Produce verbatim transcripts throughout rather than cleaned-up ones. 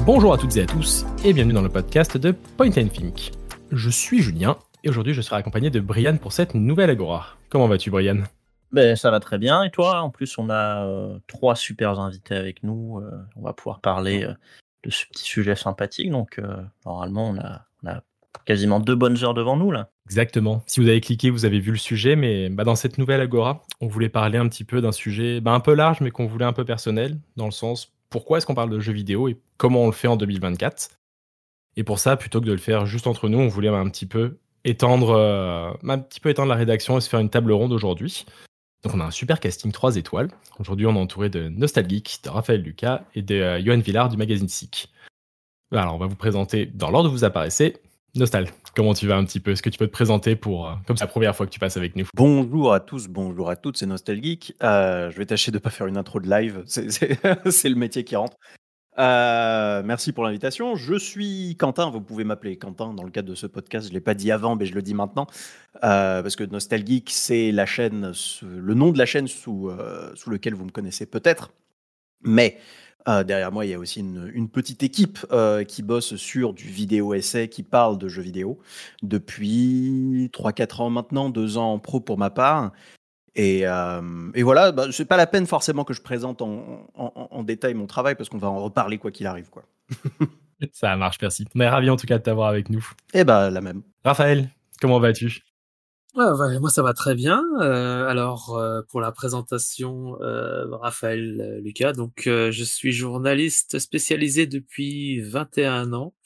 Bonjour à toutes et à tous, et bienvenue dans le podcast de Point and Think. Je suis Julien, et aujourd'hui je serai accompagné de Brian pour cette nouvelle Agora. Comment vas-tu, Brian ? Ben, ça va très bien, et toi ? En plus, on a euh, trois super invités avec nous, euh, on va pouvoir parler euh, de ce petit sujet sympathique, donc euh, normalement on a, on a quasiment deux bonnes heures devant nous là. Exactement. Si vous avez cliqué, vous avez vu le sujet, mais bah, dans cette nouvelle Agora, on voulait parler un petit peu d'un sujet bah, un peu large, mais qu'on voulait un peu personnel, dans le sens pourquoi est-ce qu'on parle de jeux vidéo et comment on le fait en deux mille vingt-quatre. Et pour ça, plutôt que de le faire juste entre nous, on voulait bah, un petit peu étendre, euh, un petit peu étendre la rédaction et se faire une table ronde aujourd'hui. Donc on a un super casting trois étoiles. Aujourd'hui, on est entouré de Nostalgeek, de Raphaël Lucas et de euh, Johan Villard du magazine S I C. Alors, on va vous présenter dans l'ordre où vous apparaissez. Nostal, comment tu vas un petit peu ? Est-ce que tu peux te présenter pour, euh, comme c'est la première fois que tu passes avec nous ? Bonjour à tous, bonjour à toutes, c'est Nostalgeek. Euh, je vais tâcher de ne pas faire une intro de live, c'est, c'est, c'est le métier qui rentre. Euh, merci pour l'invitation. Je suis Quentin, vous pouvez m'appeler Quentin dans le cadre de ce podcast. Je ne l'ai pas dit avant, mais je le dis maintenant. Euh, parce que Nostalgeek, c'est la chaîne, le nom de la chaîne sous, euh, sous lequel vous me connaissez peut-être. Mais euh, derrière moi, il y a aussi une, une petite équipe euh, qui bosse sur du vidéo-essai, qui parle de jeux vidéo depuis trois quatre ans maintenant, deux ans en pro pour ma part. Et, euh, et voilà, bah, c'est pas la peine forcément que je présente en, en, en détail mon travail parce qu'on va en reparler quoi qu'il arrive, quoi. Ça marche, merci. On est ravis en tout cas de t'avoir avec nous. Et bah la même. Raphaël, comment vas-tu ? Ouais, ouais, moi ça va très bien. Euh, alors euh, pour la présentation, euh, Raphaël euh, Lucas, donc euh, je suis journaliste spécialisé depuis vingt et un ans.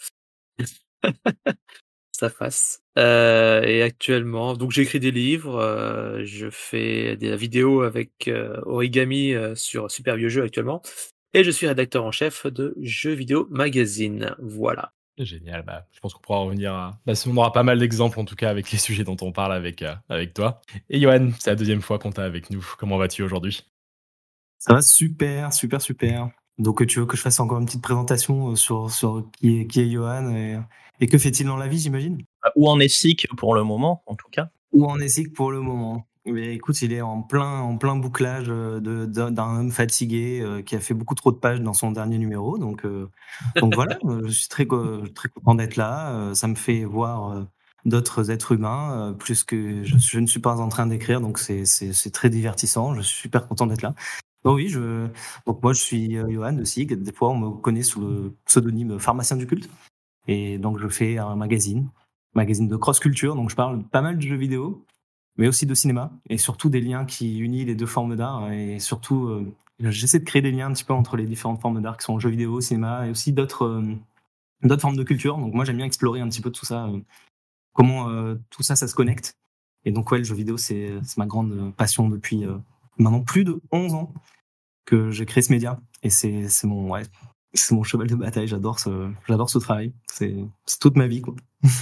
Ça passe. Euh, et actuellement, donc j'écris des livres, euh, je fais des vidéos avec euh, Origami euh, sur Super Vieux Jeux actuellement, et je suis rédacteur en chef de Jeux Vidéo Magazine. Voilà. Génial, bah, je pense qu'on pourra revenir à... Bah, on aura pas mal d'exemples en tout cas avec les sujets dont on parle avec, euh, avec toi. Et Johan, c'est la deuxième fois qu'on t'a avec nous. Comment vas-tu aujourd'hui ? Ça va super, super, super. Donc tu veux que je fasse encore une petite présentation sur, sur qui est, qui est Johan et, et que fait-il dans la vie, j'imagine ? Où en est S I C pour le moment, en tout cas ? Où en est S I C pour le moment ? Mais écoute, il est en plein, en plein bouclage de, de, d'un homme fatigué euh, qui a fait beaucoup trop de pages dans son dernier numéro. Donc, euh, donc voilà, je suis très, très content d'être là. Euh, ça me fait voir euh, d'autres êtres humains, euh, plus que je, je ne suis pas en train d'écrire. Donc c'est, c'est, c'est très divertissant. Je suis super content d'être là. Donc oui, je, donc moi je suis euh, Johan de S I G. Des fois, on me connaît sous le pseudonyme Pharmacien du Culte. Et donc je fais un magazine, magazine de cross-culture. Donc je parle pas mal de jeux vidéo, mais aussi de cinéma, et surtout des liens qui unissent les deux formes d'art. Et surtout, euh, j'essaie de créer des liens un petit peu entre les différentes formes d'art qui sont jeux vidéo, cinéma, et aussi d'autres, euh, d'autres formes de culture. Donc moi, j'aime bien explorer un petit peu tout ça, euh, comment euh, tout ça, ça se connecte. Et donc ouais, le jeu vidéo, c'est, c'est ma grande passion depuis euh, maintenant plus de onze ans que j'ai créé ce média. Et c'est, c'est, mon, ouais, c'est mon cheval de bataille, j'adore ce, j'adore ce travail. C'est, c'est toute ma vie, quoi.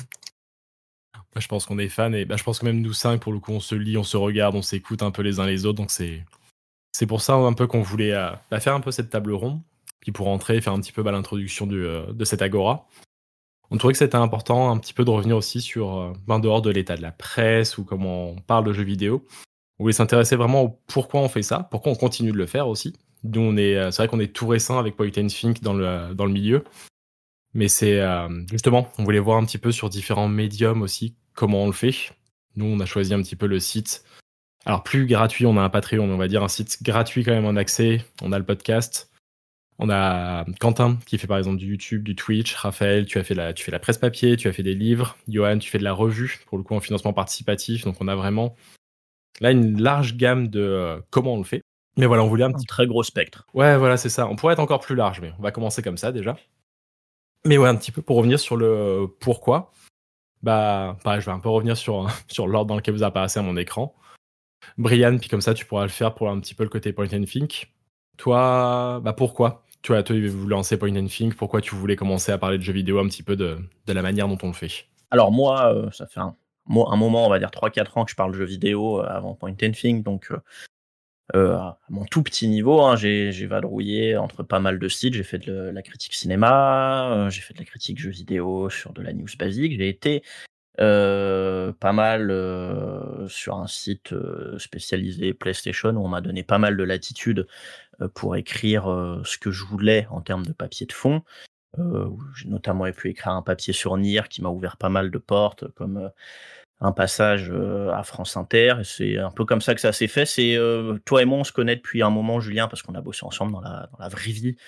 Bah, je pense qu'on est fans et bah, je pense que même nous cinq, pour le coup, on se lit, on se regarde, on s'écoute un peu les uns les autres. Donc c'est, c'est pour ça un peu qu'on voulait euh, bah, faire un peu cette table ronde, puis pour rentrer, faire un petit peu bah, l'introduction du, euh, de cette agora. On trouvait que c'était important un petit peu de revenir aussi sur, euh, ben, dehors de l'état de la presse ou comment on parle de jeux vidéo. On voulait s'intéresser vraiment au pourquoi on fait ça, pourquoi on continue de le faire aussi. Nous, on est, euh, c'est vrai qu'on est tout récent avec Point and Think dans le, dans le milieu. Mais c'est euh, justement, on voulait voir un petit peu sur différents médiums aussi comment on le fait. Nous, on a choisi un petit peu le site. Alors, plus gratuit, on a un Patreon, mais on va dire un site gratuit quand même en accès. On a le podcast. On a Quentin qui fait par exemple du YouTube, du Twitch. Raphaël, tu as fait la, tu fais la presse papier, tu as fait des livres. Johan, tu fais de la revue, pour le coup en financement participatif. Donc, on a vraiment là une large gamme de euh, comment on le fait. Mais voilà, on voulait un petit... Un très gros spectre. Ouais, voilà, c'est ça. On pourrait être encore plus large, mais on va commencer comme ça déjà. Mais ouais, un petit peu pour revenir sur le pourquoi. Bah, pareil, je vais un peu revenir sur, sur l'ordre dans lequel vous apparaissez à mon écran. Brian, puis comme ça, tu pourras le faire pour un petit peu le côté Point and Think. Toi, bah pourquoi tu as voulu lancer Point and Think ? Pourquoi tu voulais commencer à parler de jeux vidéo un petit peu de, de la manière dont on le fait ? Alors moi, euh, ça fait un, un moment, on va dire trois quatre ans que je parle de jeux vidéo euh, avant Point and Think, donc... Euh, Euh, à mon tout petit niveau, hein, j'ai, j'ai vadrouillé entre pas mal de sites, j'ai fait de la critique cinéma, euh, j'ai fait de la critique jeux vidéo sur de la news basique, j'ai été euh, pas mal euh, sur un site euh, spécialisé PlayStation où on m'a donné pas mal de latitude euh, pour écrire euh, ce que je voulais en termes de papier de fond. Euh, où j'ai notamment pu écrire un papier sur Nier qui m'a ouvert pas mal de portes, comme euh, un passage euh, à France Inter. Et c'est un peu comme ça que ça s'est fait. C'est euh, toi et moi, on se connaît depuis un moment, Julien, parce qu'on a bossé ensemble dans la, dans la vraie vie.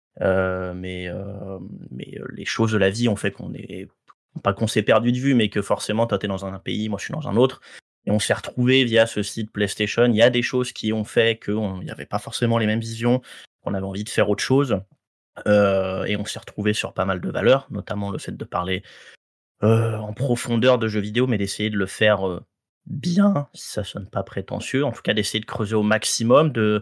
Euh, mais euh, mais les choses de la vie ont fait qu'on est pas qu'on s'est perdu de vue, mais que forcément, toi, t'es dans un pays, moi, je suis dans un autre. Et on s'est retrouvés via ce site PlayStation. Il y a des choses qui ont fait qu'il n'y avait pas forcément les mêmes visions, qu'on avait envie de faire autre chose. Euh, et on s'est retrouvé sur pas mal de valeurs, notamment le fait de parler euh, en profondeur de jeux vidéo, mais d'essayer de le faire euh, bien, si ça sonne pas prétentieux, en tout cas d'essayer de creuser au maximum, de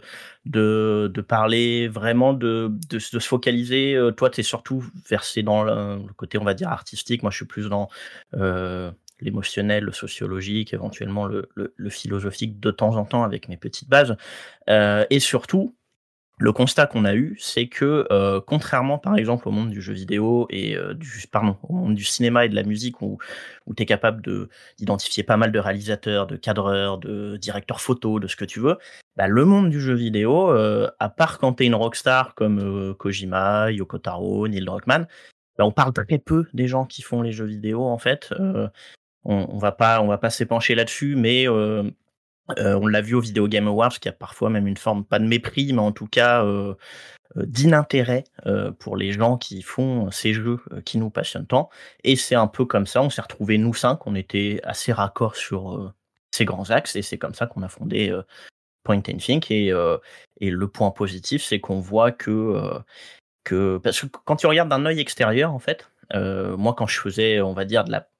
de, de parler vraiment, de, de, de se focaliser. Euh, toi, tu es surtout versé dans le, le côté, on va dire, artistique, moi je suis plus dans euh, l'émotionnel, le sociologique, éventuellement le, le, le philosophique de temps en temps avec mes petites bases, euh, et surtout, le constat qu'on a eu, c'est que euh, contrairement par exemple au monde du jeu vidéo et euh, du pardon, au monde du cinéma et de la musique où où tu es capable de d'identifier pas mal de réalisateurs, de cadreurs, de directeurs photo, de ce que tu veux, bah le monde du jeu vidéo euh, à part quand tu es une rockstar comme euh, Kojima, Yoko Taro, Neil Druckmann, bah on parle très peu des gens qui font les jeux vidéo en fait. Euh, on, on va pas on va pas s'épancher là-dessus, mais euh, Euh, on l'a vu au Video Game Awards, qui a parfois même une forme, pas de mépris, mais en tout cas euh, euh, d'inintérêt euh, pour les gens qui font ces jeux euh, qui nous passionnent tant. Et c'est un peu comme ça, on s'est retrouvés nous cinq, on était assez raccords sur euh, ces grands axes, et c'est comme ça qu'on a fondé euh, Point and Think. Et, euh, et le point positif, c'est qu'on voit que, euh, que... Parce que quand tu regardes d'un œil extérieur, en fait, euh, moi quand je faisais, on va dire, de la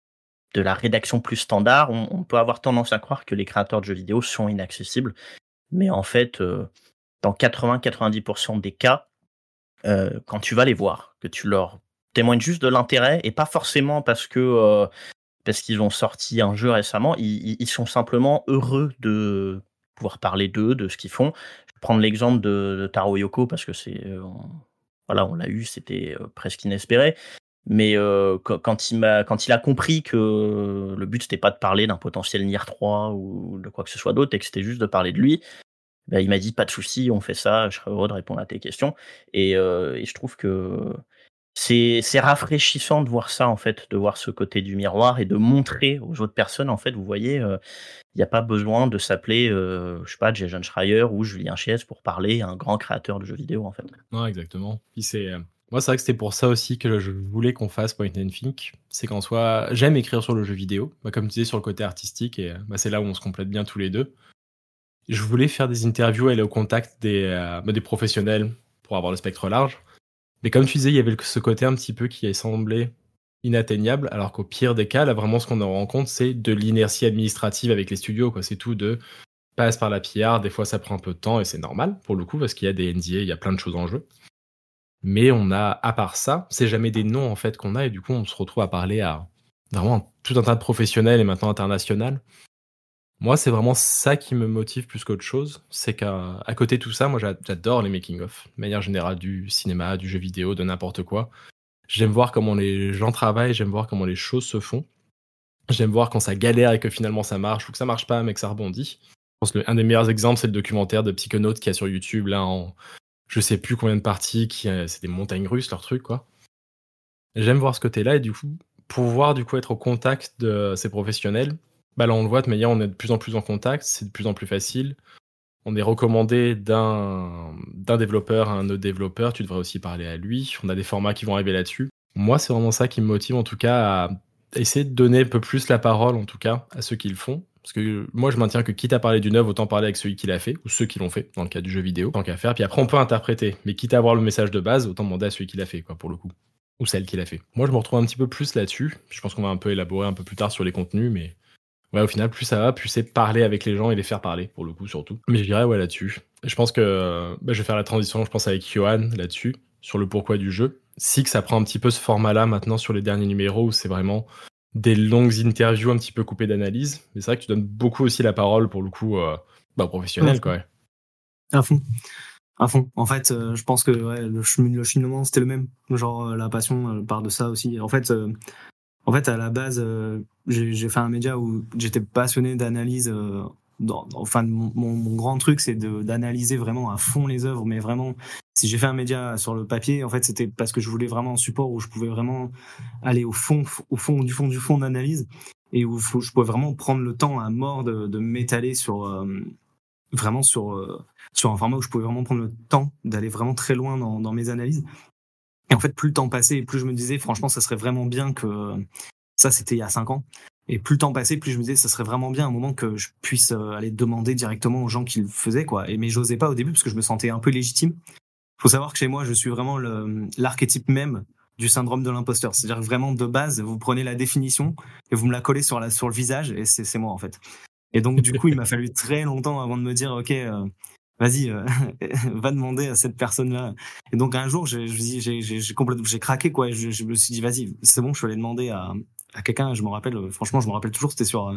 de la rédaction plus standard, on, on peut avoir tendance à croire que les créateurs de jeux vidéo sont inaccessibles. Mais en fait, euh, dans quatre-vingts à quatre-vingt-dix pour cent des cas, euh, quand tu vas les voir, que tu leur témoignes juste de l'intérêt, et pas forcément parce que euh, parce qu'ils ont sorti un jeu récemment, ils, ils sont simplement heureux de pouvoir parler d'eux, de ce qu'ils font. Je vais prendre l'exemple de, de Taro Yoko, parce que c'est... Euh, on, voilà, on l'a eu, c'était euh, presque inespéré. Mais euh, quand il m'a, quand il a compris que le but c'était pas de parler d'un potentiel Nier trois ou de quoi que ce soit d'autre, et que c'était juste de parler de lui, bah, il m'a dit pas de souci, on fait ça, je serais heureux de répondre à tes questions. Et, euh, et je trouve que c'est, c'est rafraîchissant de voir ça en fait, de voir ce côté du miroir et de montrer aux autres personnes en fait, vous voyez, il euh, n'y a pas besoin de s'appeler, euh, je sais pas, Jason Schreier ou Julien Chies pour parler à un grand créateur de jeux vidéo en fait. Non, exactement. Puis c'est euh... Moi, c'est vrai que c'était pour ça aussi que je voulais qu'on fasse Point and Think. C'est qu'en soi, j'aime écrire sur le jeu vidéo, bah, comme tu disais, sur le côté artistique, et bah, c'est là où on se complète bien tous les deux. Je voulais faire des interviews et aller au contact des, euh, bah, des professionnels pour avoir le spectre large. Mais comme tu disais, il y avait ce côté un petit peu qui semblait inatteignable, alors qu'au pire des cas, là, vraiment, ce qu'on en rend compte, c'est de l'inertie administrative avec les studios, quoi. C'est tout de passe par la P R, des fois ça prend un peu de temps, et c'est normal, pour le coup, parce qu'il y a des N D A, il y a plein de choses en jeu. Mais on a, à part ça, c'est jamais des noms en fait qu'on a, et du coup on se retrouve à parler à vraiment tout un tas de professionnels et maintenant international. Moi, c'est vraiment ça qui me motive plus qu'autre chose, c'est qu'à à côté de tout ça, moi j'adore les making-of, de manière générale, du cinéma, du jeu vidéo, de n'importe quoi. J'aime voir comment les gens travaillent, j'aime voir comment les choses se font. J'aime voir quand ça galère et que finalement ça marche, ou que ça marche pas mais que ça rebondit. Je pense que l'un des meilleurs exemples, c'est le documentaire de Psychonaut qu'il y a sur YouTube, là, en je sais plus combien de parties, qui, euh, c'est des montagnes russes, leur truc, quoi. J'aime voir ce côté-là, et du coup, pouvoir du coup être au contact de ces professionnels, bah là on le voit, de manière, on est de plus en plus en contact, c'est de plus en plus facile. On est recommandé d'un, d'un développeur à un autre développeur, tu devrais aussi parler à lui, on a des formats qui vont arriver là-dessus. Moi, c'est vraiment ça qui me motive, en tout cas, à essayer de donner un peu plus la parole, en tout cas, à ceux qui le font. Parce que moi, je maintiens que quitte à parler d'une œuvre, autant parler avec celui qui l'a fait, ou ceux qui l'ont fait, dans le cas du jeu vidéo, tant qu'à faire. Puis après, on peut interpréter. Mais quitte à avoir le message de base, autant demander à celui qui l'a fait, quoi, pour le coup. Ou celle qui l'a fait. Moi, je me retrouve un petit peu plus là-dessus. Je pense qu'on va un peu élaborer un peu plus tard sur les contenus, mais ouais, au final, plus ça va, plus c'est parler avec les gens et les faire parler, pour le coup, surtout. Mais je dirais, ouais, là-dessus. Je pense que bah, je vais faire la transition, je pense, avec Johan, là-dessus, sur le pourquoi du jeu. Si que ça prend un petit peu ce format-là, maintenant, sur les derniers numéros, où c'est vraiment des longues interviews un petit peu coupées d'analyse. Mais c'est vrai que tu donnes beaucoup aussi la parole, pour le coup, euh, bah, aux professionnels, ouais, quoi. Ouais. À fond. À fond. En fait, euh, je pense que ouais, le, chemin, le cheminement, c'était le même. Genre, euh, la passion euh, part de ça aussi. En fait, euh, en fait à la base, euh, j'ai, j'ai fait un média où j'étais passionné d'analyse. Euh, dans, enfin, mon, mon, mon grand truc, c'est de, d'analyser vraiment à fond les œuvres, mais vraiment si j'ai fait un média sur le papier, en fait, c'était parce que je voulais vraiment un support où je pouvais vraiment aller au fond, au fond du fond du fond d'analyse et où je pouvais vraiment prendre le temps à mort de, de m'étaler sur euh, vraiment sur euh, sur un format où je pouvais vraiment prendre le temps d'aller vraiment très loin dans, dans mes analyses. Et en fait, plus le temps passait, et plus je me disais, franchement, ça serait vraiment bien que ça, c'était il y a cinq ans. Et plus le temps passait, plus je me disais, ça serait vraiment bien un moment que je puisse aller demander directement aux gens qui le faisaient, quoi. Et mais j'osais pas au début parce que je me sentais un peu légitime. Faut savoir que chez moi, je suis vraiment le, l'archétype même du syndrome de l'imposteur. C'est-à-dire que vraiment, de base, vous prenez la définition et vous me la collez sur la, sur le visage et c'est, c'est moi, en fait. Et donc, du coup, il m'a fallu très longtemps avant de me dire, OK, euh, vas-y, euh, va demander à cette personne-là. Et donc, un jour, j'ai, j'ai, j'ai, j'ai, complètement, j'ai craqué, quoi. Je, je me suis dit, vas-y, c'est bon, je vais aller demander à, à quelqu'un. Je me rappelle, franchement, je me rappelle toujours, c'était sur,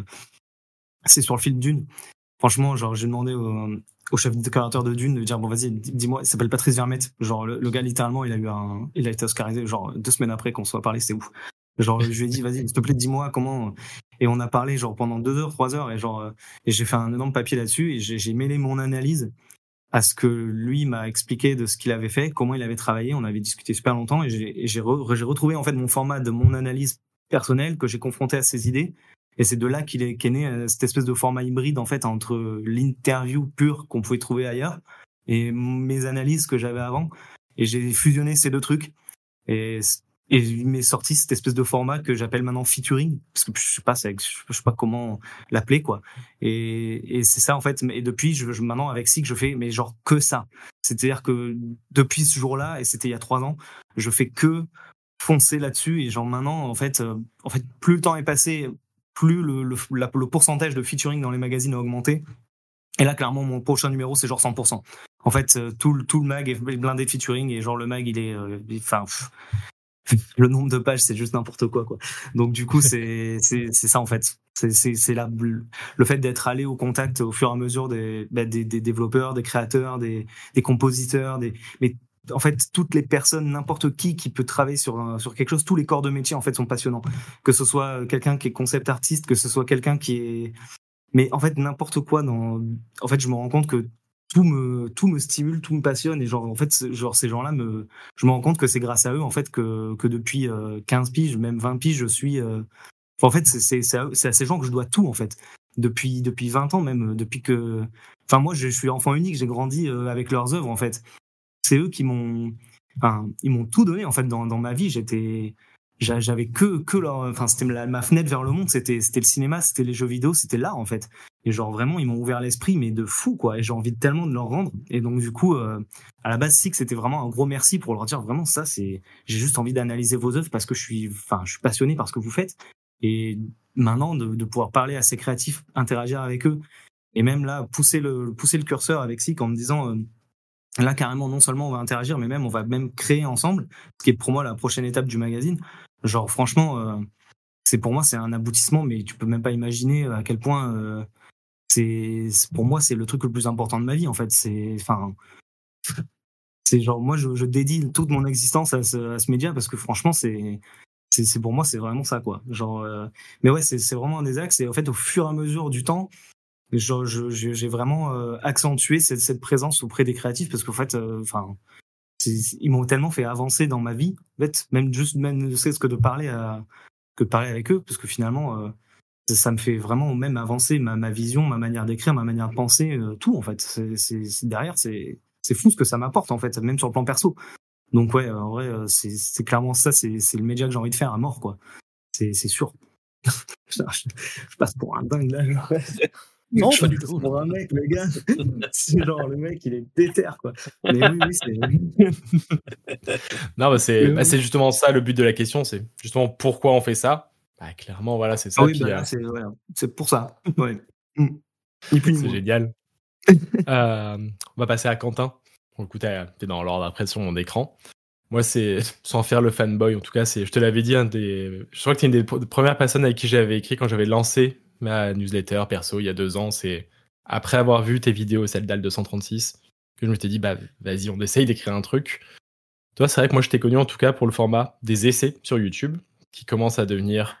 c'est sur le film Dune. Franchement, genre, j'ai demandé au, au chef décorateur de Dune de dire, bon, vas-y, dis-moi, il s'appelle Patrice Vermette. Genre, le, le gars, littéralement, il a eu un, il a été oscarisé, genre, deux semaines après qu'on soit parlé, c'était ouf. Genre, je lui ai dit, vas-y, s'il te plaît, dis-moi comment. Et on a parlé, genre, pendant deux heures, trois heures, et genre, et j'ai fait un énorme papier là-dessus, et j'ai, j'ai mêlé mon analyse à ce que lui m'a expliqué de ce qu'il avait fait, comment il avait travaillé. On avait discuté super longtemps, et j'ai, et j'ai, re, j'ai retrouvé, en fait, mon format de mon analyse personnelle que j'ai confronté à ses idées. Et c'est de là qu'il est, qu'est né cette espèce de format hybride, en fait, entre l'interview pure qu'on pouvait trouver ailleurs et mes analyses que j'avais avant. Et j'ai fusionné ces deux trucs. Et, et il m'est sorti cette espèce de format que j'appelle maintenant featuring, parce que je sais pas, c'est, je sais pas comment l'appeler, quoi. Et, et c'est ça, en fait. Et depuis, je, je, maintenant, avec Sick, je fais, mais genre, que ça. C'est-à-dire que depuis ce jour-là, et c'était il y a trois ans, je fais que foncer là-dessus. Et genre, maintenant, en fait, euh, en fait, plus le temps est passé, plus le, le, la, le pourcentage de featuring dans les magazines a augmenté. Et là, clairement, mon prochain numéro, c'est genre cent pour cent. En fait, euh, tout, tout le mag est blindé de featuring et genre le mag, il est... Enfin, euh, le nombre de pages, c'est juste n'importe quoi, quoi. Donc, du coup, c'est, c'est, c'est ça, en fait. C'est, c'est, c'est la, le fait d'être allé au contact au fur et à mesure des, bah, des, des développeurs, des créateurs, des, des compositeurs, des... Mais, en fait, toutes les personnes, n'importe qui qui peut travailler sur un, sur quelque chose, tous les corps de métier en fait sont passionnants. Que ce soit quelqu'un qui est concept artiste, que ce soit quelqu'un qui est, mais en fait n'importe quoi. Dans, en fait, je me rends compte que tout me, tout me stimule, tout me passionne et genre en fait, genre ces gens-là me, je me rends compte que c'est grâce à eux en fait que que depuis quinze piges, même vingt piges, je suis. Euh... Enfin, en fait, c'est c'est c'est à, c'est à ces gens que je dois tout en fait. Depuis depuis vingt ans même, depuis que, enfin moi je, je suis enfant unique, j'ai grandi avec leurs œuvres en fait. C'est eux qui m'ont, enfin, ils m'ont tout donné en fait dans dans ma vie. J'étais, j'avais que que leur, enfin c'était la, ma fenêtre vers le monde. C'était c'était le cinéma, c'était les jeux vidéo, c'était l'art en fait. Et genre vraiment ils m'ont ouvert l'esprit, mais de fou quoi. Et j'ai envie de tellement de leur rendre. Et donc du coup, euh, à la base Sick, c'était vraiment un gros merci pour leur dire vraiment ça. C'est, j'ai juste envie d'analyser vos œuvres parce que je suis, enfin je suis passionné par ce que vous faites. Et maintenant de, de pouvoir parler à ces créatifs, interagir avec eux, et même là pousser le pousser le curseur avec Sick en me disant euh, là, carrément, non seulement on va interagir, mais même on va même créer ensemble, ce qui est pour moi la prochaine étape du magazine. Genre, franchement, euh, c'est pour moi, c'est un aboutissement, mais tu peux même pas imaginer à quel point euh, c'est, pour moi, c'est le truc le plus important de ma vie, en fait. C'est, enfin, c'est genre, moi, je, je dédie toute mon existence à ce, à ce média parce que franchement, c'est, c'est, c'est pour moi, c'est vraiment ça, quoi. Genre, euh, mais ouais, c'est, c'est vraiment un des axes. Et en fait, au fur et à mesure du temps, Je, je, j'ai vraiment euh, accentué cette, cette présence auprès des créatifs parce qu'en fait, enfin, euh, ils m'ont tellement fait avancer dans ma vie, en fait, même juste, même ne serait-ce que de parler à, que de parler avec eux, parce que finalement, euh, ça me fait vraiment même avancer ma, ma vision, ma manière d'écrire, ma manière de penser, euh, tout en fait. C'est, c'est, c'est derrière, c'est, c'est fou ce que ça m'apporte en fait, même sur le plan perso. Donc ouais, en vrai, c'est, c'est clairement ça, c'est, c'est le média que j'ai envie de faire à mort, quoi. C'est, c'est sûr. je, je passe pour un dingue là. Genre. Non, pas du tout. Pour un mec, le gars, c'est genre le mec, il est déter, quoi. Mais oui, oui, c'est. Non, bah c'est, bah c'est justement ça le but de la question, c'est justement pourquoi on fait ça. Bah, clairement, voilà, c'est ça. Ah oui, puis, bah là, euh... c'est, voilà, c'est pour ça. Ouais. Ni plus ni c'est moins. génial. euh, on va passer à Quentin. Bon, écoute, t'es dans l'ordre après sur mon écran. Moi, c'est sans faire le fanboy, en tout cas, c'est, je te l'avais dit, un des, je crois que t'es une des premières personnes avec qui j'avais écrit quand j'avais lancé ma newsletter perso il y a deux ans. C'est après avoir vu tes vidéos, celle d'Al deux cent trente-six, que je me suis dit, bah vas-y, on essaye d'écrire un truc. Toi, c'est vrai que moi, je t'ai connu en tout cas pour le format des essais sur YouTube, qui commence à devenir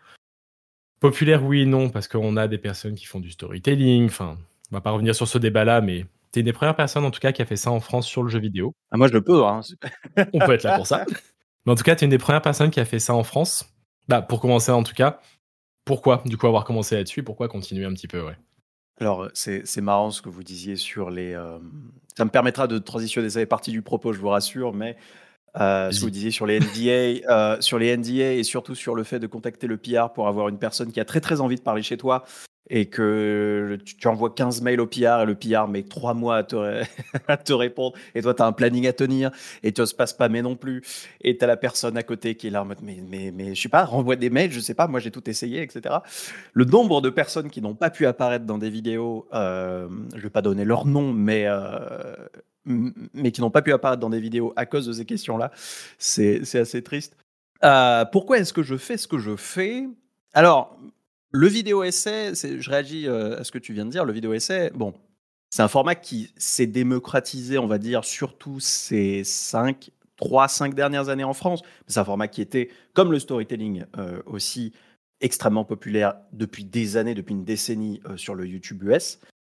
populaire, oui et non, parce qu'on a des personnes qui font du storytelling. Enfin, on va pas revenir sur ce débat-là, mais Tu es une des premières personnes en tout cas qui a fait ça en France sur le jeu vidéo. Ah moi je peux, hein. On peut être là pour ça. Mais en tout cas, tu es une des premières personnes qui a fait ça en France. Bah, pour commencer en tout cas. Pourquoi, du coup, avoir commencé là-dessus et pourquoi continuer un petit peu, ouais? Alors, c'est c'est marrant ce que vous disiez sur les, hem ça me permettra de transitionner, ça fait partie du propos, je vous rassure, mais heu, ce que vous Vas-y. disiez sur les N D A, heu, sur les N D A et surtout sur le fait de contacter le P R pour avoir une personne qui a très, très envie de parler chez toi et que tu tu envoies quinze mails au P R et le P R met trois mois à te ré à te répondre et toi, tu as un planning à tenir et tu oses pas spammer non plus et tu as la personne à côté qui est là en mode: «Mais mais mais je sais pas, renvoie des mails, je sais pas, moi j'ai tout essayé» et cetera. Le nombre de personnes qui n'ont pas pu apparaître dans des vidéos, hem, je vais pas donner leur nom, mais heu, m mais qui n'ont pas pu apparaître dans des vidéos à cause de ces questions-là, c'est c'est assez triste. Heu, pourquoi est-ce que je fais ce que je fais? Alors, le vidéo essai, c'est je réagis, heu, à ce que tu viens de dire. Le vidéo essai, bon, c'est un format qui s'est démocratisé, on va dire, surtout ces cinq, trois, cinq dernières années en France. C'est un format qui était, comme le storytelling, heu, aussi extrêmement populaire depuis des années, depuis une décennie, heu, sur le YouTube U S.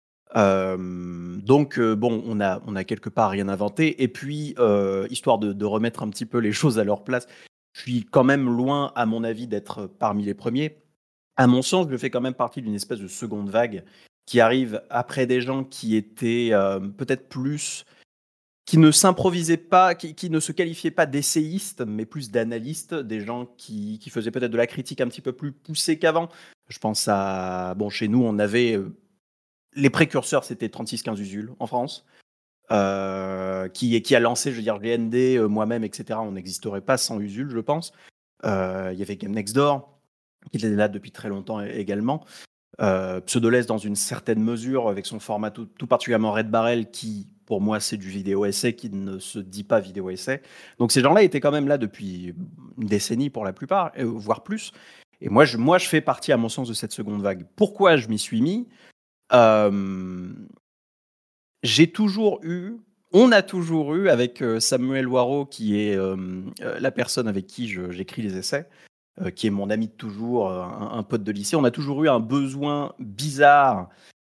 Hem, donc heu, bon, on a on a quelque part rien inventé et puis, heu, histoire de de remettre un petit peu les choses à leur place, je suis quand même loin, à mon avis, d'être parmi les premiers. À mon sens, je fais quand même partie d'une espèce de seconde vague qui arrive après des gens qui étaient, hem, peut-être plus qui ne s'improvisaient pas, qui qui ne se qualifiaient pas d'essayistes, mais plus d'analystes, des gens qui qui faisaient peut-être de la critique un petit peu plus poussée qu'avant. Je pense à bon, chez nous, on avait, heu, les précurseurs, c'était trente-six quinze Usul en France, heu, qui qui a lancé, je veux dire, G N D, heu, moi-même et cetera. On n'existerait pas sans Usul, je pense. Heu, il y avait Game Next Door, qui était là depuis très longtemps é également. Heu, Pseudoless dans une certaine mesure avec son format tout tout particulièrement Red Barrel qui, pour moi, c'est du vidéo essai qui ne se dit pas vidéo essai. Donc ces gens-là étaient quand même là depuis une décennie pour la plupart, heu, voire plus. Et moi je moi je fais partie à mon sens de cette seconde vague. Pourquoi je m'y suis mis? Hem, j'ai toujours eu on a toujours eu avec, heu, Samuel Waro qui est, hem, heu, la personne avec qui je j'écris les essais, heu, qui est mon ami de toujours, heu, un un pote de lycée. On a toujours eu un besoin bizarre,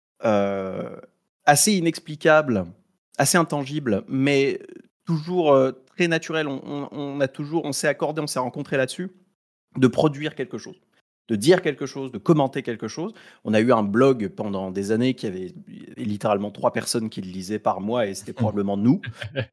heu, assez inexplicable, assez intangible, mais toujours, heu, très naturel. On on on a toujours on s'est accordé, on s'est rencontrés là-dessus, de produire quelque chose, de dire quelque chose, de commenter quelque chose. On a eu un blog pendant des années qui avait littéralement trois personnes qui le lisaient par mois et c'était probablement nous.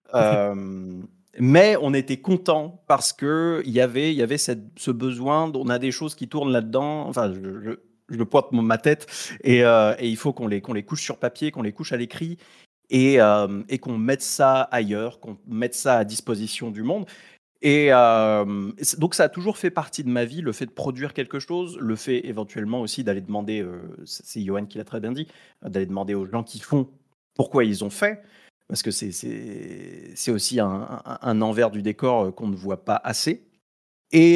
Hem, mais on était contents parce qu'il y avait il y avait cette ce besoin, on a des choses qui tournent là-dedans, enfin je je je pointe mon ma tête et heu et il faut qu'on les qu'on les couche sur papier, qu'on les couche à l'écrit et hem et qu'on mette ça ailleurs, qu'on mette ça à disposition du monde et hem, c donc ça a toujours fait partie de ma vie, le fait de produire quelque chose, le fait éventuellement aussi d'aller demander, heu, c'est c'est Yoann qui l'a très bien dit, d'aller demander aux gens qui font, pourquoi ils ont fait. Parce que c'est c'est c'est aussi un un un envers du décor, heu, qu'on ne voit pas assez et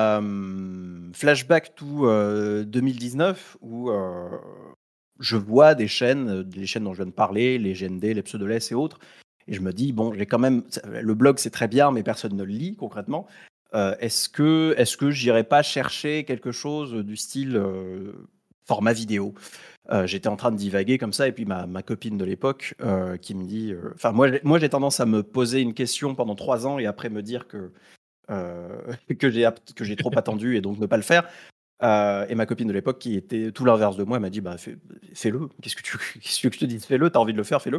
hem, flashback to, heu, deux mille dix-neuf où, heu, je vois des chaînes, heu, des chaînes dont je viens de parler, les G N D, les Pseudoless et autres et je me dis: «Bon, j'ai quand même ça le blog, c'est très bien, mais personne ne le lit concrètement. Heu, est-ce que est-ce que j'irais pas chercher quelque chose, du style, heu, format vidéo?» Heu, j'étais en train de divaguer comme ça et puis ma ma copine de l'époque, heu, qui me dit, heu enfin moi j'ai moi j'ai tendance à me poser une question pendant trois ans et après me dire que, heu, que j'ai apt que j'ai trop attendu et donc ne pas le faire. Heu et ma copine de l'époque qui était tout l'inverse de moi, elle m'a dit: «Bah fais fais-le, qu'est-ce que tu qu'est-ce que tu veux que je te dise? Fais-le, tu as envie de le faire, fais-le».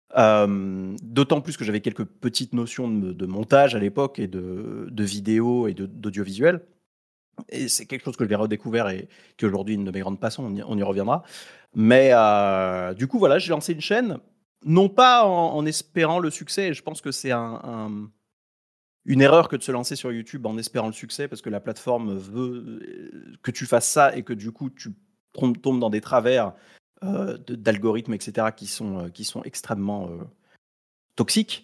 Hem, d'autant plus que j'avais quelques petites notions de de montage à l'époque et de de vidéo et de d'audiovisuel et c'est quelque chose que j'ai redécouvert et qui aujourd'hui est une de mes grandes passions, on y on y reviendra. Mais heu, du coup, voilà, j'ai lancé une chaîne, non pas en en espérant le succès et je pense que c'est un un une erreur que de se lancer sur YouTube en espérant le succès parce que la plateforme veut, heu, que tu fasses ça et que du coup tu tombes tombes dans des travers, heu, de d'algorithmes et cetera qui sont, heu, qui sont extrêmement, heu, toxiques.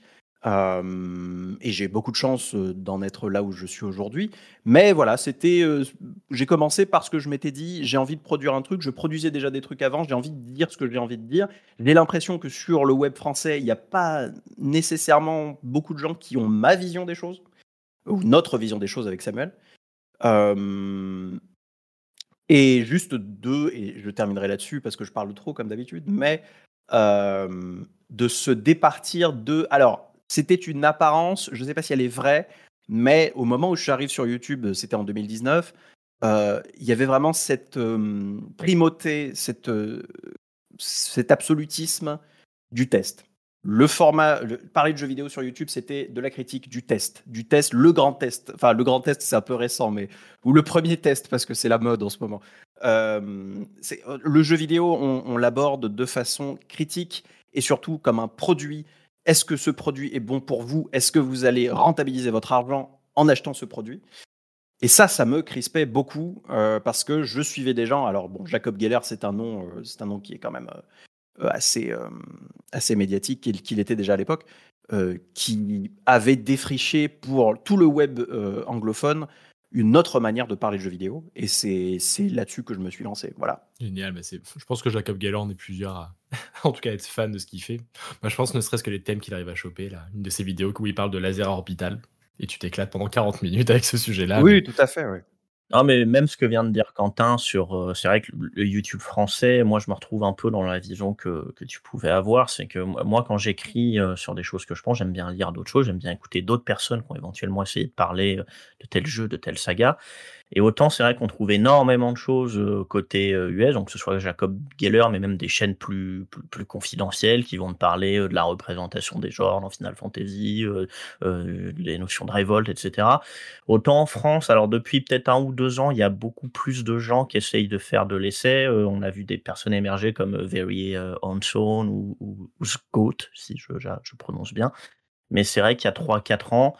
Hem et j'ai beaucoup de chance, heu, d'en être là où je suis aujourd'hui. Mais voilà, c'était, heu, j'ai commencé parce que je m'étais dit: «J'ai envie de produire un truc». Je produisais déjà des trucs avant, j'ai envie de dire ce que j'ai envie de dire. J'ai l'impression que sur le web français, il y a pas nécessairement beaucoup de gens qui ont ma vision des choses ou notre vision des choses avec Samuel. Hem et juste deux et je terminerai là-dessus parce que je parle trop comme d'habitude, mais hem, de se départir de... Alors, c'était une apparence, je ne sais pas si elle est vraie, mais au moment où je suis arrivé sur YouTube, c'était en deux mille dix-neuf, euh, il y avait vraiment cette euh, primauté, cette, euh, cet absolutisme du test. Le format, le, parler de jeux vidéo sur YouTube, c'était de la critique du test, du test, le grand test. Enfin, le grand test, c'est un peu récent, mais ou le premier test parce que c'est la mode en ce moment. Euh, c'est, le jeu vidéo, on, on l'aborde de façon critique et surtout comme un produit. Est-ce que ce produit est bon pour vous ? Est-ce que vous allez rentabiliser votre argent en achetant ce produit ? Et ça, ça me crispait beaucoup euh, parce que je suivais des gens. Alors bon, Jacob Geller, c'est un nom, euh, c'est un nom qui est quand même euh, assez, euh, assez médiatique qu'il, qu'il était déjà à l'époque, euh, qui avait défriché pour tout le web euh, anglophone une autre manière de parler de jeux vidéo. Et c'est, c'est là-dessus que je me suis lancé. Voilà. Génial, mais c'est... je pense que Jacob Geller, on est plusieurs à, en tout cas, être fan de ce qu'il fait. Moi, je pense ne serait-ce que les thèmes qu'il arrive à choper, là, une de ses vidéos où il parle de laser orbital, et tu t'éclates pendant quarante minutes avec ce sujet-là. Oui, mais... tout à fait, oui. Non, mais même ce que vient de dire Quentin sur, euh, c'est vrai que le, le YouTube français, moi je me retrouve un peu dans la vision que, que tu pouvais avoir, c'est que moi quand j'écris euh, sur des choses que je pense, j'aime bien lire d'autres choses, j'aime bien écouter d'autres personnes qui ont éventuellement essayé de parler de tel jeu, de telle saga. Et autant c'est vrai qu'on trouve énormément de choses euh, côté euh, U S, donc que ce soit Jacob Geller, mais même des chaînes plus, plus, plus confidentielles qui vont te parler euh, de la représentation des genres dans Final Fantasy, euh, euh, les notions de révolte, et cetera. Autant en France, alors depuis peut-être un ou deux ans, il y a beaucoup plus de gens qui essayent de faire de l'essai. Euh, on a vu des personnes émerger comme euh, Very euh, Onson ou, ou, ou Scout, si je, je, je prononce bien. Mais c'est vrai qu'il y a trois quatre ans,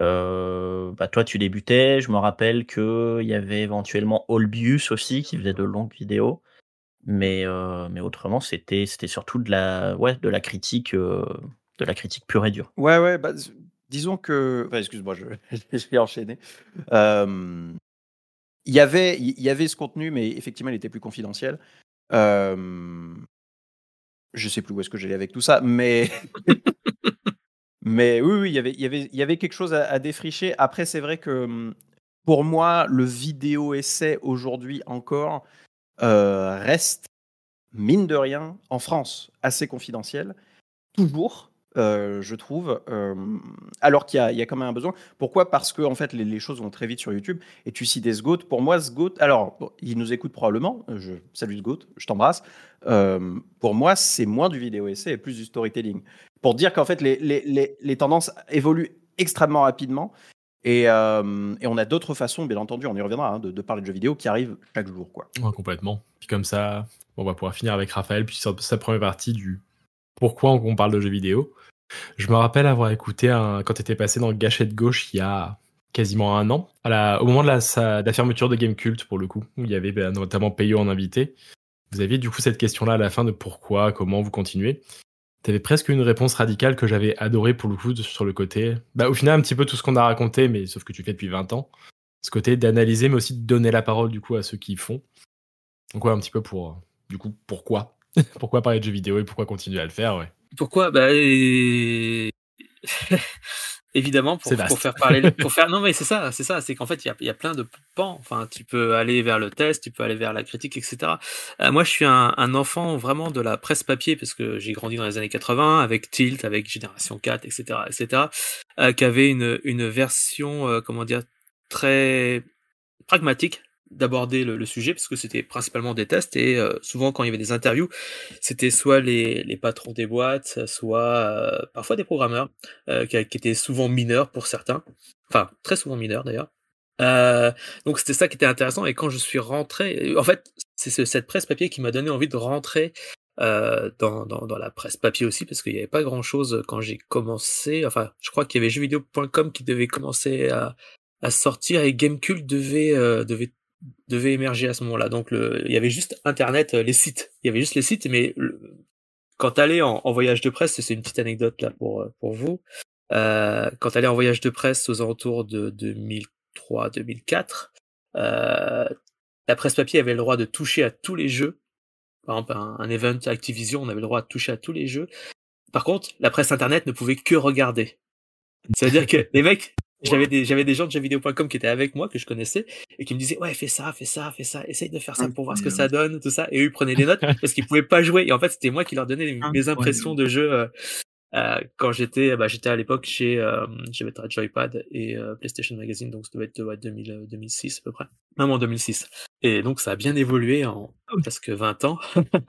Euh, bah toi tu débutais, je me rappelle que il y avait éventuellement Olbius aussi qui faisait de longues vidéos, mais euh, mais autrement c'était c'était surtout de la ouais de la critique euh, de la critique pure et dure. Ouais, ouais, bah, disons que... Enfin, excuse-moi, je, je vais enchaîner. Euh, Il y avait, il y avait ce contenu, mais effectivement, il était plus confidentiel. Euh, je sais plus où est-ce que j'allais avec tout ça, mais... Mais oui, oui, il y avait, il y avait, il y avait quelque chose à, à défricher. Après, c'est vrai que pour moi, le vidéo essai aujourd'hui encore euh, reste, mine de rien, en France, assez confidentiel. Toujours, euh, je trouve. Euh, alors qu'il y a, il y a quand même un besoin. Pourquoi ? Parce que en fait, les, les choses vont très vite sur YouTube. Et tu citais Sgoat. Pour moi, Sgoat, alors, bon, il nous écoute probablement. Je salue Sgoat, je t'embrasse. Euh, pour moi, c'est moins du vidéo essai et plus du storytelling. Pour dire qu'en fait, les, les, les, les tendances évoluent extrêmement rapidement. Et, euh, et on a d'autres façons, bien entendu, on y reviendra, hein, de, de parler de jeux vidéo qui arrivent chaque jour, quoi. Ouais, complètement. Puis comme ça, on va pouvoir finir avec Raphaël, puis sa, sa première partie du pourquoi on parle de jeux vidéo. Je me rappelle avoir écouté un, quand tu étais passé dans le Gâchette Gauche il y a quasiment un an, à la, au moment de la, sa, de la fermeture de Gamecult, pour le coup, où il y avait bah, notamment Peyo en invité. Vous aviez du coup cette question-là à la fin de pourquoi, comment vous continuez. Tu avais presque une réponse radicale que j'avais adorée pour le coup sur le côté. Bah, au final, un petit peu tout ce qu'on a raconté, mais sauf que tu fais depuis vingt ans. Ce côté d'analyser, mais aussi de donner la parole du coup à ceux qui font. Donc ouais, un petit peu pour, du coup, pourquoi pourquoi parler de jeux vidéo et pourquoi continuer à le faire, ouais. Pourquoi ? Bah, et... évidemment, pour, pour faire parler, pour faire, non mais c'est ça, c'est ça, c'est qu'en fait il y a, y a plein de pans. Enfin, tu peux aller vers le test, tu peux aller vers la critique, et cetera. Euh, moi, je suis un, un enfant vraiment de la presse papier parce que j'ai grandi dans les années quatre-vingts avec Tilt, avec Génération quatre, et cetera, et cetera. Euh, qui avait une une version, euh, comment dire, très pragmatique d'aborder le, le sujet parce que c'était principalement des tests et euh, souvent quand il y avait des interviews c'était soit les, les patrons des boîtes soit euh, parfois des programmeurs euh, qui, qui étaient souvent mineurs pour certains, enfin très souvent mineurs d'ailleurs. Euh, donc c'était ça qui était intéressant et quand je suis rentré, en fait c'est ce, cette presse papier qui m'a donné envie de rentrer euh, dans, dans, dans la presse papier aussi parce qu'il n'y avait pas grand chose quand j'ai commencé. Enfin je crois qu'il y avait jeuxvideo point com qui devait commencer à à sortir et Gamecult devait euh, devait devait émerger à ce moment-là. Donc le, il y avait juste internet, les sites. Il y avait juste les sites, mais le, quand t'allais en, en voyage de presse, c'est une petite anecdote là pour pour vous. Euh, quand t'allais en voyage de presse aux alentours de deux mille trois deux mille quatre, euh, la presse papier avait le droit de toucher à tous les jeux. Par exemple, un, un event Activision, on avait le droit de toucher à tous les jeux. Par contre, la presse internet ne pouvait que regarder. Ça veut dire que les mecs J'avais des, j'avais des gens de jeuxvideo point com qui étaient avec moi, que je connaissais, et qui me disaient ouais, fais ça, fais ça, fais ça, essaye de faire ça pour voir ce que ça Incroyable. donne, tout ça. Et eux, ils prenaient des notes parce qu'ils pouvaient pas jouer. Et en fait, c'était moi qui leur donnais mes Incroyable. impressions de jeu euh, euh, quand j'étais, bah, j'étais à l'époque chez, euh, j'avais Joypad et euh, PlayStation Magazine, donc ça devait être ouais, deux mille, euh, deux mille six à peu près. Même en deux mille six. Et donc, ça a bien évolué en presque vingt ans.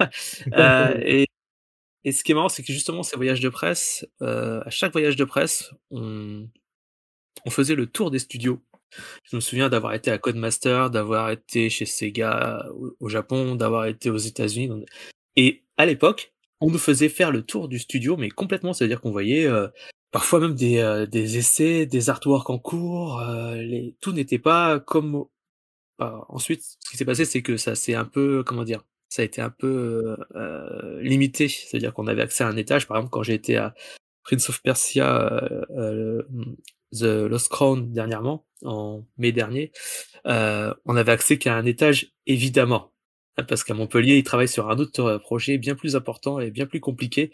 euh, et, et ce qui est marrant, c'est que justement, ces voyages de presse, euh, à chaque voyage de presse, on, on faisait le tour des studios. Je me souviens d'avoir été à Codemaster, d'avoir été chez Sega au, au Japon, d'avoir été aux États-Unis. Et à l'époque, on nous faisait faire le tour du studio, mais complètement, c'est-à-dire qu'on voyait euh, parfois même des, euh, des essais, des artworks en cours. Euh, les... Tout n'était pas comme. Enfin, ensuite, ce qui s'est passé, c'est que ça s'est un peu, comment dire, ça a été un peu euh, limité. C'est-à-dire qu'on avait accès à un étage. Par exemple, quand j'ai été à Prince of Persia, euh, euh, The Lost Crown dernièrement, en mai dernier, euh, on avait accès qu'à un étage, évidemment. Parce qu'à Montpellier, ils travaillent sur un autre projet bien plus important et bien plus compliqué.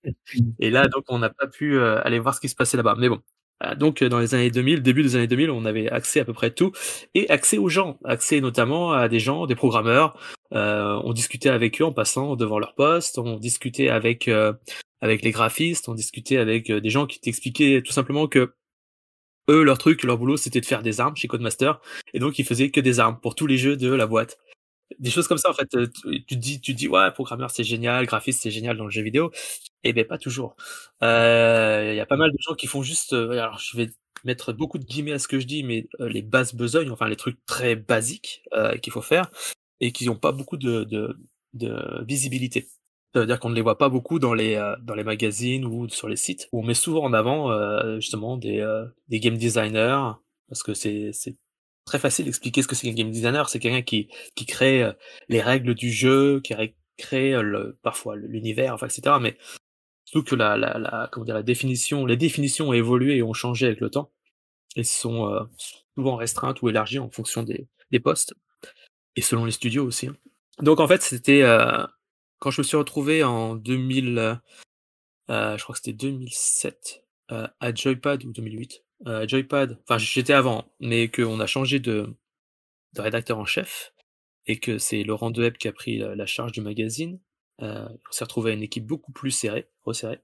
Et là, donc, on n'a pas pu euh, aller voir ce qui se passait là-bas. Mais bon. Euh, donc, dans les années deux mille, début des années deux mille, on avait accès à peu près tout. Et accès aux gens. Accès notamment à des gens, des programmeurs. Euh, on discutait avec eux en passant devant leur poste. On discutait avec, euh, avec les graphistes. On discutait avec euh, des gens qui t'expliquaient tout simplement que eux, leur truc, leur boulot, c'était de faire des armes chez Codemaster. Et donc, ils faisaient que des armes pour tous les jeux de la boîte. Des choses comme ça, en fait. Tu, tu dis, tu dis, ouais, programmeur, c'est génial, graphiste, c'est génial dans le jeu vidéo. Eh ben, pas toujours. Il euh, y a pas mal de gens qui font juste, euh, alors, je vais mettre beaucoup de guillemets à ce que je dis, mais euh, les bases besognes, enfin, les trucs très basiques euh, qu'il faut faire et qui n'ont pas beaucoup de, de, de visibilité. Ça veut dire qu'on ne les voit pas beaucoup dans les euh, dans les magazines ou sur les sites où on met souvent en avant euh, justement des euh, des game designers parce que c'est c'est très facile d'expliquer ce que c'est qu'un game designer. C'est quelqu'un qui qui crée euh, les règles du jeu, qui ré- crée euh, le, parfois l'univers, enfin et cetera. Mais surtout que la la, la comment dire la définition, les définitions ont évolué et ont changé avec le temps et sont euh, souvent restreintes ou élargies en fonction des des postes et selon les studios aussi, hein. Donc en fait, c'était euh, quand je me suis retrouvé en deux mille, euh, je crois que c'était deux mille sept, euh, à Joypad ou deux mille huit. Euh, Joypad, enfin j'étais avant, mais qu'on a changé de, de rédacteur en chef et que c'est Laurent Deheb qui a pris la, la charge du magazine. Euh, on s'est retrouvé à une équipe beaucoup plus serrée, resserrée.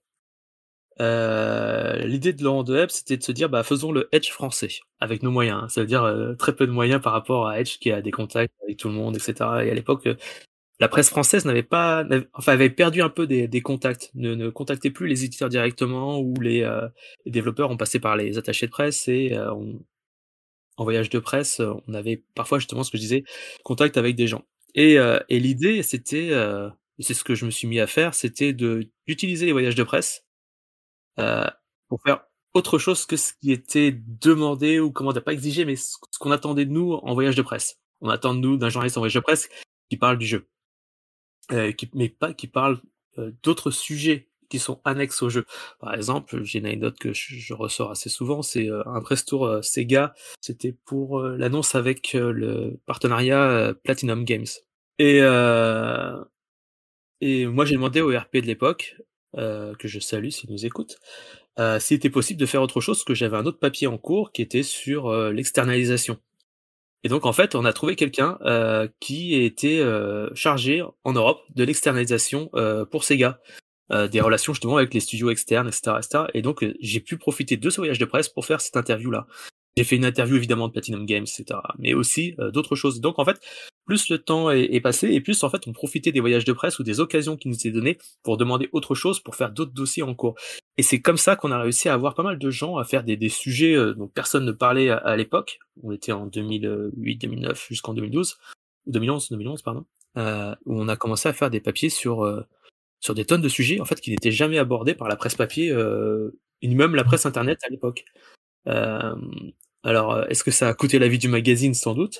Euh, l'idée de Laurent Deheb, c'était de se dire, bah, faisons le Edge français, avec nos moyens, hein. Ça veut dire euh, très peu de moyens par rapport à Edge qui a des contacts avec tout le monde, et cetera. Et à l'époque, euh, la presse française n'avait pas, n'avait- enfin, avait perdu un peu des, des contacts, ne, ne contactait plus les éditeurs directement ou les, euh, les développeurs. On passait par les attachés de presse et euh, on- en voyage de presse, euh, on avait parfois justement ce que je disais, contact avec des gens. Et, euh, et l'idée, c'était, euh, et c'est ce que je me suis mis à faire, c'était de d'utiliser les voyages de presse euh, pour faire autre chose que ce qui était demandé ou comment dire, pas exigé, mais ce ce qu'on attendait de nous en voyage de presse. On attend de nous d'un journaliste en voyage de presse qui parle du jeu. Euh, qui, mais pas qui parle euh, d'autres sujets qui sont annexes au jeu. Par exemple, j'ai une anecdote que je, je ressors assez souvent, c'est euh, un press tour euh, Sega, c'était pour euh, l'annonce avec euh, le partenariat euh, Platinum Games. Et, euh, et moi j'ai demandé au R P de l'époque, euh, que je salue s'il nous écoute, euh, s'il était possible de faire autre chose, parce que j'avais un autre papier en cours qui était sur euh, l'externalisation. Et donc, en fait, on a trouvé quelqu'un euh, qui était euh, chargé en Europe de l'externalisation euh, pour Sega, euh, des relations justement avec les studios externes, et cetera, et cetera. Et donc, euh, j'ai pu profiter de ce voyage de presse pour faire cette interview-là. J'ai fait une interview évidemment de Platinum Games, et cetera, mais aussi euh, d'autres choses. Donc, en fait, plus le temps est, est passé, et plus en fait, on profitait des voyages de presse ou des occasions qui nous étaient données pour demander autre chose, pour faire d'autres dossiers en cours. Et c'est comme ça qu'on a réussi à avoir pas mal de gens à faire des, des sujets euh, dont personne ne parlait à, à l'époque. On était en deux mille huit, deux mille neuf jusqu'en deux mille douze, ou deux mille onze, deux mille onze pardon, euh, où on a commencé à faire des papiers sur euh, sur des tonnes de sujets en fait qui n'étaient jamais abordés par la presse papier, euh, ni même la presse internet à l'époque. Euh, alors, euh, est-ce que ça a coûté la vie du magazine? Sans doute.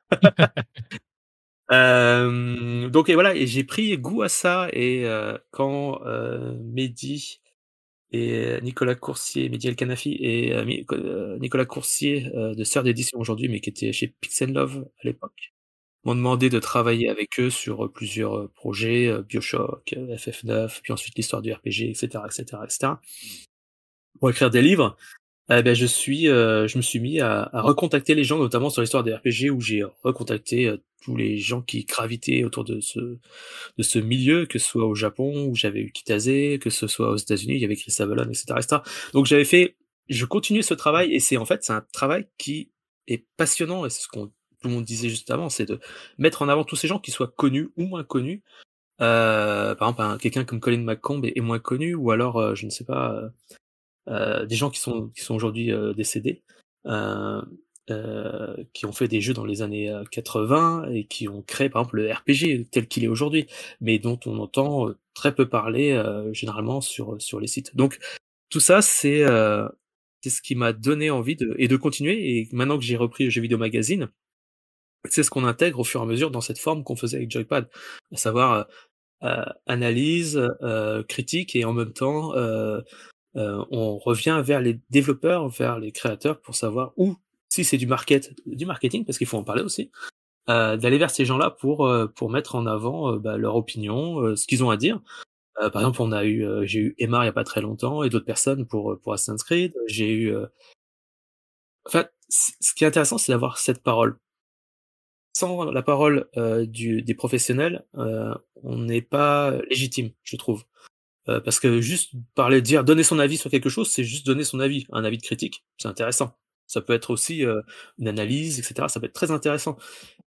Euh, donc et voilà, et j'ai pris goût à ça. Et euh, quand euh, Mehdi et Nicolas Coursier, Mehdi El Kanafi et euh, Mi- euh, Nicolas Coursier euh, de Sœur d'édition aujourd'hui, mais qui était chez Pixel Love à l'époque, m'ont demandé de travailler avec eux sur euh, plusieurs euh, projets, euh, BioShock, euh, F F neuf, puis ensuite l'histoire du R P G, et cetera, et cetera, et cetera, pour écrire des livres. Eh ben, je suis, euh, je me suis mis à, à recontacter les gens, notamment sur l'histoire des R P G, où j'ai recontacté euh, tous les gens qui gravitaient autour de ce, de ce milieu, que ce soit au Japon, où j'avais eu Kitase, que ce soit aux États-Unis, il y avait Chris Avalon, et cetera, et cetera. Donc j'avais fait, je continue ce travail, et c'est en fait, c'est un travail qui est passionnant, et c'est ce qu'on tout le monde disait juste avant, c'est de mettre en avant tous ces gens qui soient connus ou moins connus. Euh, par exemple, un- quelqu'un comme Colin McComb est, est moins connu, ou alors, euh, je ne sais pas. euh, euh, des gens qui sont qui sont aujourd'hui euh, décédés, euh, euh, qui ont fait des jeux dans les années euh, quatre-vingts et qui ont créé par exemple le R P G tel qu'il est aujourd'hui, mais dont on entend euh, très peu parler euh, généralement sur sur les sites. Donc tout ça c'est euh, c'est ce qui m'a donné envie de et de continuer. Et maintenant que j'ai repris le jeu vidéo magazine, c'est ce qu'on intègre au fur et à mesure dans cette forme qu'on faisait avec Joypad, à savoir euh, euh, analyse, euh, critique et en même temps euh, euh, on revient vers les développeurs, vers les créateurs pour savoir où, si c'est du market, du marketing, parce qu'il faut en parler aussi, euh, d'aller vers ces gens-là pour euh, pour mettre en avant euh, bah, leur opinion, euh, ce qu'ils ont à dire. Euh, par exemple, on a eu, euh, j'ai eu Emma il y a pas très longtemps et d'autres personnes pour pour Assassin's Creed. J'ai eu, euh... enfin, c- ce qui est intéressant, c'est d'avoir cette parole. Sans la parole euh, du, des professionnels, euh, on n'est pas légitime, je trouve. Euh, parce que juste parler, dire, donner son avis sur quelque chose, c'est juste donner son avis, un avis de critique, c'est intéressant. Ça peut être aussi euh, une analyse, et cetera. Ça peut être très intéressant.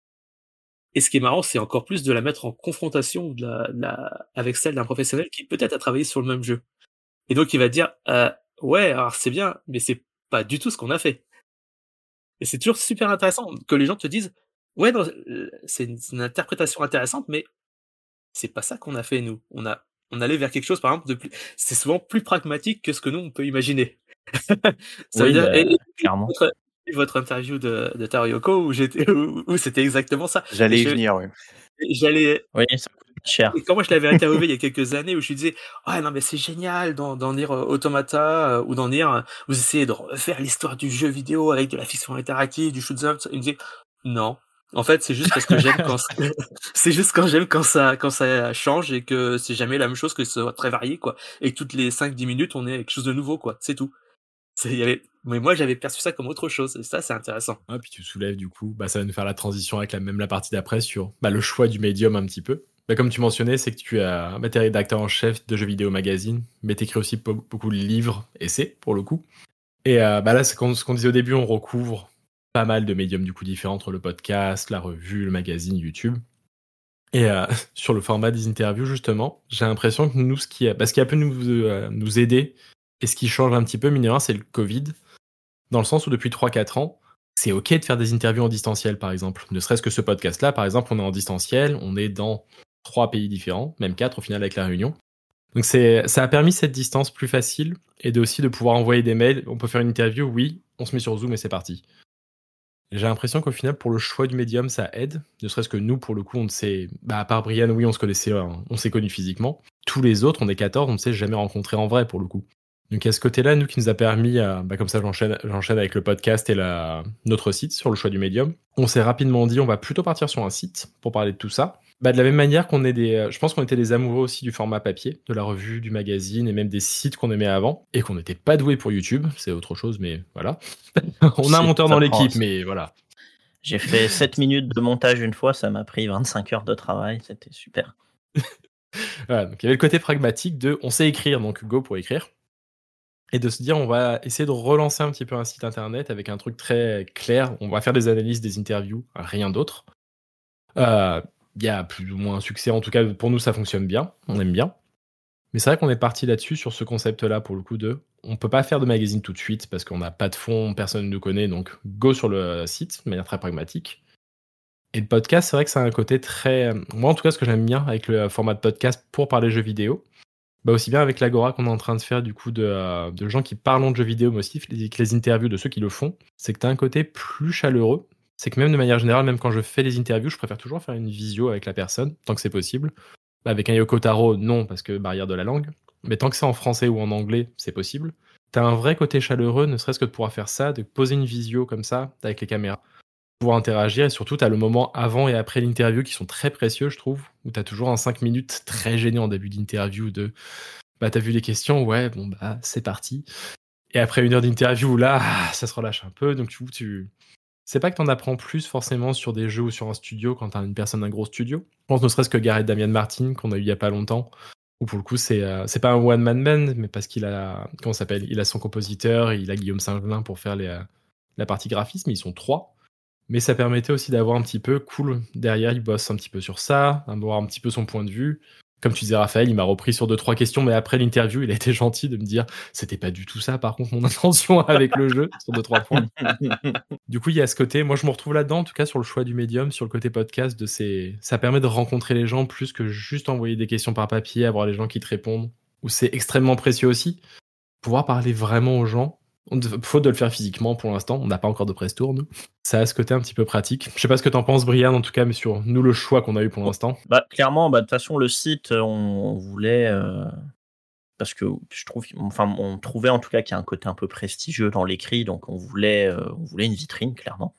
Et ce qui est marrant, c'est encore plus de la mettre en confrontation de la, de la, avec celle d'un professionnel qui peut-être a travaillé sur le même jeu. Et donc il va dire, euh, ouais, alors c'est bien, mais c'est pas du tout ce qu'on a fait. Et c'est toujours super intéressant que les gens te disent, ouais, non, euh, c'est une, c'est une interprétation intéressante, mais c'est pas ça qu'on a fait nous. On a on allait vers quelque chose par exemple de plus, c'est souvent plus pragmatique que ce que nous on peut imaginer. Ça veut Oui, dire bah, et, et- et clairement. votre, et votre interview de, de Tarioko où j'étais où, où c'était exactement ça. Et J'allais y je- venir, oui. et j'allais Oui, ça coûte cher. et quand moi je l'avais interviewé il y a quelques années où je lui disais ouais non mais c'est génial dans dans Nier euh, Automata euh, ou dans Nier euh, vous essayez de refaire l'histoire du jeu vidéo avec de la fiction interactive, du shoot 'em up. Il me disait non. En fait, c'est juste parce que j'aime quand c'est c'est juste quand j'aime quand ça quand ça change et que c'est jamais la même chose, que ce soit très varié quoi, et que toutes les cinq dix minutes on est quelque chose de nouveau quoi, c'est tout. C'est il y avait mais moi j'avais perçu ça comme autre chose et ça c'est intéressant. Ah, puis tu soulèves du coup, bah, ça va nous faire la transition avec la, même la partie d'après sur bah, le choix du médium un petit peu. Bah, comme tu mentionnais, c'est que tu as bah, t'es rédacteur en chef de jeux vidéo magazine, mais t'écris aussi po- beaucoup de livres, essais pour le coup. Et euh, bah là, c'est qu'on- ce qu'on disait au début, on recouvre pas mal de médiums du coup différents entre le podcast, la revue, le magazine, YouTube. Et euh, sur le format des interviews justement, j'ai l'impression que nous, ce qui a, bah, ce qui a pu nous, euh, nous aider et ce qui change un petit peu, mine de rien, c'est le Covid. Dans le sens où depuis trois quatre ans, c'est ok de faire des interviews en distanciel, par exemple. Ne serait-ce que ce podcast-là, par exemple, on est en distanciel, on est dans trois pays différents, même quatre au final avec la réunion. Donc c'est, ça a permis cette distance plus facile et de aussi de pouvoir envoyer des mails. On peut faire une interview, oui, on se met sur Zoom et c'est parti. J'ai l'impression qu'au final, pour le choix du médium, ça aide. Ne serait-ce que nous, pour le coup, on ne sait, bah, à part Brian, oui, on se connaissait, hein, on s'est connus physiquement. Tous les autres, on est quatorze, on ne s'est jamais rencontrés en vrai, pour le coup. Donc à ce côté-là, nous qui nous a permis, euh, bah, comme ça j'enchaîne, j'enchaîne avec le podcast et la, notre site sur le choix du médium, on s'est rapidement dit on va plutôt partir sur un site pour parler de tout ça. Bah, de la même manière qu'on est des, euh, je pense qu'on était des amoureux aussi du format papier, de la revue, du magazine et même des sites qu'on aimait avant, et qu'on n'était pas doué pour YouTube, c'est autre chose, mais voilà. On a un C'est- monteur ça dans prend- l'équipe, mais voilà. J'ai fait sept minutes de montage une fois, ça m'a pris vingt-cinq heures de travail, c'était super. Voilà, donc il y avait le côté pragmatique de on sait écrire, donc go pour écrire. Et de se dire, on va essayer de relancer un petit peu un site internet avec un truc très clair. On va faire des analyses, des interviews, rien d'autre. Euh, Il y a plus ou moins un succès, en tout cas pour nous ça fonctionne bien, on aime bien. Mais c'est vrai qu'on est parti là-dessus, sur ce concept-là, pour le coup de, on peut pas faire de magazine tout de suite parce qu'on n'a pas de fond, personne ne nous connaît, donc go sur le site de manière très pragmatique. Et le podcast, c'est vrai que c'est un côté très... Moi en tout cas, ce que j'aime bien avec le format de podcast pour parler jeux vidéo, bah aussi bien avec l'Agora qu'on est en train de faire du coup de, euh, de gens qui parlent de jeux vidéo, mais aussi les, les interviews de ceux qui le font, c'est que tu as un côté plus chaleureux. C'est que même de manière générale, même quand je fais les interviews, je préfère toujours faire une visio avec la personne, tant que c'est possible. Bah, avec un Yoko Taro, non, parce que barrière de la langue. Mais tant que c'est en français ou en anglais, c'est possible. T'as un vrai côté chaleureux, ne serait-ce que de pouvoir faire ça, de poser une visio comme ça, avec les caméras, pouvoir interagir, et surtout t'as le moment avant et après l'interview qui sont très précieux, je trouve, où t'as toujours un cinq minutes très gêné en début d'interview de bah t'as vu les questions, ouais, bon bah c'est parti. Et après une heure d'interview, là, ça se relâche un peu. Donc, tu, tu... c'est pas que t'en apprends plus forcément sur des jeux ou sur un studio quand t'as une personne d'un gros studio. Je pense ne serait-ce que Gareth Damian Martin, qu'on a eu il y a pas longtemps, où pour le coup, c'est, euh, c'est pas un one-man band, mais parce qu'il a, comment ça s'appelle, il a son compositeur, il a Guillaume Saint-Gelin pour faire les, euh, la partie graphisme, ils sont trois. Mais ça permettait aussi d'avoir un petit peu, cool, derrière, il bosse un petit peu sur ça, d'avoir un petit peu son point de vue. Comme tu disais, Raphaël, il m'a repris sur deux, trois questions, mais après l'interview, il a été gentil de me dire c'était pas du tout ça, par contre, mon intention avec le jeu, sur deux, trois points. Du coup, il y a ce côté, moi je me retrouve là-dedans, en tout cas sur le choix du médium, sur le côté podcast, de ces... ça permet de rencontrer les gens plus que juste envoyer des questions par papier, avoir les gens qui te répondent, où c'est extrêmement précieux aussi, pouvoir parler vraiment aux gens. Il faut de le faire physiquement pour l'instant, on n'a pas encore de press tour, nous. Ça a ce côté un petit peu pratique. Je sais pas ce que t'en penses, Brian, en tout cas, mais sur nous, le choix qu'on a eu pour l'instant. Bah, clairement, bah, de toute façon, le site, on, on voulait... Euh... Parce que je trouve, enfin, on trouvait en tout cas qu'il y a un côté un peu prestigieux dans l'écrit, donc on voulait, euh, on voulait une vitrine, clairement.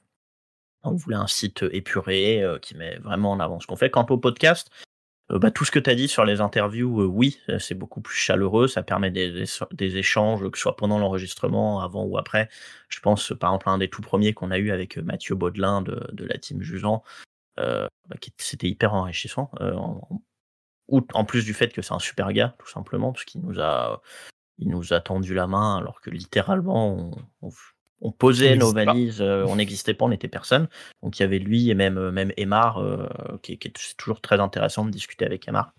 On voulait un site épuré euh, qui met vraiment en avant ce qu'on fait. Quant au podcast, euh, bah, tout ce que tu as dit sur les interviews, euh, oui, c'est beaucoup plus chaleureux, ça permet des, des, des échanges, que ce soit pendant l'enregistrement, avant ou après. Je pense par exemple à un des tout premiers qu'on a eu avec Mathieu Baudelin de, de la team Jugeant, euh, bah, qui c'était hyper enrichissant. Euh, en, en, en plus du fait que c'est un super gars, tout simplement, parce qu'il nous a, il nous a tendu la main alors que littéralement on, on On posait on nos valises, euh, on n'existait pas, on n'était personne. Donc il y avait lui et même même Aymar, euh, qui, qui est c'est toujours très intéressant de discuter avec Aymar.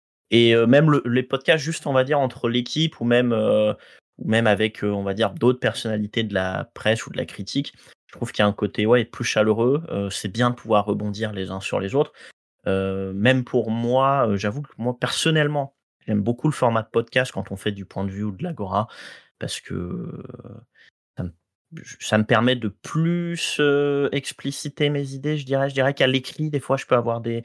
Et euh, même le, les podcasts, juste on va dire entre l'équipe ou même euh, ou même avec euh, on va dire d'autres personnalités de la presse ou de la critique, je trouve qu'il y a un côté ouais plus chaleureux. Euh, c'est bien de pouvoir rebondir les uns sur les autres. Euh, même pour moi, euh, j'avoue que moi personnellement, j'aime beaucoup le format de podcast quand on fait du point de vue ou de l'agora parce que euh, ça me ça me permet de plus euh, expliciter mes idées, je dirais. Je dirais qu'à l'écrit, des fois, je peux avoir des,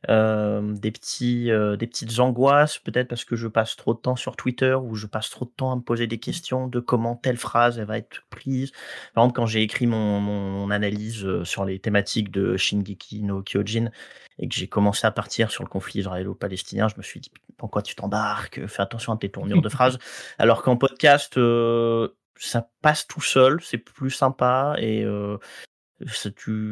euh, des, petits, euh, des petites angoisses, peut-être parce que je passe trop de temps sur Twitter ou je passe trop de temps à me poser des questions de comment telle phrase elle va être prise. Par exemple, quand j'ai écrit mon, mon, mon analyse sur les thématiques de Shingeki no Kyojin et que j'ai commencé à partir sur le conflit israélo-palestinien, je me suis dit, pourquoi tu t'embarques? Fais attention à tes tournures de phrases. Alors qu'en podcast... Euh, ça passe tout seul, c'est plus sympa et euh, ça,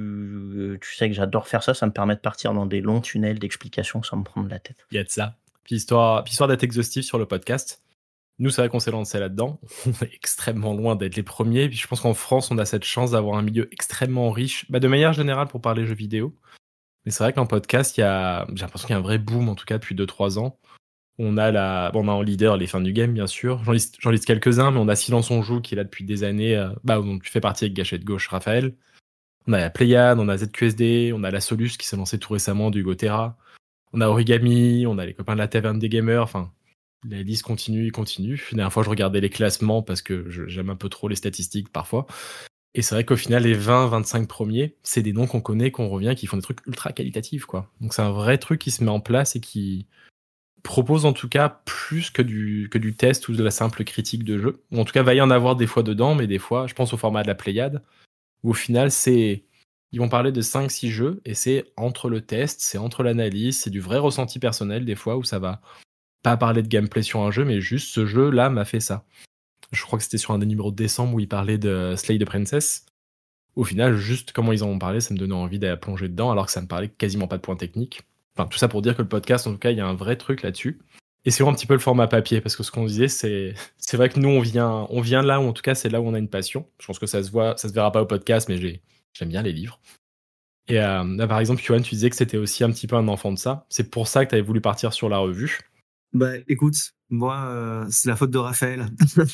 tu, tu sais que j'adore faire ça, ça me permet de partir dans des longs tunnels d'explications sans me prendre la tête. Il y a de ça. Puis histoire, puis histoire d'être exhaustif sur le podcast, nous c'est vrai qu'on s'est lancé là-dedans, on est extrêmement loin d'être les premiers, puis je pense qu'en France on a cette chance d'avoir un milieu extrêmement riche, bah, de manière générale pour parler jeux vidéo, mais c'est vrai qu'en podcast, il y a, j'ai l'impression qu'il y a un vrai boom en tout cas depuis deux trois ans. On a la, bon, on a en leader les fins du game, bien sûr. J'en liste, j'en liste quelques-uns, mais on a Silence on joue qui est là depuis des années. Euh, bah, dont tu fais partie avec Gâchette Gauche, Raphaël. On a la Pléiade, on a Z Q S D, on a la Solus qui s'est lancée tout récemment du Gotera. On a Origami, on a les copains de la Taverne des Gamers. Enfin, la liste continue et continue. La dernière fois, je regardais les classements parce que je, j'aime un peu trop les statistiques parfois. Et c'est vrai qu'au final, les vingt vingt-cinq premiers, c'est des noms qu'on connaît, qu'on revient, qui font des trucs ultra qualitatifs, quoi. Donc c'est un vrai truc qui se met en place et qui propose en tout cas plus que du, que du test ou de la simple critique de jeu. Ou en tout cas, va y en avoir des fois dedans, mais des fois, je pense au format de la Pléiade, où au final, c'est... ils vont parler de cinq six jeux, et c'est entre le test, c'est entre l'analyse, c'est du vrai ressenti personnel des fois, où ça va pas parler de gameplay sur un jeu, mais juste ce jeu-là m'a fait ça. Je crois que c'était sur un des numéros de décembre où ils parlaient de Slay the Princess. Au final, juste comment ils en ont parlé, ça me donnait envie d'aller plonger dedans, alors que ça me parlait quasiment pas de points techniques. Enfin, tout ça pour dire que le podcast, en tout cas, il y a un vrai truc là-dessus. Et c'est vraiment un petit peu le format papier, parce que ce qu'on disait, c'est, c'est vrai que nous, on vient, on vient là, où en tout cas, c'est là où on a une passion. Je pense que ça se voit, ça se verra pas au podcast, mais j'ai, j'aime bien les livres. Et euh, là, par exemple, Yoann, tu disais que c'était aussi un petit peu un enfant de ça. C'est pour ça que tu avais voulu partir sur la revue. Bah, écoute, moi, euh, c'est la faute de Raphaël.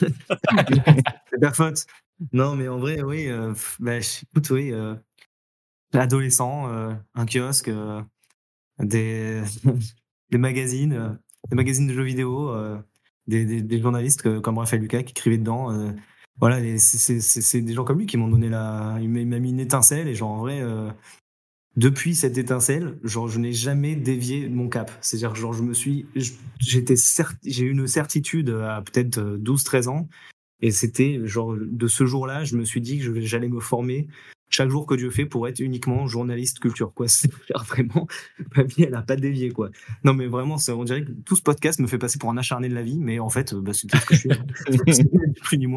C'est ta faute. Non, mais en vrai, oui, euh, bah, écoute, oui, euh, adolescent, euh, un kiosque, euh, des, des magazines, euh, des magazines de jeux vidéo, euh, des, des, des journalistes que, comme Raphaël Lucas qui écrivaient dedans. Euh, voilà, et c'est, c'est, c'est, c'est des gens comme lui qui m'ont donné la, il m'a, il m'a mis une étincelle et genre en vrai, euh, depuis cette étincelle, genre je n'ai jamais dévié de mon cap. C'est-à-dire genre je me suis, j'étais cert, j'ai eu une certitude à peut-être douze treize ans. Et c'était genre de ce jour-là, je me suis dit que j'allais me former chaque jour que Dieu fait pour être uniquement journaliste culture, quoi. C'est vraiment, ma vie, elle a pas dévié, quoi. Non, mais vraiment, c'est, on dirait que tout ce podcast me fait passer pour un acharné de la vie, mais en fait, bah, c'est tout ce que je suis. Ni plus ni moins.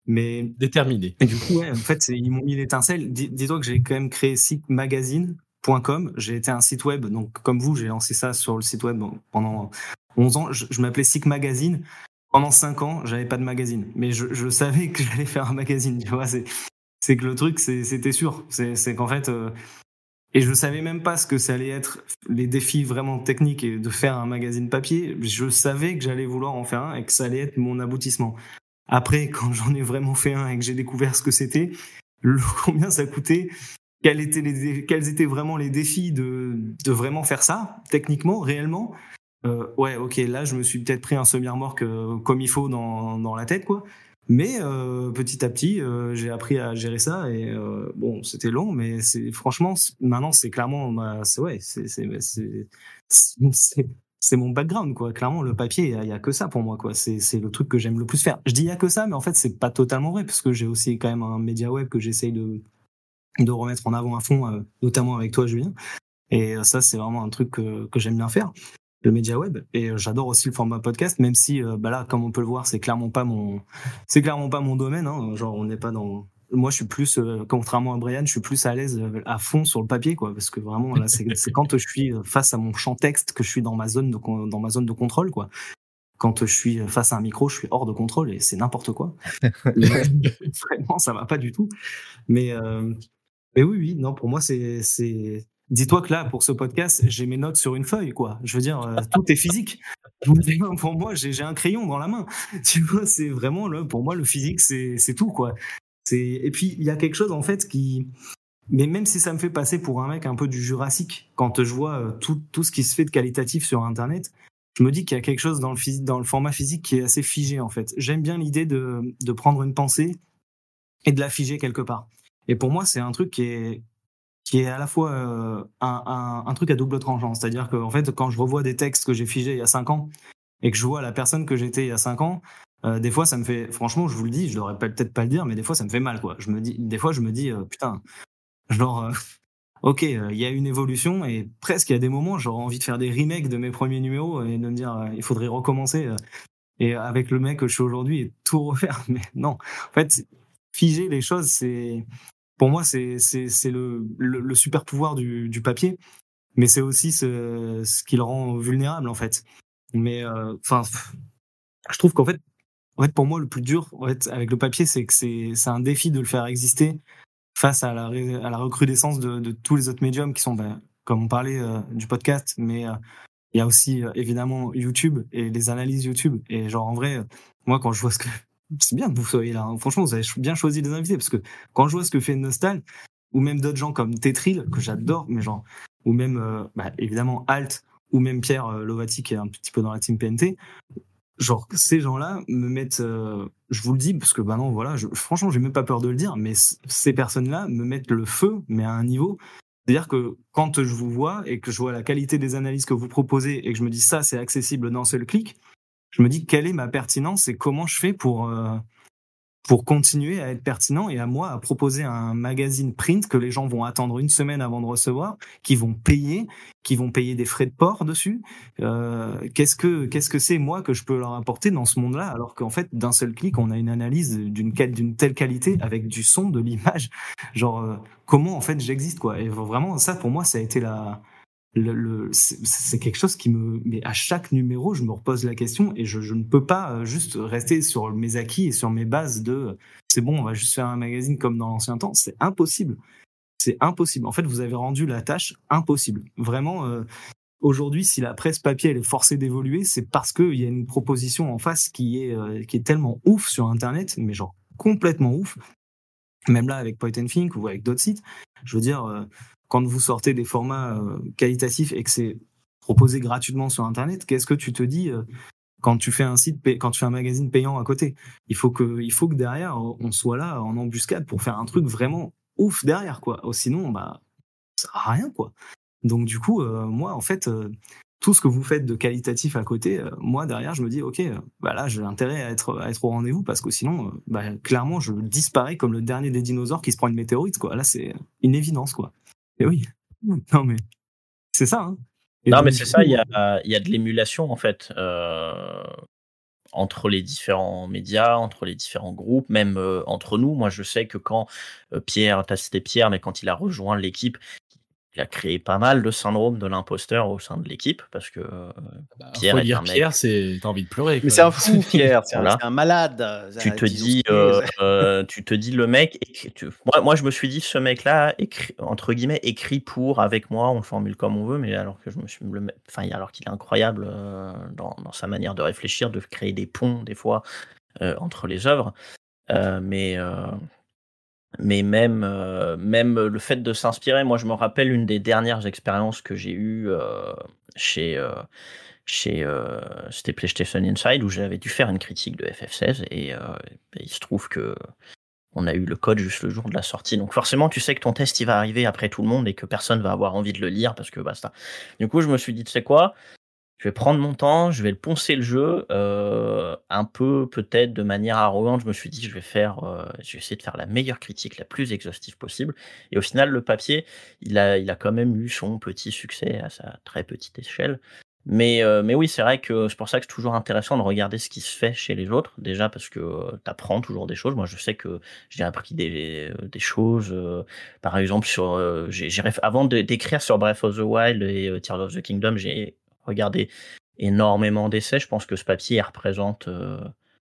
Mais Déterminé. et du coup, ouais, en fait, c'est- ils m'ont mis l'étincelle. Dis- Dis-toi que j'ai quand même créé site magazine point com. J'ai été un site web, donc comme vous, j'ai lancé ça sur le site web bon, pendant onze ans. Je, je m'appelais Sick Magazine. Pendant cinq ans, j'avais pas de magazine, mais je, je savais que j'allais faire un magazine. Tu vois, c'est c'est que le truc, c'est- c'était sûr. C'est c'est qu'en fait, euh, et je savais même pas ce que ça allait être les défis vraiment techniques et de faire un magazine papier. Je savais que j'allais vouloir en faire un et que ça allait être mon aboutissement. Après, quand j'en ai vraiment fait un et que j'ai découvert ce que c'était, le, combien ça coûtait, quels étaient, les, quels étaient vraiment les défis de, de vraiment faire ça, techniquement, réellement. Euh, ouais, ok, là, je me suis peut-être pris un semi-remorque euh, comme il faut dans, dans la tête, quoi. Mais euh, petit à petit, euh, j'ai appris à gérer ça et euh, bon, c'était long, mais c'est franchement, c'est- maintenant, c'est clairement, bah, c'est ouais, c'est c'est c'est c'est- c'est- c'est mon background, quoi. Clairement, le papier, il y, a- il y a que ça pour moi, quoi. C'est c'est le truc que j'aime le plus faire. Je dis il y a que ça, mais en fait, c'est pas totalement vrai parce que j'ai aussi quand même un média web que j'essaye de de remettre en avant à fond, euh, notamment avec toi, Julien. Et euh, ça, c'est vraiment un truc que, que j'aime bien faire, le média web. Et euh, j'adore aussi le format podcast, même si, euh, bah là, comme on peut le voir, c'est clairement pas mon, c'est clairement pas mon domaine. Hein. Genre, on n'est pas dans. Moi, je suis plus, euh, contrairement à Brian, je suis plus à l'aise euh, à fond sur le papier, quoi, parce que vraiment, là, c'est, c'est quand je suis face à mon champ texte que je suis dans ma zone de, con- dans ma zone de contrôle, quoi. Quand je suis face à un micro, je suis hors de contrôle et c'est n'importe quoi. Vraiment, ça va pas du tout. Mais, euh, mais oui, oui, non, pour moi, c'est, c'est. Dis-toi que là, pour ce podcast, j'ai mes notes sur une feuille, quoi. Je veux dire, euh, tout est physique. Pour moi, j'ai, j'ai un crayon dans la main. Tu vois, c'est vraiment, là, pour moi, le physique, c'est, c'est tout, quoi. C'est... Et puis, il y a quelque chose, en fait, qui. Mais même si ça me fait passer pour un mec un peu du Jurassique, quand je vois euh, tout, tout ce qui se fait de qualitatif sur Internet, je me dis qu'il y a quelque chose dans le, physique, dans le format physique qui est assez figé, en fait. J'aime bien l'idée de, de prendre une pensée et de la figer quelque part. Et pour moi, c'est un truc qui est, qui est à la fois euh, un, un, un truc à double tranchant. C'est-à-dire que, en fait, quand je revois des textes que j'ai figés il y a cinq ans et que je vois la personne que j'étais il y a cinq ans, euh, des fois, ça me fait, franchement, je vous le dis, je devrais peut-être pas le dire, mais des fois, ça me fait mal, quoi. Je me dis, des fois, je me dis, euh, putain, genre, euh, ok, il euh, y a une évolution et presque il y a des moments, j'aurais envie de faire des remakes de mes premiers numéros et de me dire, euh, il faudrait recommencer. Euh, et avec le mec que je suis aujourd'hui et tout refaire. Mais non, en fait, figer les choses, c'est pour moi, c'est c'est c'est le, le le super pouvoir du du papier, mais c'est aussi ce ce qui le rend vulnérable en fait. Mais enfin, euh, je trouve qu'en fait, en fait, pour moi, le plus dur, en fait, avec le papier, c'est que c'est c'est un défi de le faire exister face à la à la recrudescence de de tous les autres médiums qui sont, ben, comme on parlait euh, du podcast, mais euh, il y a aussi euh, évidemment YouTube et les analyses YouTube. Et genre en vrai, euh, moi quand je vois ce que c'est bien que vous soyez là. Hein. Franchement, vous avez bien choisi les invités parce que quand je vois ce que fait Nostal ou même d'autres gens comme Tetril que j'adore, mais genre ou même euh, bah, évidemment Alt ou même Pierre euh, Lovati qui est un petit peu dans la team P N T. Genre ces gens-là me mettent, euh, je vous le dis parce que bah non voilà, je, franchement j'ai même pas peur de le dire, mais c- ces personnes-là me mettent le feu, mais à un niveau. C'est-à-dire que quand je vous vois et que je vois la qualité des analyses que vous proposez et que je me dis ça, c'est accessible d'un seul clic, je me dis quelle est ma pertinence et comment je fais pour, euh, pour continuer à être pertinent et à moi à proposer un magazine print que les gens vont attendre une semaine avant de recevoir, qui vont payer, qui vont payer des frais de port dessus. Euh, qu'est-ce que qu'est-ce que c'est moi que je peux leur apporter dans ce monde-là alors qu'en fait d'un seul clic on a une analyse d'une d'une telle qualité avec du son, de l'image, genre euh, comment en fait j'existe quoi. Et vraiment ça pour moi ça a été la le, le c'est, c'est quelque chose qui me mais à chaque numéro je me repose la question et je, je ne peux pas juste rester sur mes acquis et sur mes bases de c'est bon on va juste faire un magazine comme dans l'ancien temps. C'est impossible, c'est impossible en fait. Vous avez rendu la tâche impossible vraiment. euh, Aujourd'hui, si la presse papier elle est forcée d'évoluer, c'est parce qu'il y a une proposition en face qui est, euh, qui est tellement ouf sur Internet, mais genre complètement ouf. Même là, avec Point and Think ou avec d'autres sites, je veux dire, euh, quand vous sortez des formats euh, qualitatifs et que c'est proposé gratuitement sur Internet, qu'est-ce que tu te dis euh, quand tu fais un site, pay- quand tu fais un magazine payant à côté? Il faut que, il faut que derrière, on soit là en embuscade pour faire un truc vraiment ouf derrière, quoi. Oh, sinon, bah, ça sert à rien, quoi. Donc du coup, euh, moi, en fait, euh, tout ce que vous faites de qualitatif à côté, euh, moi derrière, je me dis, ok, euh, bah là, j'ai intérêt à être, à être au rendez-vous parce que sinon, euh, bah, clairement, je disparais comme le dernier des dinosaures qui se prend une météorite, quoi. Là, c'est une évidence, quoi. Et oui, non mais c'est ça. Hein. Et non, donc, mais du c'est coup, ça, il y a, il y a de l'émulation en fait. Euh... entre les différents médias, entre les différents groupes, même euh, entre nous. Moi, je sais que quand euh, Pierre, tu as cité Pierre, mais quand il a rejoint l'équipe, il a créé pas mal de syndrome de l'imposteur au sein de l'équipe parce que euh, Bah, Pierre faut est lire un mec. Pierre, c'est t'as envie de pleurer. Mais quoi. c'est un fou, Pierre. C'est un, Voilà. c'est un malade. Tu te Disons dis, ce qu'il est. euh, euh, tu te dis le mec. écrit- tu- Moi, moi, je me suis dit, ce mec-là, écrit- entre guillemets, écrit pour avec moi. On le formule comme on veut, mais alors que je me suis, le me- enfin, alors qu'il est incroyable euh, dans, dans sa manière de réfléchir, de créer des ponts des fois euh, entre les œuvres. Euh, mais euh, mais même euh, même le fait de s'inspirer. Moi, je me rappelle une des dernières expériences que j'ai eues euh, chez euh, chez euh, c'était PlayStation Inside où j'avais dû faire une critique de F F seize et, euh, et il se trouve que on a eu le code juste le jour de la sortie. Donc forcément, tu sais que ton test il va arriver après tout le monde et que personne va avoir envie de le lire parce que basta. Du coup, je me suis dit, tu sais quoi, je vais prendre mon temps, je vais le poncer le jeu, euh, un peu peut-être de manière arrogante. Je me suis dit, je vais faire, euh, je vais essayer de faire la meilleure critique, la plus exhaustive possible. Et au final, le papier, il a, il a quand même eu son petit succès à sa très petite échelle. Mais, euh, mais oui, c'est vrai que c'est pour ça que c'est toujours intéressant de regarder ce qui se fait chez les autres. Déjà parce que tu apprends toujours des choses. Moi, je sais que j'ai appris des, des choses. euh, par exemple, sur, euh, j'ai, j'ai réf- avant de- d'écrire sur Breath of the Wild et euh, Tears of the Kingdom, j'ai regardé énormément d'essais. Je pense que ce papier représente euh,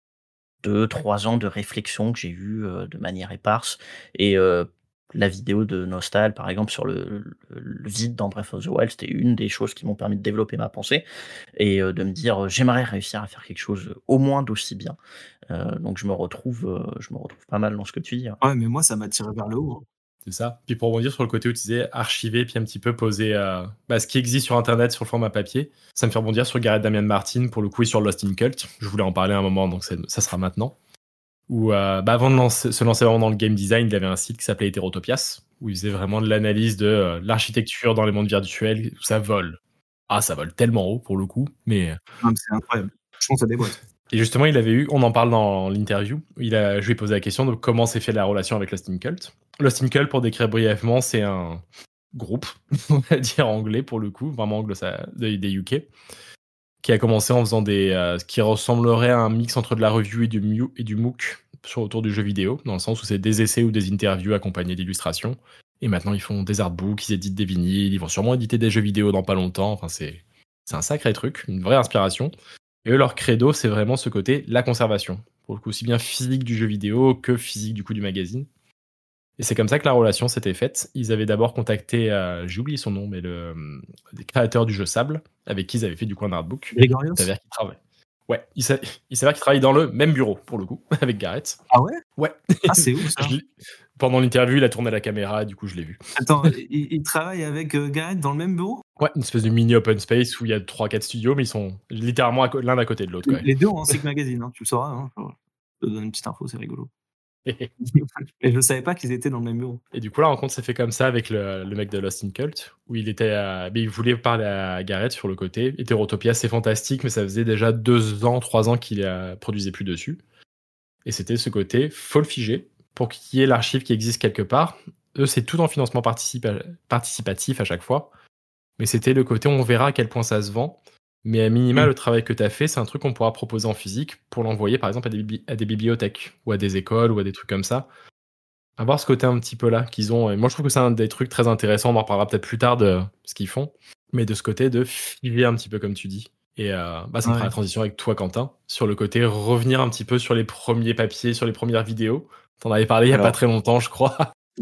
deux, trois ans de réflexion que j'ai eu euh, de manière éparse. Et euh, la vidéo de Nostal, par exemple, sur le, le, le vide dans Breath of the Wild, c'était une des choses qui m'ont permis de développer ma pensée et euh, de me dire, euh, j'aimerais réussir à faire quelque chose euh, au moins d'aussi bien. Euh, donc je me retrouve, euh, je me retrouve pas mal dans ce que tu dis. hein. Ouais, mais moi, ça m'a tiré vers le haut. hein. C'est ça. Puis pour rebondir sur le côté où tu disais archiver, puis un petit peu poser euh, bah, ce qui existe sur Internet sur le format papier, ça me fait rebondir sur Gareth Damian Martin, pour le coup, et sur Lost in Cult. Je voulais en parler à un moment, donc c'est- ça sera maintenant. Où, euh, bah, avant de lancer- se lancer vraiment dans le game design, il avait un site qui s'appelait Heterotopias, où il faisait vraiment de l'analyse de euh, l'architecture dans les mondes virtuels, où ça vole. Ah, ça vole tellement haut, pour le coup, mais... Non, mais c'est incroyable. Je pense à des boîtes. Et justement, il avait eu, on en parle dans l'interview, il a, je lui ai posé la question de comment s'est fait la relation avec Lost in Cult. Lost in Cult, pour décrire brièvement, c'est un groupe, on va dire anglais pour le coup, vraiment anglo des, des U K, qui a commencé en faisant des, euh, ce qui ressemblerait à un mix entre de la review et du, mu- et du MOOC sur, autour du jeu vidéo, dans le sens où c'est des essais ou des interviews accompagnés d'illustrations. Et maintenant, ils font des artbooks, ils éditent des vinyles, ils vont sûrement éditer des jeux vidéo dans pas longtemps. Enfin, c'est, c'est un sacré truc, une vraie inspiration. Et eux, leur credo, c'est vraiment ce côté, la conservation. Pour le coup, aussi bien physique du jeu vidéo que physique du coup du magazine. Et c'est comme ça que la relation s'était faite. Ils avaient d'abord contacté, euh, j'ai oublié son nom, mais le euh, des créateurs du jeu Sable, avec qui ils avaient fait du coup un artbook. Grégorios Il s'avère qu'ils travaillent. Ouais, il s'a- il s'avère qu'ils travaillent dans le même bureau, pour le coup, avec Gareth. Ah ouais Ouais. Ah, c'est ouf, ça. Je l'ai- Pendant l'interview, il a tourné la caméra, et du coup, je l'ai vu. Attends, il, il travaille avec euh, Gareth dans le même bureau Ouais, une espèce de mini open space où il y a trois quatre studios, mais ils sont littéralement à co- l'un à côté de l'autre. Les, Quand les deux ont un Sick Magazine, hein, tu le sauras. Hein. Je te donne une petite info, c'est rigolo. même. Et je ne savais pas qu'ils étaient dans le même bureau. Et du coup, la rencontre s'est fait comme ça avec le, le mec de Lost in Cult, où il était, à- mais il voulait parler à Gareth sur le côté. Heterotopia, c'est fantastique, mais ça faisait déjà deux ans, trois ans qu'il ne produisait plus dessus. Et c'était ce côté, faut le figer, pour qu'il y ait l'archive qui existe quelque part. Eux, c'est tout en financement participa- participatif à chaque fois. Mais c'était le côté, on verra à quel point ça se vend. Mais à minima, Mm. le travail que tu as fait, c'est un truc qu'on pourra proposer en physique pour l'envoyer, par exemple, à des, bibli- à des bibliothèques, ou à des écoles, ou à des trucs comme ça. Avoir ce côté un petit peu là qu'ils ont. Et moi, je trouve que c'est un des trucs très intéressants. On en reparlera peut-être plus tard de ce qu'ils font. Mais de ce côté de filer un petit peu comme tu dis. Et euh, bah, ça me Ouais. fera la transition avec toi, Quentin, sur le côté revenir un petit peu sur les premiers papiers, sur les premières vidéos. T'en avais parlé il y a Alors, pas très longtemps, je crois.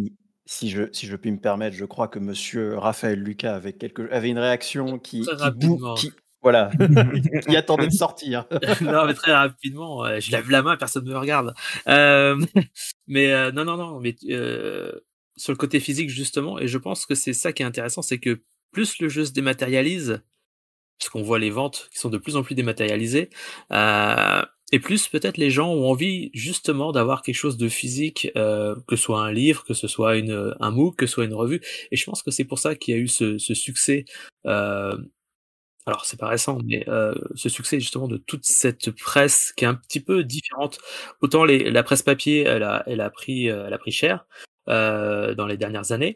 Si je, si je puis me permettre, je crois que monsieur Raphaël Lucas avait, quelque, avait une réaction qui, Très qui, bou- rapidement. qui, voilà, qui attendait de sortir. non, mais très rapidement, euh, je lève la main, personne ne me regarde. Euh, mais euh, non, non, non, mais euh, sur le côté physique justement, et je pense que c'est ça qui est intéressant, c'est que plus le jeu se dématérialise, parce qu'on voit les ventes qui sont de plus en plus dématérialisées, euh, et plus peut-être les gens ont envie justement d'avoir quelque chose de physique, euh, que ce soit un livre, que ce soit une, un MOOC, que ce soit une revue, et je pense que c'est pour ça qu'il y a eu ce, ce succès. Euh, alors c'est pas récent, mais euh, ce succès justement de toute cette presse qui est un petit peu différente. Autant les, la presse papier, elle a, elle a pris, euh, elle a pris cher euh, dans les dernières années.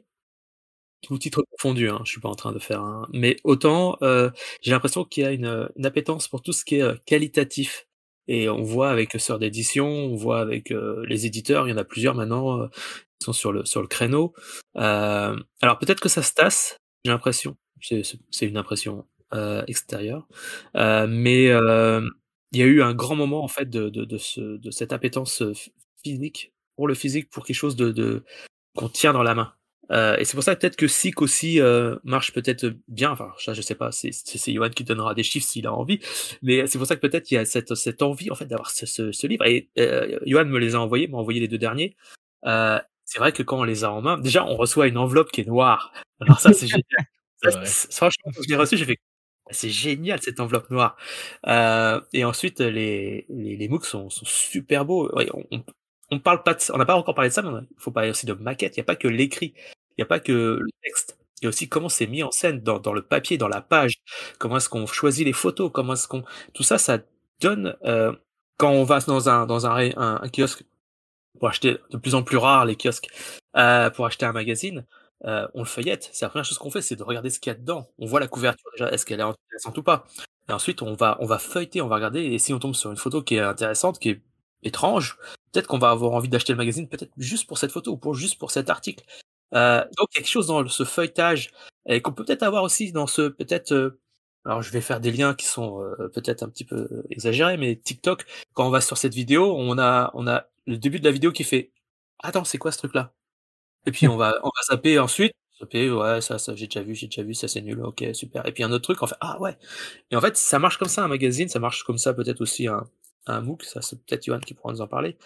Tout titre confondu, hein, je suis pas en train de faire un... Mais autant, euh, j'ai l'impression qu'il y a une, une appétence pour tout ce qui est euh, qualitatif. Et on voit avec le sort d'édition, on voit avec euh, les éditeurs, il y en a plusieurs maintenant euh, qui sont sur le sur le créneau. Euh, alors peut-être que ça se tasse, j'ai l'impression. C'est, c'est, c'est une impression euh, extérieure, euh, mais euh, il y a eu un grand moment en fait de de, de, ce, de cette appétence physique pour le physique, pour quelque chose de, de qu'on tient dans la main. Euh, et c'est pour ça peut-être que Seek aussi euh, marche peut-être bien. Enfin, ça, je sais pas, c'est, c'est, c'est Yoann qui donnera des chiffres s'il a envie. Mais c'est pour ça que peut-être il y a cette, cette envie en fait d'avoir ce, ce, ce livre. Et euh, Yoann me les a envoyés, m'a envoyé les deux derniers. Euh, c'est vrai que quand on les a en main, déjà on reçoit une enveloppe qui est noire. Alors ça c'est génial. C'est Ça, vrai. c'est- franchement, quand je l'ai reçu, j'ai fait c'est génial cette enveloppe noire. Euh, et ensuite les les, les MOOCs sont, sont super beaux. Ouais, on, on, on parle pas de, on n'a pas encore parlé de ça, mais il faut parler aussi de maquette. Il n'y a pas que l'écrit, il n'y a pas que le texte. Il y a aussi comment c'est mis en scène dans, dans le papier, dans la page. Comment est-ce qu'on choisit les photos, comment est-ce qu'on, tout ça, ça donne euh, quand on va dans un dans un, ré- un, un kiosque pour acheter de plus en plus rare les kiosques euh, pour acheter un magazine. Euh, on le feuillette, c'est la première chose qu'on fait, c'est de regarder ce qu'il y a dedans. On voit la couverture déjà, est-ce qu'elle est intéressante ou pas. Et ensuite, on va, on va feuilleter, on va regarder, et si on tombe sur une photo qui est intéressante, qui est étrange, peut-être qu'on va avoir envie d'acheter le magazine, peut-être juste pour cette photo ou pour juste pour cet article. Euh, donc quelque chose dans ce feuilletage et qu'on peut peut-être avoir aussi dans ce peut-être. Euh, alors je vais faire des liens qui sont euh, peut-être un petit peu exagérés, mais TikTok, quand on va sur cette vidéo, on a, on a le début de la vidéo qui fait attends, c'est quoi ce truc-là? Et puis on va on va zapper ensuite, zapper, ouais, ça, ça j'ai déjà vu, j'ai déjà vu, ça c'est nul, ok, super. Et puis un autre truc, on fait ah ouais. Et en fait, ça marche comme ça un magazine, ça marche comme ça peut-être aussi un, un MOOC, ça c'est peut-être Yoann qui pourra nous en parler.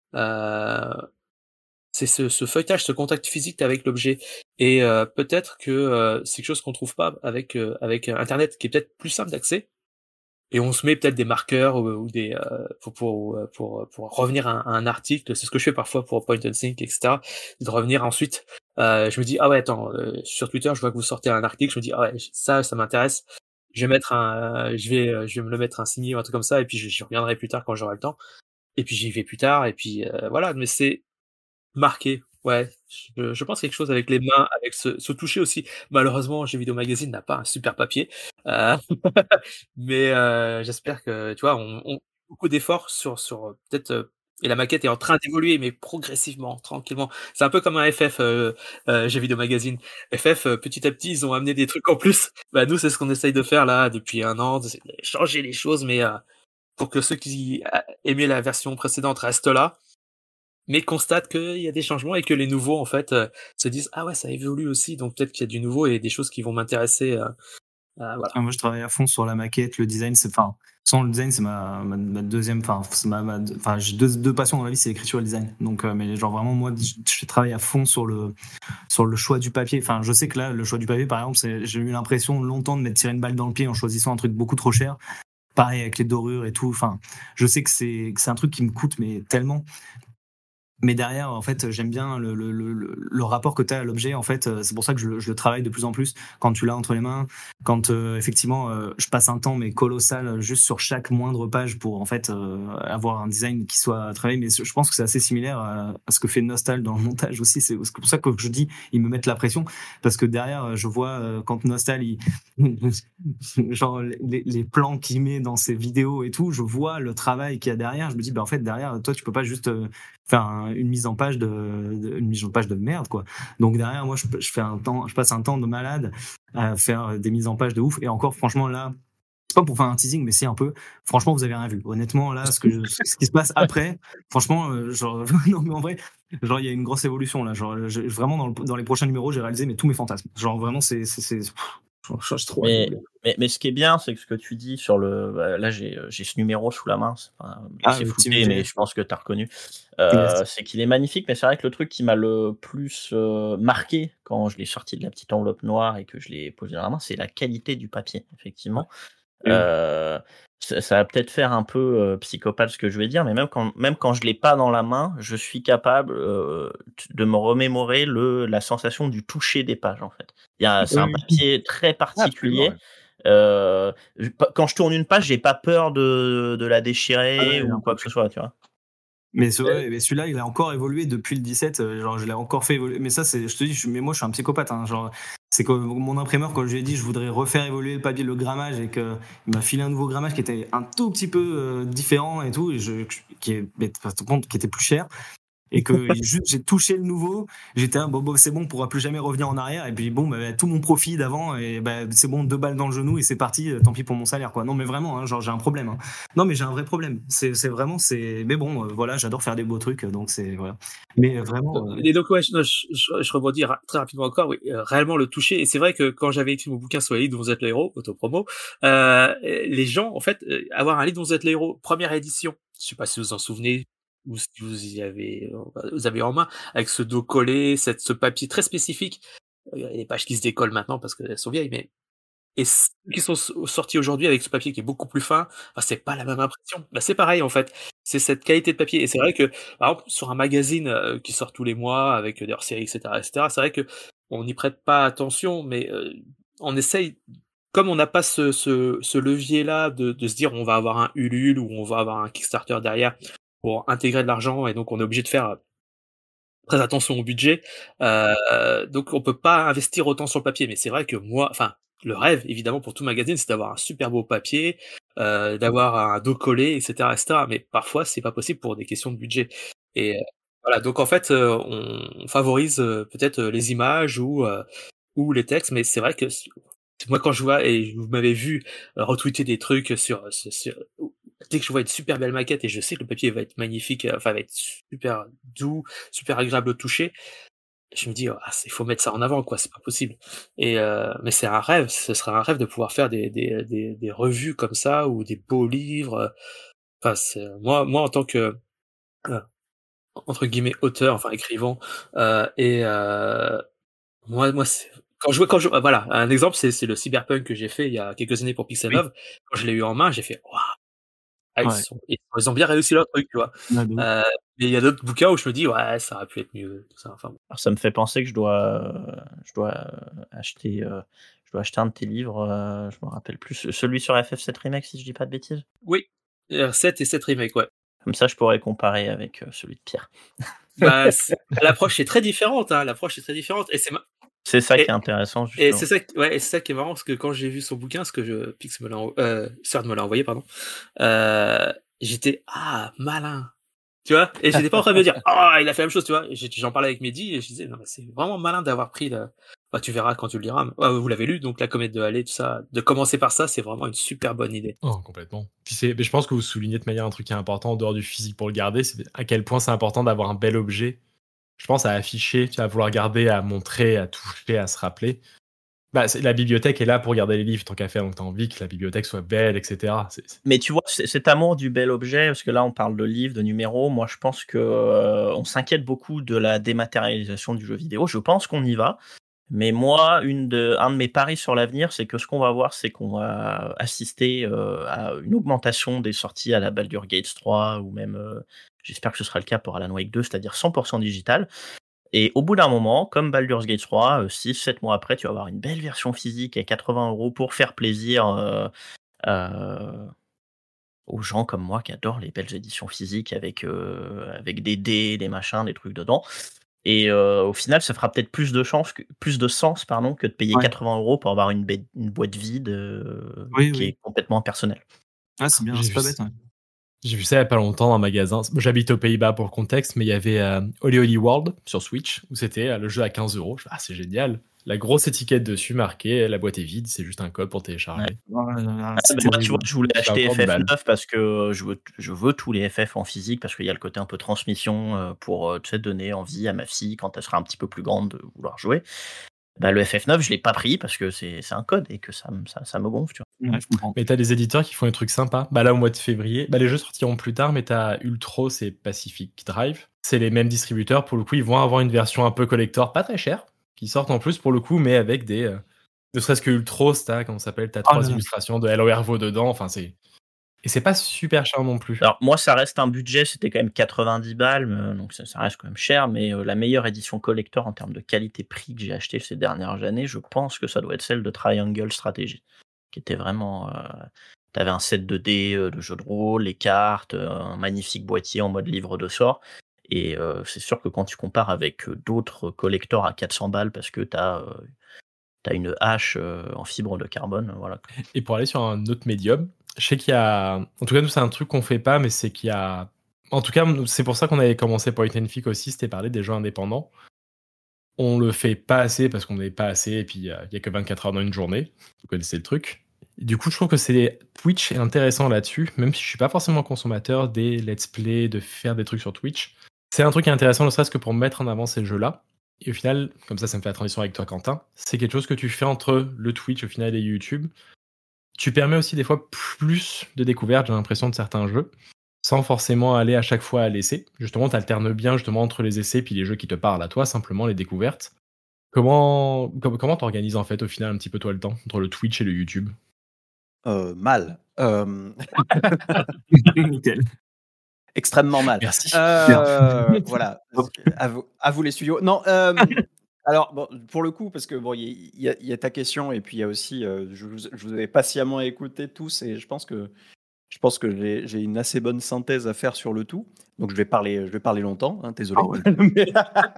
Euh, c'est ce, ce feuilletage, ce contact physique avec l'objet. Et euh, peut-être que euh, c'est quelque chose qu'on trouve pas avec euh, avec Internet, qui est peut-être plus simple d'accès. Et on se met peut-être des marqueurs ou, ou des euh, pour, pour pour pour revenir à un, à un article. C'est ce que je fais parfois pour Point and Think, et cetera. De revenir ensuite. Euh, je me dis ah ouais attends euh, sur Twitter je vois que vous sortez un article. Je me dis ah ouais ça ça m'intéresse. Je vais mettre un je vais euh, je vais me le mettre un signé ou un truc comme ça et puis je, je reviendrai plus tard quand j'aurai le temps. Et puis j'y vais plus tard et puis euh, voilà. Mais c'est marqué. Ouais, je, je pense quelque chose avec les mains, avec ce, ce toucher aussi. Malheureusement, Jeux Vidéo Magazine n'a pas un super papier, euh, mais euh, j'espère que tu vois, on, on beaucoup d'efforts sur sur euh, peut-être euh, et la maquette est en train d'évoluer, mais progressivement, tranquillement. C'est un peu comme un F F euh, euh, Jeux Vidéo Magazine. F F, euh, petit à petit, ils ont amené des trucs en plus. Bah nous, c'est ce qu'on essaye de faire là depuis un an, de de changer les choses, mais euh, pour que ceux qui euh, aimaient la version précédente restent là mais constate qu'il y a des changements et que les nouveaux en fait euh, se disent ah ouais ça évolue aussi donc peut-être qu'il y a du nouveau et des choses qui vont m'intéresser euh, euh, voilà. Ah, moi, je travaille à fond sur la maquette, le design. C'est, enfin, sans le design, c'est ma, ma, ma deuxième. Enfin, c'est ma, ma, enfin, j'ai deux, deux passions dans la vie, c'est l'écriture et le design. Donc, euh, mais genre vraiment, moi, je, je travaille à fond sur le, sur le choix du papier. Enfin, je sais que là, le choix du papier, par exemple, c'est, j'ai eu l'impression longtemps de m'être tiré une balle dans le pied en choisissant un truc beaucoup trop cher. Pareil avec les dorures et tout. Enfin, je sais que c'est, que c'est un truc qui me coûte, mais tellement. Mais derrière, en fait, j'aime bien le, le, le, le rapport que tu as à l'objet. En fait, c'est pour ça que je, je le travaille de plus en plus. Quand tu l'as entre les mains, quand euh, effectivement, euh, je passe un temps mais colossal juste sur chaque moindre page pour en fait euh, avoir un design qui soit travaillé. Mais je pense que c'est assez similaire à, à ce que fait Nostal dans le montage aussi. C'est pour ça que je dis, ils me mettent la pression parce que derrière, je vois euh, quand Nostal, il, genre les, les plans qu'il met dans ses vidéos et tout, je vois le travail qu'il y a derrière. Je me dis, ben en fait, derrière, toi, tu peux pas juste euh, faire un, une mise en page de, de une mise en page de merde quoi. Donc derrière moi je, je fais un temps je passe un temps de malade à faire des mises en page de ouf et encore franchement là c'est pas pour faire un teasing mais c'est un peu franchement vous avez rien vu honnêtement là ce que je, ce qui se passe après franchement euh, genre non mais en vrai genre il y a une grosse évolution là genre je, vraiment dans, le, dans les prochains numéros j'ai réalisé mais tous mes fantasmes genre vraiment c'est c'est, c'est je change trop. Mais, mais, mais ce qui est bien, c'est que ce que tu dis sur le. Bah, là, j'ai, j'ai ce numéro sous la main. C'est, enfin, ah, c'est flouté, mais je pense que tu as reconnu. Euh, yes. C'est qu'il est magnifique, mais c'est vrai que le truc qui m'a le plus euh, marqué quand je l'ai sorti de la petite enveloppe noire et que je l'ai posé dans la main, c'est la qualité du papier, effectivement. Ouais. Euh, ça, ça va peut-être faire un peu euh, psychopathe ce que je vais dire, mais même quand, même quand je l'ai pas dans la main, je suis capable euh, de me remémorer le, la sensation du toucher des pages, en fait. Il y a, c'est un papier très particulier. Ah, euh, quand je tourne une page, j'ai pas peur de, de la déchirer ah, ouais, ou quoi que ce soit, tu vois. Mais, ce, ouais, mais celui-là, il a encore évolué depuis le dix-sept. euh, Genre, je l'ai encore fait évoluer. Mais ça, c'est, je te dis, je, mais moi, je suis un psychopathe. Hein, genre, c'est que mon imprimeur, quand je lui ai dit, je voudrais refaire évoluer le papier, le grammage, et qu'il m'a filé un nouveau grammage qui était un tout petit peu euh, différent et tout, et je, qui, est, mais, qui était plus cher. Et que juste j'ai touché le nouveau, j'étais un bon, bon c'est bon, on pourra plus jamais revenir en arrière. Et puis bon, bah, tout mon profit d'avant, et bah, c'est bon, deux balles dans le genou et c'est parti. Tant pis pour mon salaire, quoi. Non, mais vraiment, hein, genre j'ai un problème. Hein. Non, mais j'ai un vrai problème. C'est, c'est vraiment, c'est. Mais bon, euh, voilà, j'adore faire des beaux trucs, donc c'est voilà. Mais vraiment. Euh... Et donc ouais, je, je, je rebondis ra- très rapidement encore. Oui, euh, réellement le toucher. Et c'est vrai que quand j'avais écrit mon bouquin sur les livres dont vous êtes le héros, autopromo, euh, les gens, en fait, euh, avoir un livre dont vous êtes le héros, première édition. Je sais pas si vous vous en souvenez. Ou si vous y avez, vous avez en main, avec ce dos collé, cette, ce papier très spécifique. Il y a des pages qui se décollent maintenant parce qu'elles sont vieilles, mais, et ceux qui sont sortis aujourd'hui avec ce papier qui est beaucoup plus fin, enfin, c'est pas la même impression. Bah, c'est pareil, en fait. C'est cette qualité de papier. Et c'est vrai que, par exemple, sur un magazine euh, qui sort tous les mois avec des hors-séries, et cetera, et cetera, c'est vrai que on n'y prête pas attention, mais euh, on essaye, comme on n'a pas ce, ce, ce levier-là de, de se dire on va avoir un Ulule ou on va avoir un Kickstarter derrière, pour intégrer de l'argent, et donc on est obligé de faire très attention au budget. Euh, donc on peut pas investir autant sur le papier. Mais c'est vrai que moi, enfin, le rêve évidemment pour tout magazine, c'est d'avoir un super beau papier, euh, d'avoir un dos collé, et cetera, et cetera. Mais parfois c'est pas possible pour des questions de budget. Et euh, voilà. Donc en fait, euh, on favorise euh, peut-être euh, les images ou euh, ou les textes. Mais c'est vrai que moi quand je vois, et vous m'avez vu euh, retweeter des trucs sur, sur, sur dès que je vois une super belle maquette et je sais que le papier va être magnifique, enfin va être super doux, super agréable au toucher, je me dis oh, il faut mettre ça en avant, quoi, c'est pas possible. Et euh, mais c'est un rêve, ce serait un rêve de pouvoir faire des des des, des revues comme ça ou des beaux livres. Enfin c'est, moi moi en tant que euh, entre guillemets auteur, enfin écrivant, euh, et euh, moi moi c'est quand je vois, quand je, voilà, un exemple, c'est, c'est le Cyberpunk que j'ai fait il y a quelques années pour Pixelmove. Oui. Quand je l'ai eu en main, j'ai fait, waouh, ah, ils, ouais. sont, ils ont bien réussi leur truc, tu vois. Ouais, euh, mais il y a d'autres bouquins où je me dis, ouais, ça aurait pu être mieux. Tout ça. Enfin, bon. Alors, ça me fait penser que je dois, je dois acheter, euh, je dois acheter un de tes livres. Euh, je me rappelle plus, celui sur F F sept Remake, si je dis pas de bêtises. Oui, sept et sept Remake, ouais. Comme ça, je pourrais comparer avec celui de Pierre. Bah, l'approche est très différente, hein. L'approche est très différente, et c'est ma... C'est ça et, qui est intéressant, justement. Et c'est ça, ouais, et c'est ça qui est marrant, parce que quand j'ai vu son bouquin, ce que je, Pix me l'a, euh, Sœur me l'a envoyé, pardon, euh, j'étais, ah, malin. Tu vois? Et j'étais pas en train de me dire, ah, oh, il a fait la même chose, tu vois? Et j'en parlais avec Mehdi, et je disais, non, mais c'est vraiment malin d'avoir pris le, bah, tu verras quand tu le liras. Ah, vous l'avez lu, donc La Comète de Halley, tout ça. De commencer par ça, c'est vraiment une super bonne idée. Oh, complètement. Puis c'est, mais je pense que vous soulignez de manière un truc qui est important en dehors du physique pour le garder, c'est à quel point c'est important d'avoir un bel objet. Je pense à afficher, tu vas vouloir garder, à montrer, à toucher, à se rappeler. Bah, c'est, la bibliothèque est là pour garder les livres tant qu'à faire, donc t'as envie que la bibliothèque soit belle, et cetera. C'est, c'est... Mais tu vois, c'est, cet amour du bel objet, parce que là on parle de livres, de numéros, moi je pense que euh, on s'inquiète beaucoup de la dématérialisation du jeu vidéo. Je pense qu'on y va, mais moi, une de, un de mes paris sur l'avenir, c'est que ce qu'on va voir, c'est qu'on va assister euh, à une augmentation des sorties à la Baldur's Gate trois, ou même, euh, j'espère que ce sera le cas pour Alan Wake deux, c'est-à-dire cent pour cent digital. Et au bout d'un moment, comme Baldur's Gate trois, six sept mois après, tu vas avoir une belle version physique à quatre-vingts euros pour faire plaisir euh, euh, aux gens comme moi qui adorent les belles éditions physiques avec, euh, avec des dés, des machins, des trucs dedans. Et euh, au final, ça fera peut-être plus de chance, que, plus de sens pardon, que de payer ouais. quatre-vingts euros pour avoir une, ba- une boîte vide euh, oui, qui oui. est complètement personnelle. Ah, c'est bien, J'ai c'est pas bête. Ouais. J'ai vu ça il n'y a pas longtemps dans un magasin. J'habite aux Pays-Bas pour le contexte, mais il y avait euh, Holy Holy World sur Switch, où c'était euh, le jeu à quinze euros. Ah, c'est génial. La grosse étiquette dessus marquée, la boîte est vide, c'est juste un code pour télécharger. Ouais. Ouais, ah, bah, moi, tu vois, je voulais acheter F F neuf parce que je veux, je veux tous les F F en physique, parce qu'il y a le côté un peu transmission pour tu sais, donner envie à ma fille, quand elle sera un petit peu plus grande, de vouloir jouer. Bah, le F F neuf, je l'ai pas pris parce que c'est, c'est un code et que ça, ça, ça me gonfle. Tu vois. Ouais, je comprends. Mais t'as des éditeurs qui font des trucs sympas. Bah là, au mois de février, bah, les jeux sortiront plus tard, mais t'as Ultros et Pacific Drive. C'est les mêmes distributeurs. Pour le coup, ils vont avoir une version un peu collector, pas très chère, qui sortent en plus pour le coup, mais avec des... Euh, ne serait-ce que Ultros, t'as, comment ça s'appelle, t'as trois oh, illustrations de Hello Hervo dedans. Enfin, c'est... Et c'est pas super cher non plus. Alors moi, ça reste un budget, c'était quand même quatre-vingt-dix balles, donc ça, ça reste quand même cher, mais euh, la meilleure édition collector en termes de qualité-prix que j'ai acheté ces dernières années, je pense que ça doit être celle de Triangle Strategy, qui était vraiment, euh, avais un set de dés euh, de jeu de rôle, les cartes, euh, un magnifique boîtier en mode livre de sorts. Et euh, c'est sûr que quand tu compares avec euh, d'autres collectors à quatre cents balles parce que tu as T'as une hache euh, en fibre de carbone, voilà. Et pour aller sur un autre médium, je sais qu'il y a. En tout cas, nous, c'est un truc qu'on fait pas, mais c'est qu'il y a. En tout cas, nous, c'est pour ça qu'on avait commencé Point and Click aussi, c'était parler des jeux indépendants. On le fait pas assez parce qu'on n'est pas assez, et puis il y, a il y a que vingt-quatre heures dans une journée. Vous connaissez le truc. Et du coup, je trouve que c'est Twitch est intéressant là-dessus, même si je suis pas forcément consommateur des let's play, de faire des trucs sur Twitch. C'est un truc qui est intéressant, ne serait-ce que pour mettre en avant ces jeux-là. Et au final, comme ça, ça me fait la transition avec toi, Quentin. C'est quelque chose que tu fais entre le Twitch au final et YouTube. Tu permets aussi des fois plus de découvertes, j'ai l'impression, de certains jeux, sans forcément aller à chaque fois à l'essai. Justement, tu alternes bien justement entre les essais puis les jeux qui te parlent à toi, simplement les découvertes. Comment com- comment t'organises en fait au final un petit peu toi le temps entre le Twitch et le YouTube? Euh, mal. Euh, Nickel. extrêmement mal. Merci. Euh, voilà. À vous, à vous les studios. Non. euh, alors, bon, pour le coup, parce que bon, il y, il y a- il y a ta question et puis il y a aussi, euh, je, vous, je vous avais patiemment écouté tous et je pense que je pense que j'ai j'ai une assez bonne synthèse à faire sur le tout. Donc je vais parler, je vais parler longtemps. Hein, désolé. Ah ouais. mais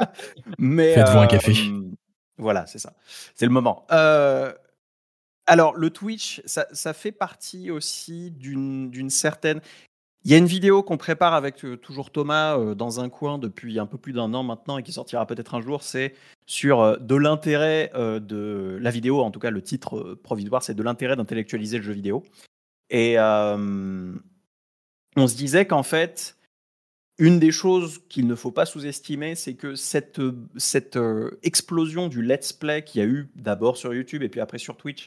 mais, Faites-vous un euh, café. Voilà, c'est ça. C'est le moment. Euh, alors, le Twitch, ça, ça fait partie aussi d'une d'une certaine. Il y a une vidéo qu'on prépare avec euh, toujours Thomas euh, dans un coin depuis un peu plus d'un an maintenant et qui sortira peut-être un jour. C'est sur euh, de l'intérêt euh, de la vidéo, en tout cas le titre euh, provisoire, c'est de l'intérêt d'intellectualiser le jeu vidéo. Et euh, on se disait qu'en fait, une des choses qu'il ne faut pas sous-estimer, c'est que cette, euh, cette euh, explosion du let's play qu'il y a eu d'abord sur YouTube et puis après sur Twitch,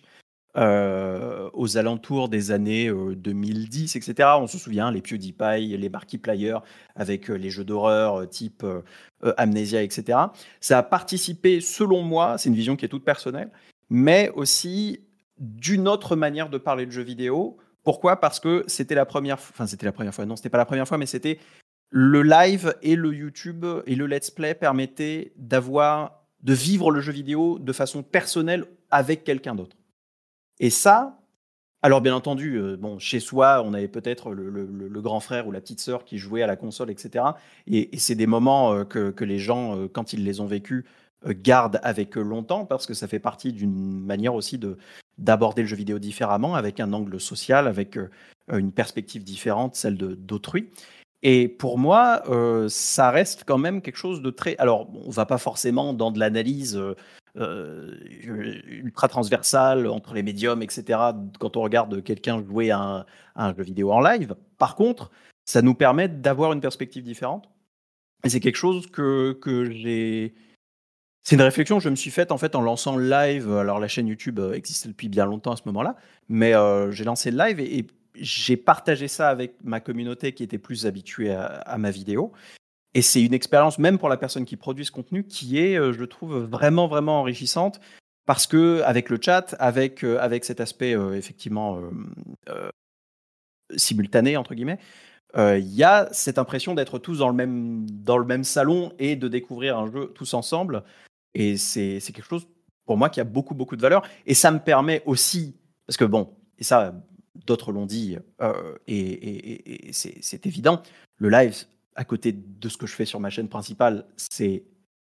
euh, aux alentours des années euh, deux mille dix, et cetera. On se souvient, les PewDiePie, les Markiplier, avec euh, les jeux d'horreur euh, type euh, euh, Amnesia, et cetera. Ça a participé, selon moi, c'est une vision qui est toute personnelle, mais aussi d'une autre manière de parler de jeux vidéo. Pourquoi ? Parce que c'était la première fois, enfin c'était la première fois, non, c'était pas la première fois, mais c'était le live et le YouTube et le let's play permettaient d'avoir, de vivre le jeu vidéo de façon personnelle avec quelqu'un d'autre. Et ça, alors bien entendu, euh, bon, chez soi, on avait peut-être le, le- le- le grand frère ou la petite sœur qui jouait à la console, et cetera. Et, et c'est des moments euh, que, que les gens, euh, quand ils les ont vécus, euh, gardent avec eux longtemps parce que ça fait partie d'une manière aussi de, d'aborder le jeu vidéo différemment, avec un angle social, avec euh, une perspective différente, celle de, d'autrui. Et pour moi, euh, ça reste quand même quelque chose de très. Alors, on va pas forcément dans de l'analyse euh, euh, ultra transversale entre les médiums, et cetera. Quand on regarde quelqu'un jouer à un, à un jeu vidéo en live. Par contre, ça nous permet d'avoir une perspective différente. Et c'est quelque chose que, que j'ai. C'est une réflexion que je me suis faite en fait en lançant le live. Alors la chaîne YouTube euh, existait depuis bien longtemps à ce moment-là, mais euh, j'ai lancé le live et, et j'ai partagé ça avec ma communauté qui était plus habituée à, à ma vidéo. Et c'est une expérience, même pour la personne qui produit ce contenu, qui est, euh, je trouve, vraiment, vraiment enrichissante. Parce que avec le chat, avec, euh, avec cet aspect euh, effectivement euh, euh, simultané, entre guillemets, euh, il y a cette impression d'être tous dans le, même, dans le même salon et de découvrir un jeu tous ensemble. Et c'est c'est quelque chose, pour moi, qui a beaucoup, beaucoup de valeur. Et ça me permet aussi, parce que bon, et ça, d'autres l'ont dit, euh, et, et- et- et c'est c'est évident, le live, à côté de ce que je fais sur ma chaîne principale, c'est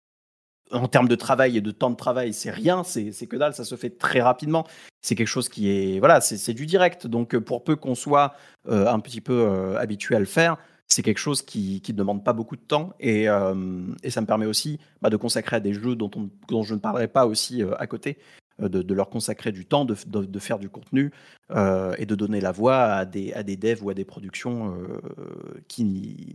en termes de travail et de temps de travail, c'est rien, c'est c'est que dalle, ça se fait très rapidement. C'est quelque chose qui est, voilà, c'est c'est du direct. Donc, euh, pour peu qu'on soit euh, un petit peu euh, habitué à le faire, c'est quelque chose qui qui ne demande pas beaucoup de temps. Et, euh, et ça me permet aussi bah, de consacrer à des jeux dont, on, dont je ne parlerai pas aussi euh, à côté, euh, de, de leur consacrer du temps, de, de, de faire du contenu euh, et de donner la voix à des, à des devs ou à des productions euh, qui,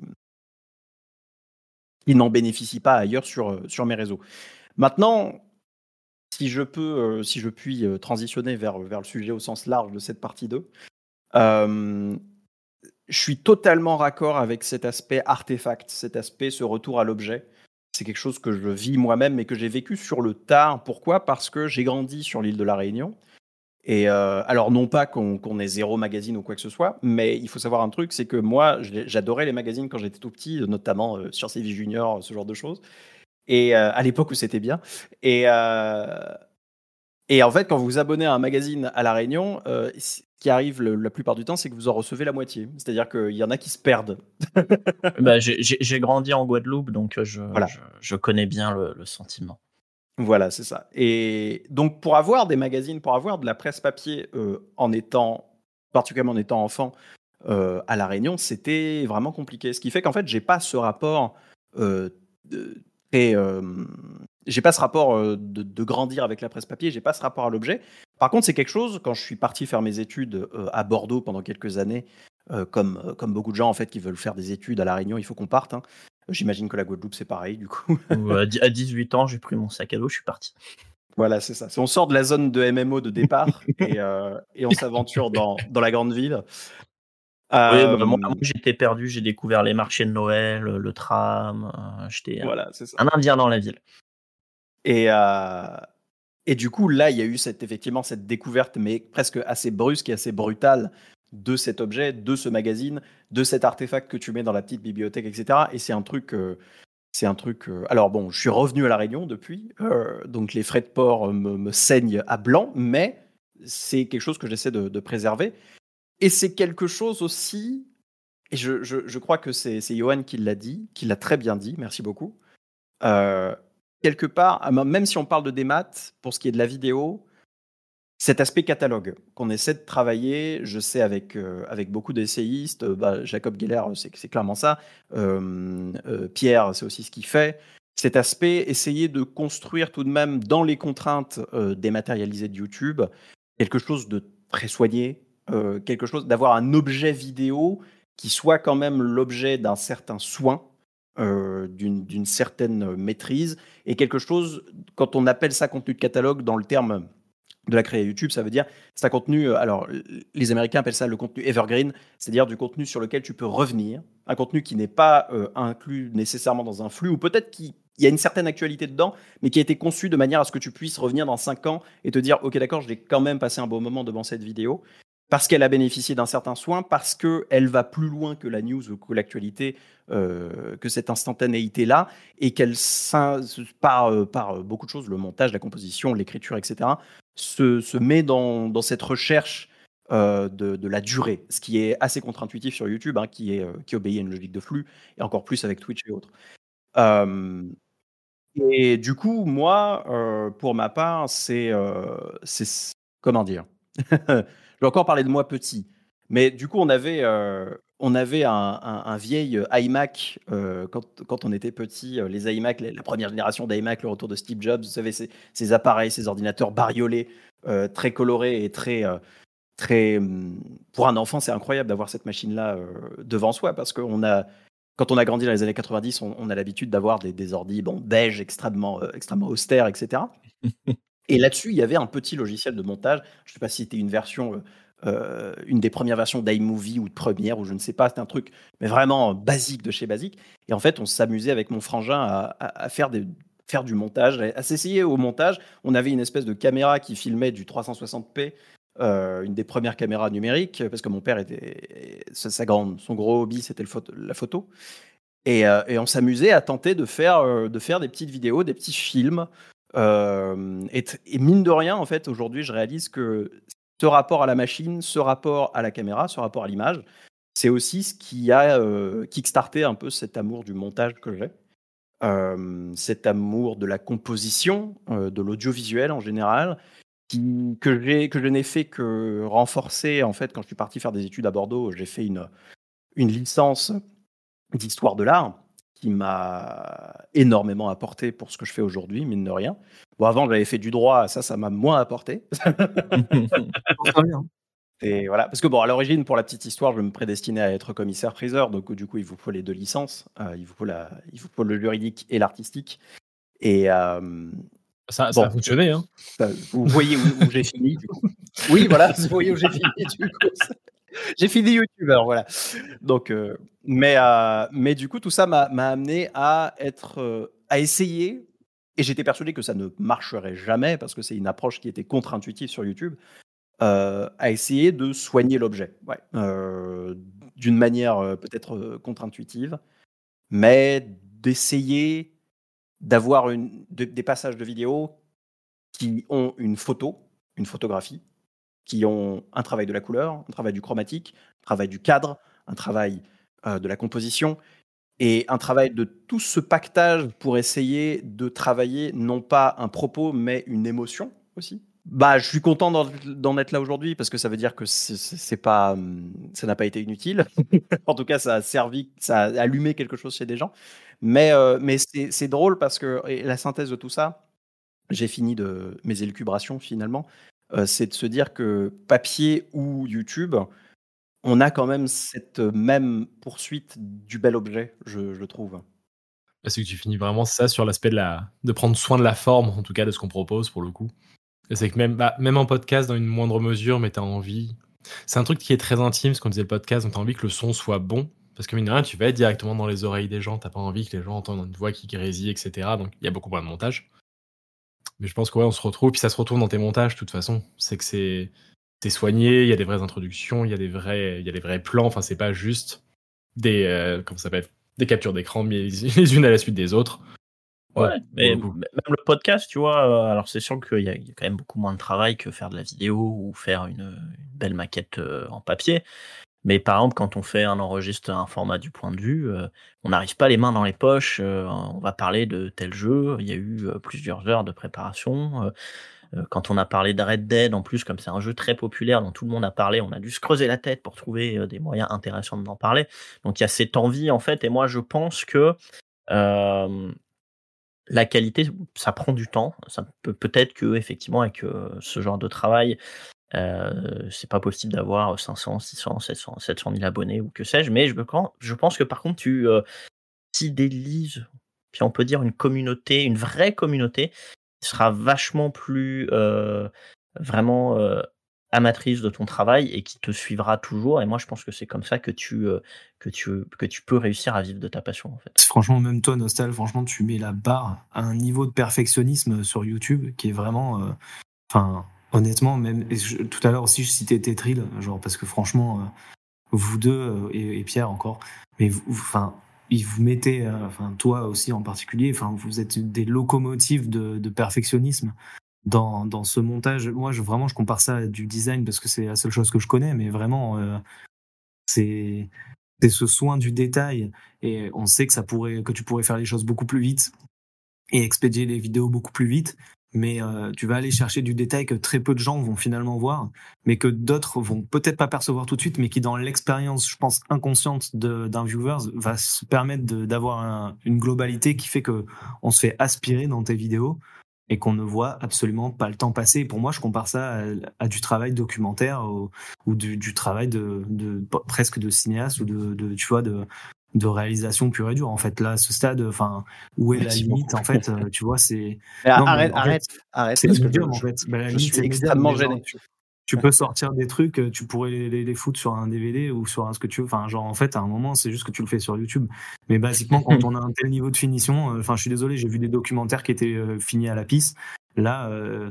qui n'en bénéficient pas ailleurs sur, sur mes réseaux. Maintenant, si je peux, euh, si je puis euh, transitionner vers, vers le sujet au sens large de cette partie deux, euh, je suis totalement raccord avec cet aspect artefact, cet aspect, ce retour à l'objet. C'est quelque chose que je vis moi-même, mais que j'ai vécu sur le tard. Pourquoi ? Parce que j'ai grandi sur l'île de la Réunion. Et euh, alors, non pas qu'on qu'on ait zéro magazine ou quoi que ce soit, mais il faut savoir un truc, c'est que moi, j'ai- j'adorais les magazines quand j'étais tout petit, notamment euh, sur C V Junior, ce genre de choses. Et euh, à l'époque où c'était bien. Et, euh, et en fait, quand vous vous abonnez à un magazine à La Réunion, euh, qui arrive le- la plupart du temps, c'est que vous en recevez la moitié. C'est-à-dire qu'il y en a qui se perdent. Bah, j'ai, j'ai- j'ai grandi en Guadeloupe, donc euh, je, Voilà. je, je connais bien le, le sentiment. Voilà, c'est ça. Et donc, pour avoir des magazines, pour avoir de la presse papier euh, en étant, particulièrement en étant enfant, euh, à La Réunion, c'était vraiment compliqué. Ce qui fait qu'en fait, j'ai pas ce rapport euh, de- très, euh, j'ai pas ce rapport euh, de, de grandir avec la presse papier. J'ai pas ce rapport à l'objet. Par contre, c'est quelque chose. Quand je suis parti faire mes études euh, à Bordeaux pendant quelques années, euh, comme euh, comme beaucoup de gens en fait qui veulent faire des études à La Réunion, il faut qu'on parte. Hein. J'imagine que la Guadeloupe c'est pareil du coup. Où, à dix- à dix-huit ans, j'ai pris mon sac à dos, je suis parti. Voilà, c'est ça. C'est- On sort de la zone de M M O de départ et, euh, et on s'aventure dans, dans la grande ville. Oui, Euh, bah, moi, moi, j'étais perdu, j'ai découvert les marchés de Noël, le, le tram, euh, j'étais un, voilà, c'est ça. un Indien dans la ville. Et, euh, et du coup, là, il y a eu cette, effectivement cette découverte, mais presque assez brusque et assez brutale de cet objet, de ce magazine, de cet artefact que tu mets dans la petite bibliothèque, et cetera. Et c'est un truc. euh, c'est un truc. euh, Alors bon, je suis revenu à La Réunion depuis, euh, donc les frais de port euh, me, me saignent à blanc, mais c'est quelque chose que j'essaie de, de préserver. Et c'est quelque chose aussi, et je, je, je crois que c'est c'est Johan qui l'a dit, qui l'a très bien dit, merci beaucoup. Euh, Quelque part, ah, même si on parle de démat, pour ce qui est de la vidéo, cet aspect catalogue qu'on essaie de travailler, je sais avec, euh, avec beaucoup d'essayistes, euh, bah, Jacob Geller, c'est c'est clairement ça, euh, euh, Pierre, c'est aussi ce qu'il fait. Cet aspect, essayer de construire tout de même dans les contraintes euh, dématérialisées de YouTube, quelque chose de très soigné, euh, quelque chose d'avoir un objet vidéo qui soit quand même l'objet d'un certain soin, euh, d'une d'une certaine maîtrise, et quelque chose, quand on appelle ça contenu de catalogue dans le terme de la créer YouTube, ça veut dire c'est un contenu, euh, alors les Américains appellent ça le contenu evergreen, c'est-à-dire du contenu sur lequel tu peux revenir, un contenu qui n'est pas euh, inclus nécessairement dans un flux, ou peut-être qu'il y a une certaine actualité dedans, mais qui a été conçu de manière à ce que tu puisses revenir dans cinq ans et te dire, ok d'accord, j'ai quand même passé un bon moment devant cette vidéo, parce qu'elle a bénéficié d'un certain soin, parce qu'elle va plus loin que la news ou que l'actualité, euh, que cette instantanéité-là, et qu'elle, par, euh, par beaucoup de choses, le montage, la composition, l'écriture, et cetera, se, se met dans, dans cette recherche euh, de, de la durée, ce qui est assez contre-intuitif sur YouTube, hein, qui, est, euh, qui obéit à une logique de flux, et encore plus avec Twitch et autres. Euh, et du coup, moi, euh, pour ma part, c'est, euh, c'est comment dire je vais encore parler de moi petit. Mais du coup, on avait, euh, on avait un, un- un vieil iMac euh, quand, quand on était petit. euh, Les iMac, la la première génération d'iMac, le retour de Steve Jobs, vous savez, ces, ces appareils, ces ordinateurs bariolés, euh, très colorés et très, euh, très. hum, Pour un enfant, c'est incroyable d'avoir cette machine-là euh, devant soi parce qu'on a. Quand on a grandi dans les années quatre-vingt-dix, on, on a l'habitude d'avoir des, des ordis bon, beige, extrêmement, euh, extrêmement austères, et cetera. Et là-dessus, il y avait un petit logiciel de montage. Je ne sais pas si c'était une version, euh, euh, une des premières versions d'iMovie ou de Premiere, ou je ne sais pas. C'était un truc, mais vraiment basique de chez basique. Et en fait, on s'amusait avec mon frangin à, à- à faire, des, faire du montage, à, à s'essayer au montage. On avait une espèce de caméra qui filmait du trois cent soixante p, euh, une des premières caméras numériques, parce que mon père était, sa, sa grande, son gros hobby, c'était le photo- la photo. Et, euh, et on s'amusait à tenter de faire, euh, de faire des petites vidéos, des petits films. Euh, et, t- et mine de rien, en fait, aujourd'hui, je réalise que ce rapport à la machine, ce rapport à la caméra, ce rapport à l'image, c'est aussi ce qui a euh, kickstarté un peu cet amour du montage que j'ai. Euh, cet amour de la composition, euh, de l'audiovisuel en général, qui, que, j'ai, que je n'ai fait que renforcer. En fait, quand je suis parti faire des études à Bordeaux, j'ai fait une, une licence d'histoire de l'art qui m'a énormément apporté pour ce que je fais aujourd'hui, mine de rien. Bon, avant, j'avais fait du droit, ça, ça m'a moins apporté. Très bien. Et voilà. Parce que, bon, à l'origine, pour la petite histoire, je me prédestinais à être commissaire-priseur, donc du coup, il vous faut les deux licences. Euh, il, vous faut la, il vous faut le juridique et l'artistique. Et euh, Ça, ça a bon, fonctionné, hein. ça, vous voyez où, où j'ai fini, du coup. Oui, voilà, vous voyez où j'ai fini, du coup. J'ai fini youtubeur, voilà. Donc, euh, mais, euh, mais du coup, tout ça m'a m'a amené à être, euh, à essayer. Et j'étais persuadé que ça ne marcherait jamais parce que c'est une approche qui était contre-intuitive sur YouTube. euh, à essayer de soigner l'objet, ouais. Euh, d'une manière euh, peut-être euh, contre-intuitive, mais d'essayer d'avoir une, de- des passages de vidéo qui ont une photo, une photographie, qui ont un travail de la couleur, un travail du chromatique, un travail du cadre, un travail euh, de la composition et un travail de tout ce pactage pour essayer de travailler non pas un propos mais une émotion aussi. Bah, je suis content d'en, d'en être là aujourd'hui parce que ça veut dire que c'est, c'est c'est pas, hum, ça n'a pas été inutile. En tout cas, ça a servi, ça a allumé quelque chose chez des gens. Mais, euh, mais c'est, c'est drôle parce que et la synthèse de tout ça, j'ai fini de mes élucubrations finalement, euh, c'est de se dire que papier ou YouTube, on a quand même cette même poursuite du bel objet, je, je trouve. Parce que tu finis vraiment ça sur l'aspect de la de prendre soin de la forme, en tout cas de ce qu'on propose pour le coup. Et c'est que même, bah, même en podcast, dans une moindre mesure, mais t'as envie. C'est un truc qui est très intime, ce qu'on disait le podcast, donc t'as envie que le son soit bon. Parce que mine de rien, tu vas être directement dans les oreilles des gens, t'as pas envie que les gens entendent une voix qui grésille, et cetera. Donc il y a beaucoup moins de montage. Mais je pense que ouais, on se retrouve, puis ça se retrouve dans tes montages de toute façon. C'est que c'est c'est soigné, il y a des vraies introductions, il y a des vrais, il y a des vrais plans. Enfin, c'est pas juste des, euh, comment ça s'appelle, des captures d'écran mises les unes à la suite des autres. Ouais, Ouais, mais pour le coup. m- même le podcast, tu vois, euh, alors c'est sûr qu'il y a, il y a quand même beaucoup moins de travail que faire de la vidéo ou faire une, une belle maquette euh, en papier. Mais par exemple, quand on fait un enregistre, un format du point de vue, euh, on n'arrive pas les mains dans les poches. euh, on va parler de tel jeu. Il y a eu euh, plusieurs heures de préparation. euh, euh, quand on a parlé de Red Dead, en plus, comme c'est un jeu très populaire dont tout le monde a parlé, on a dû se creuser la tête pour trouver euh, des moyens intéressants d'en parler. Donc il y a cette envie, en fait. Et moi, je pense que euh, la qualité, ça prend du temps. Ça peut peut-être que effectivement avec euh, ce genre de travail, euh, c'est pas possible d'avoir cinq cents, six cents, sept cents, sept cent mille abonnés ou que sais-je. Mais je, me, je pense que par contre, tu euh, fidélises, puis on peut dire une communauté, une vraie communauté, qui sera vachement plus euh, vraiment euh, amatrice de ton travail et qui te suivra toujours. Et moi, je pense que c'est comme ça que tu, euh, que tu, que tu peux réussir à vivre de ta passion, en fait. Franchement, même toi, Nostal, franchement, tu mets la barre à un niveau de perfectionnisme sur YouTube qui est vraiment. euh, Enfin, honnêtement, même. et je- tout à l'heure aussi, je citais Tetril, genre, parce que franchement, euh, vous deux, euh, et, et Pierre encore, mais vous, vous- enfin, il vous mettez, euh, enfin, toi aussi en particulier, enfin, vous êtes des locomotives de, de perfectionnisme dans, dans ce montage. Moi, je, vraiment, je compare ça à du design parce que c'est la seule chose que je connais, mais vraiment, euh, c'est. C'est ce soin du détail et on sait que ça pourrait, que tu pourrais faire les choses beaucoup plus vite et expédier les vidéos beaucoup plus vite, mais euh, tu vas aller chercher du détail que très peu de gens vont finalement voir, mais que d'autres vont peut-être pas percevoir tout de suite, mais qui dans l'expérience, je pense, inconsciente de, d'un viewer va se permettre de, d'avoir un, une globalité qui fait que on se fait aspirer dans tes vidéos et qu'on ne voit absolument pas le temps passer. Pour moi, je compare ça à, à du travail documentaire ou, ou du, du travail de, de presque de cinéaste ou de, de tu vois de de réalisation pure et dure. En fait, là, à ce stade, enfin, où est la Merci limite? beaucoup. En fait, euh, tu vois, c'est Mais non, mais arrête, en fait, arrête, arrête, c'est le parce que je, médium. En je, fait, ben, la je limite, suis c'est le médium. extrêmement Mais genre, gêné. tu, tu peux sortir des trucs, euh, tu pourrais les, les, les foutre sur un D V D ou sur un ce que tu veux. Enfin, genre, en fait, à un moment, c'est juste que tu le fais sur YouTube. Mais basiquement, quand on a un tel niveau de finition, euh, enfin, je suis désolé, j'ai vu des documentaires qui étaient euh, finis à la pisse. Là, euh,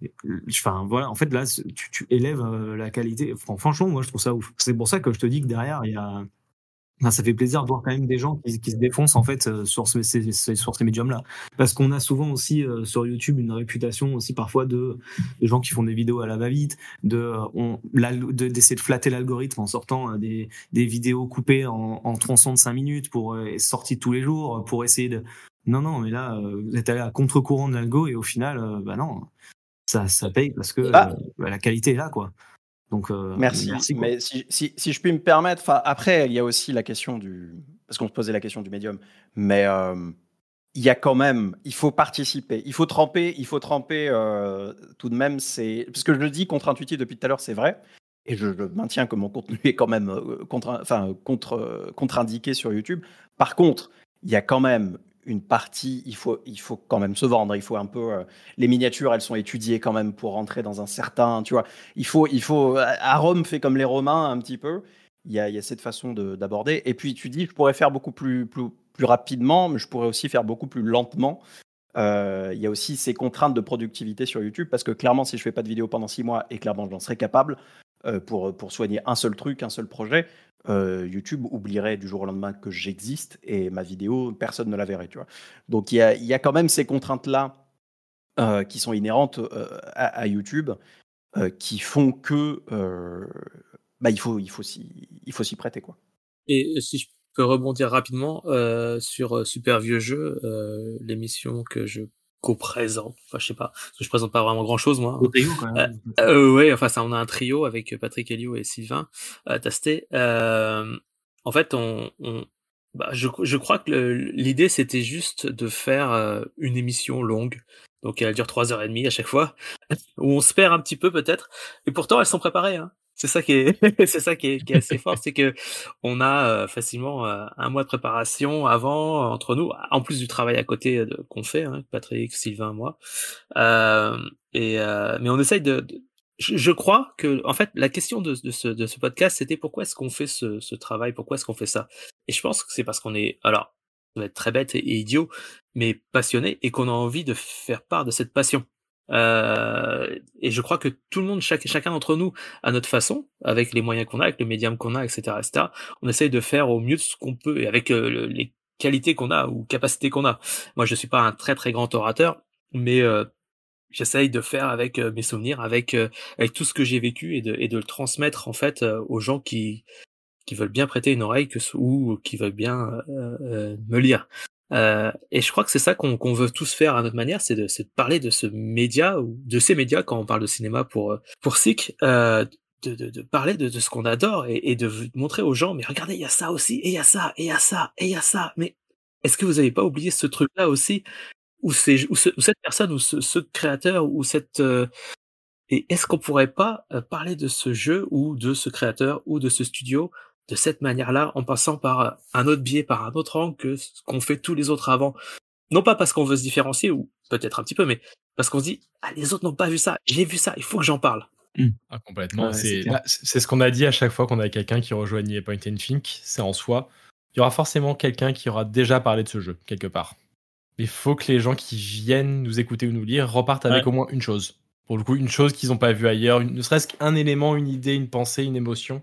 enfin, voilà, en fait, là, tu, tu élèves euh, la qualité. Fran- Franchement, moi, je trouve ça ouf. C'est pour ça que je te dis que derrière, il y a. Enfin, ça fait plaisir de voir quand même des gens qui, qui se défoncent en fait euh, sur, ce, ces, ces- sur ces médiums-là. Parce qu'on a souvent aussi euh, sur YouTube une réputation aussi parfois de, de gens qui font des vidéos à la va-vite, de, euh, on, l'al- de- d'essayer de flatter l'algorithme en sortant euh, des, des vidéos coupées en, en tronçons de cinq minutes pour euh, sorties tous les jours pour essayer de. Non, non, mais là, euh, vous êtes allé à contre-courant de l'algo et au final, euh, bah non, ça, ça paye parce que Ah, euh, bah, la qualité est là, quoi. Donc, euh, merci, merci, quoi. mais si, si, si je puis me permettre, enfin, après, il y a aussi la question du. Parce qu'on se posait la question du médium, mais euh, il y a quand même, il faut participer, il faut tremper, il faut tremper euh, tout de même. C'est parce que je le dis contre-intuitif depuis tout à l'heure, c'est vrai, et je, je maintiens que mon contenu est quand même euh, contre, enfin, contre, euh, contre-indiqué sur YouTube. Par contre, il y a quand même une partie, il faut, il faut quand même se vendre. Il faut un peu, euh, les miniatures, elles sont étudiées quand même pour rentrer dans un certain, tu vois. Il faut, il faut. À Rome, fait comme les Romains un petit peu. Il y a, il y a cette façon de- d'aborder. Et puis tu dis, je pourrais faire beaucoup plus, plus, plus rapidement, mais je pourrais aussi faire beaucoup plus lentement. Euh, il y a aussi ces contraintes de productivité sur YouTube, parce que clairement, si je fais pas de vidéo pendant six mois, et clairement, j'en serais capable euh, pour, pour soigner un seul truc, un seul projet, euh, YouTube oublierait du jour au lendemain que j'existe, et ma vidéo, personne ne la verrait, tu vois. Donc il y a, il y a quand même ces contraintes-là euh, qui sont inhérentes euh, à, à YouTube. euh, qui font que euh, bah, il faut, il faut s'y, il faut s'y prêter, quoi. Et si je peux rebondir rapidement euh, sur euh, Super Vieux Jeu, euh, l'émission que je co-présente, enfin je sais pas, parce que je présente pas vraiment grand chose moi. Au Hein. trio, quand Euh, même. euh, ouais, enfin ça, on a un trio avec Patrick Helio et Sylvain euh, Tastet. Euh, en fait, on, on bah, je, je crois que le- l'idée c'était juste de faire euh, une émission longue, donc elle dure trois heures et demie à chaque fois, où on se perd un petit peu peut-être, et pourtant elles sont préparées. Hein. C'est ça qui est, c'est ça qui est, qui est assez fort, c'est que on a euh, facilement euh, un mois de préparation avant euh, entre nous, en plus du travail à côté de, qu'on fait, hein, Patrick, Sylvain, moi. Euh, et euh, mais on essaye de, de- je, je crois que en fait la question de, de ce de ce podcast c'était pourquoi est-ce qu'on fait ce, ce travail, pourquoi est-ce qu'on fait ça. Et je pense que c'est parce qu'on est, alors ça va être très bête et, et idiot, mais passionné et qu'on a envie de faire part de cette passion. Euh, et je crois que tout le monde, chaque, chacun d'entre nous, à notre façon, avec les moyens qu'on a, avec le médium qu'on a, et cetera, et cetera, on essaye de faire au mieux ce qu'on peut et avec euh, le- les qualités qu'on a ou capacités qu'on a. Moi, je suis pas un très très grand orateur, mais euh, j'essaye de faire avec euh, mes souvenirs, avec euh, avec tout ce que j'ai vécu et de et de le transmettre en fait euh, aux gens qui qui veulent bien prêter une oreille que, ou qui veulent bien euh, euh, me lire. Euh, et je crois que c'est ça qu'on qu'on veut tous faire à notre manière, c'est de, c'est de parler de ce média ou de ces médias quand on parle de cinéma pour euh, pour S I C, euh, de, de, de parler de, de ce qu'on adore et, et de montrer aux gens, mais regardez, il y a ça aussi, et il y a ça, et il y a ça, et il y a ça. Mais est-ce que vous avez pas oublié ce truc-là aussi, ou c'est ou, ce, ou cette personne ou ce, ce créateur ou cette euh, et est-ce qu'on pourrait pas euh, parler de ce jeu ou de ce créateur ou de ce studio de cette manière-là, en passant par euh, un autre biais, par un autre angle que ce qu'ont fait tous les autres avant? Non pas parce qu'on veut se différencier, ou peut-être un petit peu, mais parce qu'on se dit, ah, les autres n'ont pas vu ça, j'ai vu ça, il faut que j'en parle. Ah, complètement. Ouais, c'est c'est clair. bah, c'est c'est ce qu'on a dit à chaque fois qu'on a quelqu'un qui rejoignait Point and Think. C'est en soi, il y aura forcément quelqu'un qui aura déjà parlé de ce jeu, quelque part. Il faut que les gens qui viennent nous écouter ou nous lire repartent avec Ouais. au moins une chose. Pour le coup, une chose qu'ils n'ont pas vue ailleurs, une- ne serait-ce qu'un élément, une idée, une pensée, une émotion.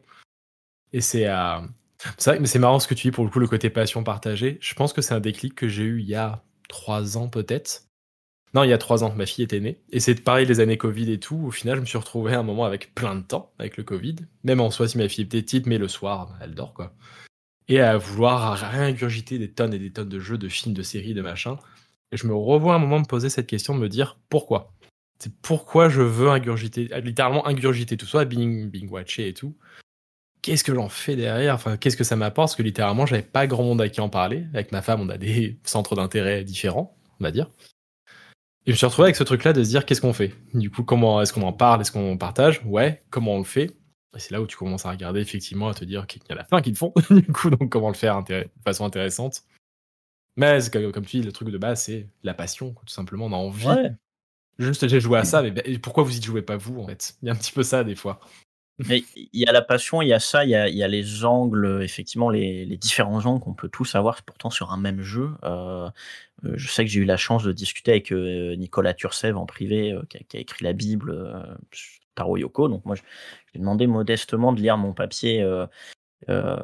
Et c'est euh, c'est vrai, mais c'est marrant ce que tu dis pour le coup, le côté passion partagée. Je pense que c'est un déclic que j'ai eu il y a trois ans peut-être. Non, il y a trois ans, ma fille était née. Et c'est pareil, les années Covid et tout. Au final, je me suis retrouvé à un moment avec plein de temps, avec le Covid. Même en soi, si ma fille était petite, mais le soir, elle dort, quoi. Et à vouloir réingurgiter des tonnes et des tonnes de jeux, de films, de séries, de machins. Et je me revois un moment me poser cette question, de me dire pourquoi. C'est pourquoi je veux ingurgiter, littéralement ingurgiter tout ça, being, being watché et tout. Qu'est-ce que j'en fais derrière? Enfin, qu'est-ce que ça m'apporte? Parce que littéralement, j'avais pas grand monde à qui en parler. Avec ma femme, on a des centres d'intérêt différents, on va dire. Et je me suis retrouvé avec ce truc-là de se dire qu'est-ce qu'on fait? Du coup, comment est-ce qu'on en parle? Est-ce qu'on partage? Ouais, comment on le fait? Et c'est là où tu commences à regarder effectivement, à te dire qu'il y en a plein qui le font. Du coup, donc comment le faire intér- de façon intéressante? Mais c'est comme, comme tu dis, le truc de base, c'est la passion, quoi, tout simplement. On a envie. Ouais. Juste, j'ai joué à ça, mais bah, et pourquoi vous y jouez pas vous, en fait? Il y a un petit peu ça, des fois. Mais il y a la passion, il y a ça, il y a, il y a les angles, effectivement, les, les différents angles qu'on peut tous avoir pourtant sur un même jeu. Euh, euh, je sais que j'ai eu la chance de discuter avec euh, Nicolas Turcev en privé, euh, qui, a, qui a écrit la Bible, euh, Taro Yoko. Donc moi, je, je lui ai demandé modestement de lire mon papier euh, euh,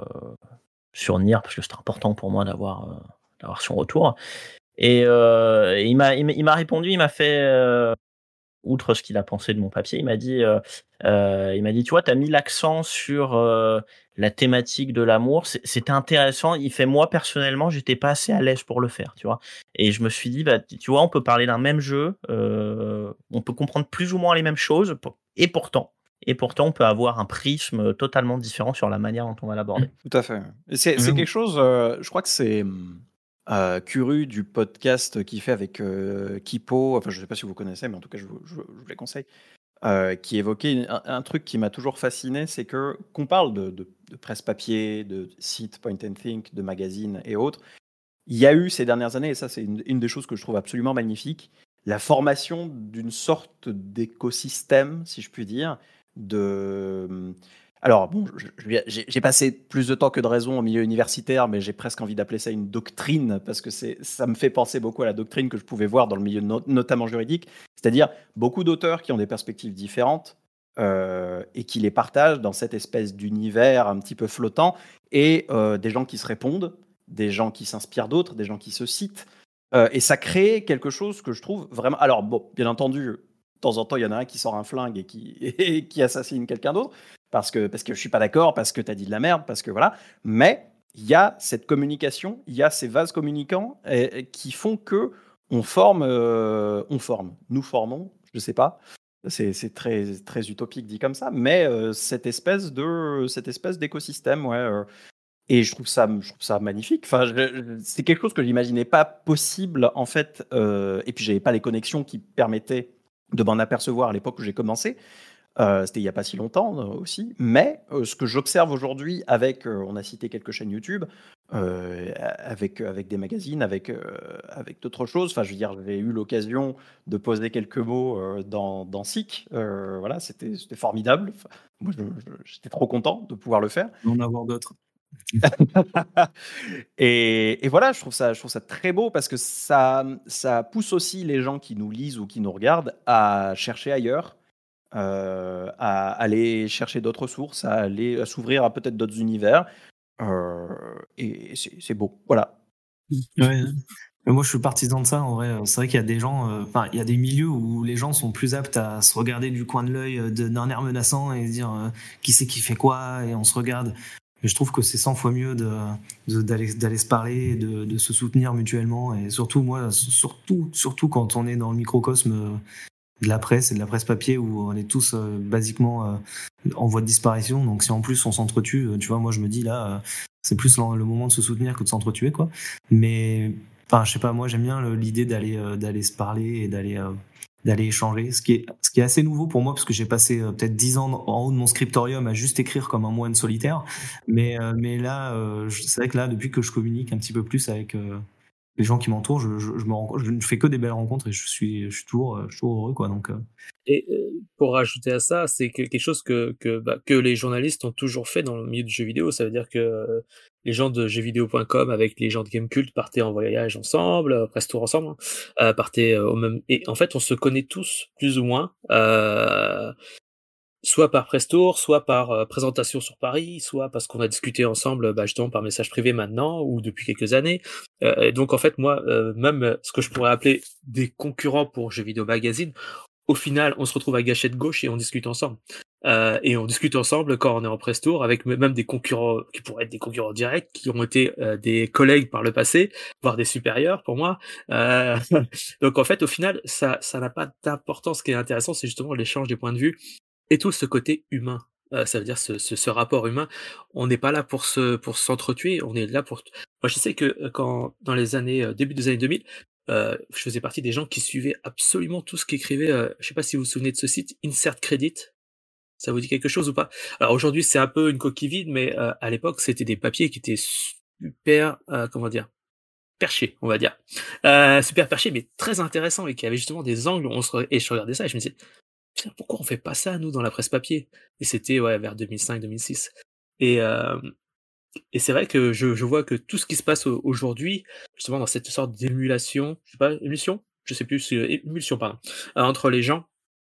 sur Nier, parce que c'était important pour moi d'avoir euh, d'avoir son retour. Et, euh, et il m'a il m'a- il m'a répondu, il m'a fait... euh, outre ce qu'il a pensé de mon papier, il m'a dit, euh, euh, il m'a dit, tu vois, tu as mis l'accent sur euh, la thématique de l'amour. C'est- C'était intéressant. Il fait, moi personnellement, j'étais pas assez à l'aise pour le faire, tu vois. Et je me suis dit, bah, tu vois, on peut parler d'un même jeu, euh, on peut comprendre plus ou moins les mêmes choses, et pourtant, et pourtant, on peut avoir un prisme totalement différent sur la manière dont on va l'aborder. Tout à fait. Et c'est c'est Mmh. quelque chose, euh, je crois que c'est euh, Kuru du podcast qu'il fait avec euh, Kipo, enfin je ne sais pas si vous connaissez, mais en tout cas je vous, je, je vous les conseille, euh, qui évoquait un, un truc qui m'a toujours fasciné, c'est que qu'on parle de, de, de presse papier, de sites Point and Think, de magazines et autres, il y a eu ces dernières années, et ça c'est une, une des choses que je trouve absolument magnifique, la formation d'une sorte d'écosystème, si je puis dire, de... Alors, bon, je- je- j'ai j'ai passé plus de temps que de raison au milieu universitaire, mais j'ai presque envie d'appeler ça une doctrine, parce que c'est, ça me fait penser beaucoup à la doctrine que je pouvais voir dans le milieu no- notamment juridique, c'est-à-dire beaucoup d'auteurs qui ont des perspectives différentes euh, et qui les partagent dans cette espèce d'univers un petit peu flottant, et euh, des gens qui se répondent, des gens qui s'inspirent d'autres, des gens qui se citent, euh, et ça crée quelque chose que je trouve vraiment... Alors, bon, bien entendu, temps en temps, il y en a un qui sort un flingue et qui, et qui assassine quelqu'un d'autre, parce que, parce que je suis pas d'accord, parce que tu as dit de la merde, parce que voilà. Mais il y a cette communication, il y a ces vases communicants euh, qui font que on forme, euh, on forme, nous formons, je sais pas. C'est, c'est très, très utopique dit comme ça, mais euh, cette espèce de, cette espèce d'écosystème, ouais. euh, et je trouve ça, je trouve ça magnifique. Enfin, je- je- c'est quelque chose que je n'imaginais pas possible en fait. euh, et puis j'avais pas les connexions qui permettaient de m'en apercevoir à l'époque où j'ai commencé. Euh, c'était il y a pas si longtemps euh, aussi. Mais euh, ce que j'observe aujourd'hui avec, euh, on a cité quelques chaînes YouTube, euh, avec avec des magazines, avec euh, avec d'autres choses. Enfin, je veux dire, j'avais eu l'occasion de poser quelques mots euh, dans dans S I C. Euh, voilà, c'était c'était formidable. Enfin, moi, je- je- j'étais trop content de pouvoir le faire. On en avoir d'autres. et, et voilà, je trouve ça, je trouve ça très beau parce que ça, ça pousse aussi les gens qui nous lisent ou qui nous regardent à chercher ailleurs, euh, à aller chercher d'autres sources, à aller à s'ouvrir à peut-être d'autres univers. Euh, et c'est c'est beau. Voilà. Ouais. Mais moi, je suis partisan de ça. En vrai, c'est vrai qu'il y a des gens, euh, enfin, il y a des milieux où les gens sont plus aptes à se regarder du coin de l'œil euh, de- d'un air menaçant et se dire euh, qui c'est qui fait quoi, et on se regarde. Mais je trouve que c'est cent fois mieux de, de- d'aller, d'aller se parler, et de, de se soutenir mutuellement. Et surtout, moi, surtout, surtout quand on est dans le microcosme euh, de la presse et de la presse papier où on est tous euh, basiquement euh, en voie de disparition. Donc, si en plus on s'entretue, euh, tu vois, moi, je me dis là, euh, c'est plus le le moment de se soutenir que de s'entretuer, quoi. Mais enfin, je sais pas, moi j'aime bien le- l'idée d'aller euh, d'aller se parler et d'aller euh, d'aller échanger. Ce qui est ce qui est assez nouveau pour moi parce que j'ai passé euh, peut-être dix ans en haut de mon scriptorium à juste écrire comme un moine solitaire. Mais euh, mais là, euh, je- c'est vrai que là, depuis que je communique un petit peu plus avec euh, les gens qui m'entourent, je, je, je me rends, je ne fais que des belles rencontres et je suis je suis toujours euh, je suis toujours heureux, quoi. Donc euh, Et euh, pour rajouter à ça, c'est que quelque chose que que, bah, que les journalistes ont toujours fait dans le milieu du jeu vidéo. Ça veut dire que euh, les gens de jeuxvideo point com avec les gens de Gamecult partaient en voyage ensemble, euh, presse tour ensemble, hein, euh, partaient euh, au même. Et en fait, on se connaît tous plus ou moins. Euh, soit par press tour, soit par euh, présentation sur Paris, soit parce qu'on a discuté ensemble, bah, justement par message privé maintenant ou depuis quelques années. Euh, et donc en fait moi, euh, même euh, ce que je pourrais appeler des concurrents pour Jeux Vidéo Magazine, au final on se retrouve à gâchette gauche et on discute ensemble. Euh, et on discute ensemble quand on est en press tour avec même des concurrents qui pourraient être des concurrents directs, qui ont été euh, des collègues par le passé, voire des supérieurs pour moi. Euh, donc en fait au final ça ça n'a pas d'importance. Ce qui est intéressant c'est justement l'échange des points de vue et tout ce côté humain. Heu, ça veut dire ce ce ce rapport humain. On n'est pas là pour se pour s'entretuer, on est là pour moi je sais que, heu, quand dans les années, heu, début des années deux mille, heu, je faisais partie des gens qui suivaient absolument tout ce qu'écrivait, heu, je sais pas si vous vous souvenez de ce site Insert Credit? Ça vous dit quelque chose ou pas? Alors aujourd'hui, c'est un peu une coquille vide, mais, heu, à l'époque, c'était des papiers qui étaient super, heu, comment dire? Perchés, on va dire. Heu, super perchés, mais très intéressants et qui avaient justement des angles où on se re et je regardais ça et je me disais: «Putain, pourquoi on fait pas ça nous dans la presse papier?» Et c'était ouais vers deux mille cinq deux mille six et hem et c'est vrai que je je vois que tout ce qui se passe au aujourd'hui, justement dans cette sorte d'émulation, je sais pas, émulsion? Je sais plus si, heu, émulsion pardon, heu, entre les gens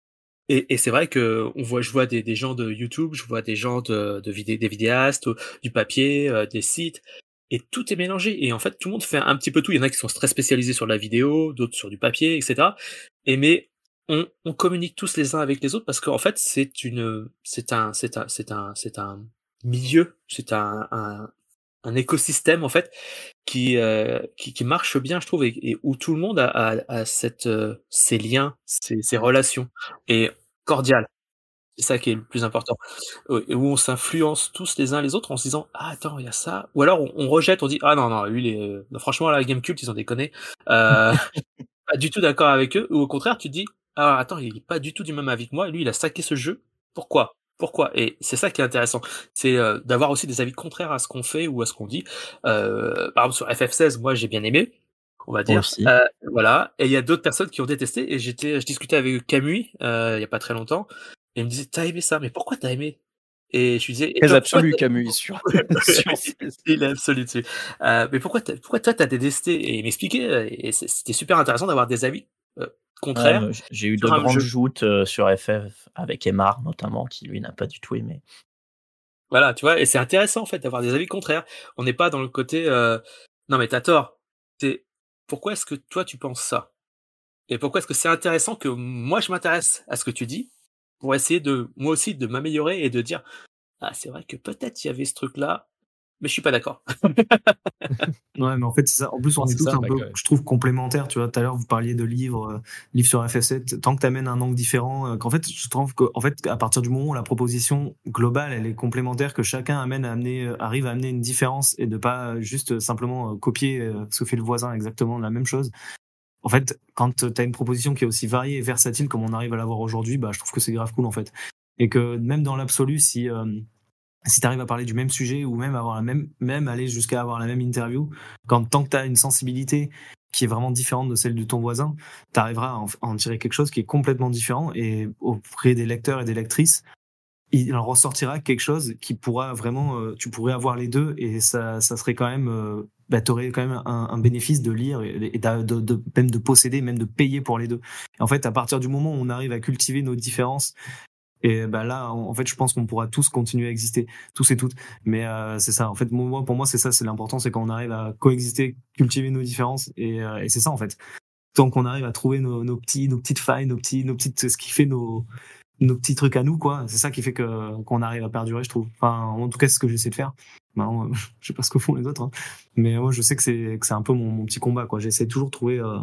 et et c'est vrai qu'on voit je vois des des gens de YouTube, je vois des gens de de vidé des vidéastes, heu, du papier, heu, des sites et tout est mélangé et en fait tout le monde fait un petit peu tout. Il y en a qui sont très spécialisés sur la vidéo, d'autres sur du papier et cetera et mais on on communique tous les uns avec les autres parce qu'en fait c'est une, c'est un c'est un c'est un c'est un milieu, c'est un un un écosystème en fait qui, heu, qui qui marche bien je trouve et et où tout le monde a a a cette, heu, ces liens, ces ces relations et cordiales. C'est ça qui est le plus important. Heu, et où on s'influence tous les uns les autres en se disant: «Ah attends, il y a ça» ou alors on on rejette, on dit: «Ah non, non, lui il est, heu, franchement là Gamecult ils ont déconné». Heu, pas du tout d'accord avec eux ou au contraire tu te dis: «Ah attends, il est pas du tout du même avis que moi, lui il a saqué ce jeu. Pourquoi? Pourquoi?» Et c'est ça qui est intéressant. C'est, heu, d'avoir aussi des avis contraires à ce qu'on fait ou à ce qu'on dit. Heu, par exemple sur F F seize, moi j'ai bien aimé, on va Moi dire. aussi. Heu, voilà et il y a d'autres personnes qui ont détesté et j'étais je discutais avec Camus, heu, il y a pas très longtemps et il me disait: «Tu as aimé ça, mais pourquoi tu as aimé?» Et je lui disais: «Et Très toi pourquoi tu absolu, as» Camus, sur, sur ces- il est absolu dessus. Heu, «Mais pourquoi tu as pourquoi toi tu as détesté?» et il m'expliquait, heu, et c'est c'était super intéressant d'avoir des avis, heu, Ouais, contraires moi, j j'ai eu de sur un grandes jeu. joutes, heu, sur F F avec Aymar notamment qui lui n'a pas du tout aimé. Voilà, tu vois? Et c'est intéressant en fait d'avoir des avis contraires. On n'est pas dans le côté, heu: «Non mais tu as tort». C'est: «Pourquoi est-ce que toi tu penses ça?» Et pourquoi est-ce que c'est intéressant que moi je m'intéresse à ce que tu dis pour essayer de moi aussi de m'améliorer et de dire ah c'est vrai que peut-être il y avait ce truc là mais je suis pas d'accord. Ouais, mais en fait, c'est ça. En plus, on Non, est c'est tous ça, un bah, peu, que- je trouve, complémentaires. Tu vois, tout à l'heure, vous parliez de livres, euh, livres sur F F sept. Tant que tu amènes un angle différent, euh, qu'en fait, je trouve qu'en fait, à partir du moment où la proposition globale, elle est complémentaire, que chacun amène à amener, euh, arrive à amener une différence et de pas euh, juste euh, simplement euh, copier euh, ce que fait le voisin exactement la même chose. En fait, quand tu as une proposition qui est aussi variée et versatile comme on arrive à l'avoir aujourd'hui, bah, je trouve que c'est grave cool, en fait. Et que même dans l'absolu, si, euh, si tu arrives à parler du même sujet ou même avoir la même, même aller jusqu'à avoir la même interview, quand tant que tu as une sensibilité qui est vraiment différente de celle de ton voisin, tu arriveras à en, à en tirer quelque chose qui est complètement différent et auprès des lecteurs et des lectrices, il en ressortira quelque chose qui pourra vraiment, euh, tu pourrais avoir les deux et ça, ça serait quand même, euh, bah, t'aurais quand même un, un bénéfice de lire et, et de, de, de- même de posséder, même de payer pour les deux. Et en fait, à partir du moment où on arrive à cultiver nos différences et ben là, en en fait, je pense qu'on pourra tous continuer à exister, tous et toutes. Mais euh, c'est ça. En fait, moi, pour moi, c'est ça, c'est l'important, c'est quand on arrive à coexister, cultiver nos différences, et, euh, et c'est ça en fait. Tant qu'on arrive à trouver nos, nos petits, nos petites failles, nos petits, nos petites, ce qui fait nos, nos petits trucs à nous, quoi. C'est ça qui fait que qu'on arrive à perdurer, je trouve. Enfin, en tout cas, c'est ce que j'essaie de faire. Maintenant, euh, je sais pas ce que font les autres, hein. Mais moi, je sais que c'est que c'est un peu mon, mon petit combat, quoi. J'essaie toujours de trouver euh,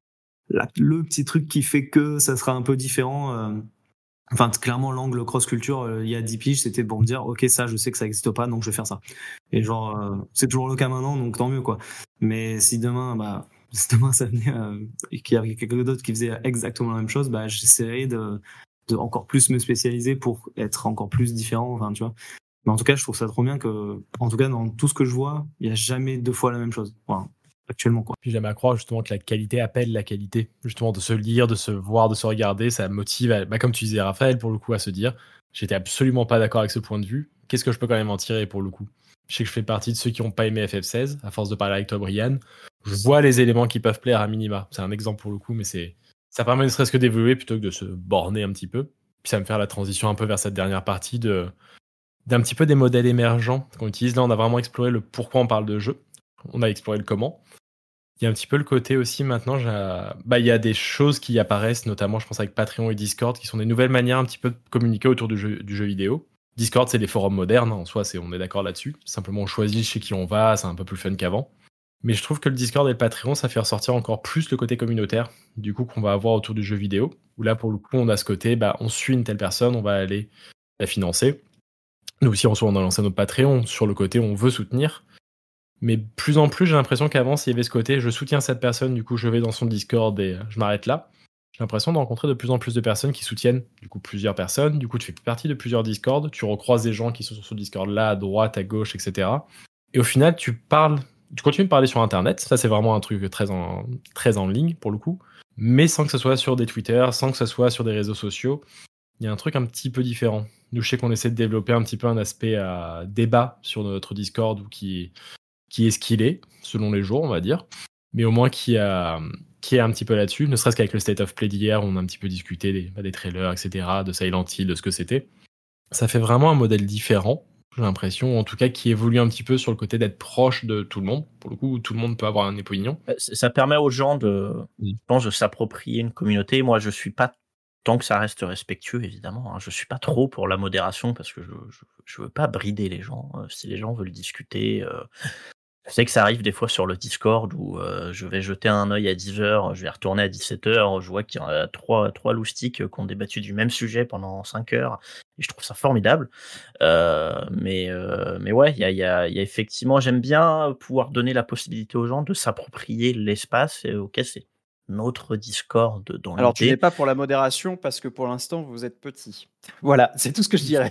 la- le petit truc qui fait que ça sera un peu différent. euh, Enfin, clairement, l'angle cross-culture, euh, il y a dix piges, c'était pour me dire, ok, ça, je sais que ça n'existe pas, donc je vais faire ça. Et genre, euh, c'est toujours le cas maintenant, donc tant mieux, quoi. Mais si demain, bah, si demain ça venait euh, et qu'il y avait quelqu'un d'autre qui faisait exactement la même chose, bah, j'essaierais de, de encore plus me spécialiser pour être encore plus différent, enfin, tu vois. Mais en tout cas, je trouve ça trop bien que, en tout cas, dans tout ce que je vois, il n'y a jamais deux fois la même chose. Enfin, actuellement, quoi. Puis j'aime à croire justement que la qualité appelle la qualité. Justement, de se lire, de se voir, de se regarder, ça motive, à- bah, comme tu disais, Raphaël, pour le coup, à se dire j'étais absolument pas d'accord avec ce point de vue. Qu'est-ce que je peux quand même en tirer pour le coup? Je sais que je fais partie de ceux qui n'ont pas aimé F F seize, à force de parler avec toi, Brian. Je vois les éléments qui peuvent plaire à minima. C'est un exemple pour le coup, mais c'est ça permet ne serait-ce que d'évoluer plutôt que de se borner un petit peu. Puis ça me fait la transition un peu vers cette dernière partie de d'un petit peu des modèles émergents qu'on utilise. Là, on a vraiment exploré le pourquoi on parle de jeu. On a exploré le comment. Il y a un petit peu le côté aussi maintenant, j'ai- bah, il y a des choses qui apparaissent, notamment je pense avec Patreon et Discord, qui sont des nouvelles manières un petit peu de communiquer autour du jeu, du jeu vidéo. Discord, c'est des forums modernes, hein, en soi, c'est, on est d'accord là-dessus. Simplement, on choisit chez qui on va, c'est un peu plus fun qu'avant. Mais je trouve que le Discord et le Patreon, ça fait ressortir encore plus le côté communautaire, du coup, qu'on va avoir autour du jeu vidéo. Où là, pour le coup, on a ce côté, bah, on suit une telle personne, on va aller la financer. Nous aussi, en soi, on a lancé notre Patreon sur le côté, on veut soutenir. Mais plus en plus, j'ai l'impression qu'avant, s'il y avait ce côté, je soutiens cette personne, du coup, je vais dans son Discord et euh, je m'arrête là. J'ai l'impression de rencontrer de plus en plus de personnes qui soutiennent, du coup, plusieurs personnes. Du coup, tu fais partie de plusieurs Discords, tu recroises des gens qui sont sur ce Discord-là, à droite, à gauche, et cetera. Et au final, tu parles, tu continues de parler sur Internet. Ça, c'est vraiment un truc très en, très en ligne, pour le coup. Mais sans que ce soit sur des Twitter, sans que ce soit sur des réseaux sociaux. Il y a un truc un petit peu différent. Nous, je sais qu'on essaie de développer un petit peu un aspect à débat sur notre Discord ou qui qui est ce qu'il est, selon les jours, on va dire, mais au moins qui a qui est un petit peu là-dessus, ne serait-ce qu'avec le State of Play d'hier, on a un petit peu discuté des, bah, des trailers, et cetera, de Silent Hill, de ce que c'était. Ça fait vraiment un modèle différent, j'ai l'impression, en tout cas, qui évolue un petit peu sur le côté d'être proche de tout le monde, pour le coup, où tout le monde peut avoir un opinion. Euh, c- Ça permet aux gens de, Oui. je pense, de s'approprier une communauté. Moi, je suis pas, tant que ça reste respectueux, évidemment, hein, je suis pas trop pour la modération parce que je, je, je veux pas brider les gens. Euh, Si les gens veulent discuter, euh, je sais que ça arrive des fois sur le Discord où euh, je vais jeter un œil à dix heures, je vais retourner à dix-sept heures, je vois qu'il y a trois, trois loustiques qui ont débattu du même sujet pendant cinq heures, et je trouve ça formidable. Euh, mais, euh, mais ouais, il y a, il y, a, il y a effectivement, j'aime bien pouvoir donner la possibilité aux gens de s'approprier l'espace, et ok, c'est notre Discord dans Alors, tu n'es l'idée. pas pour la modération parce que pour l'instant, vous êtes petit. Voilà, c'est tout ce que je dirais.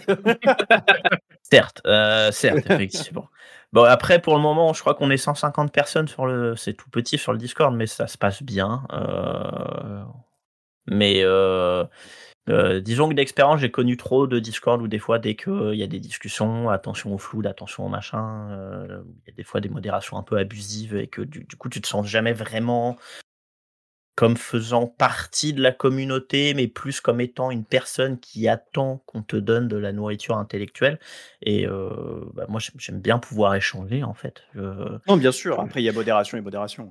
Certes, euh, certes, effectivement. Bon, après, pour le moment, je crois qu'on est cent cinquante personnes sur le, c'est tout petit sur le Discord, mais ça se passe bien. Euh, mais euh, euh, disons que d'expérience, j'ai connu trop de Discord où des fois, dès qu'il y a des discussions, attention au flou, attention au machin, euh, il y a des fois des modérations un peu abusives et que du, du coup, tu te sens jamais vraiment comme faisant partie de la communauté, mais plus comme étant une personne qui attend qu'on te donne de la nourriture intellectuelle. Et euh, bah, moi, j'aime j'aime bien pouvoir échanger, en fait. Je- Non, bien sûr. Après, il y a modération et modération.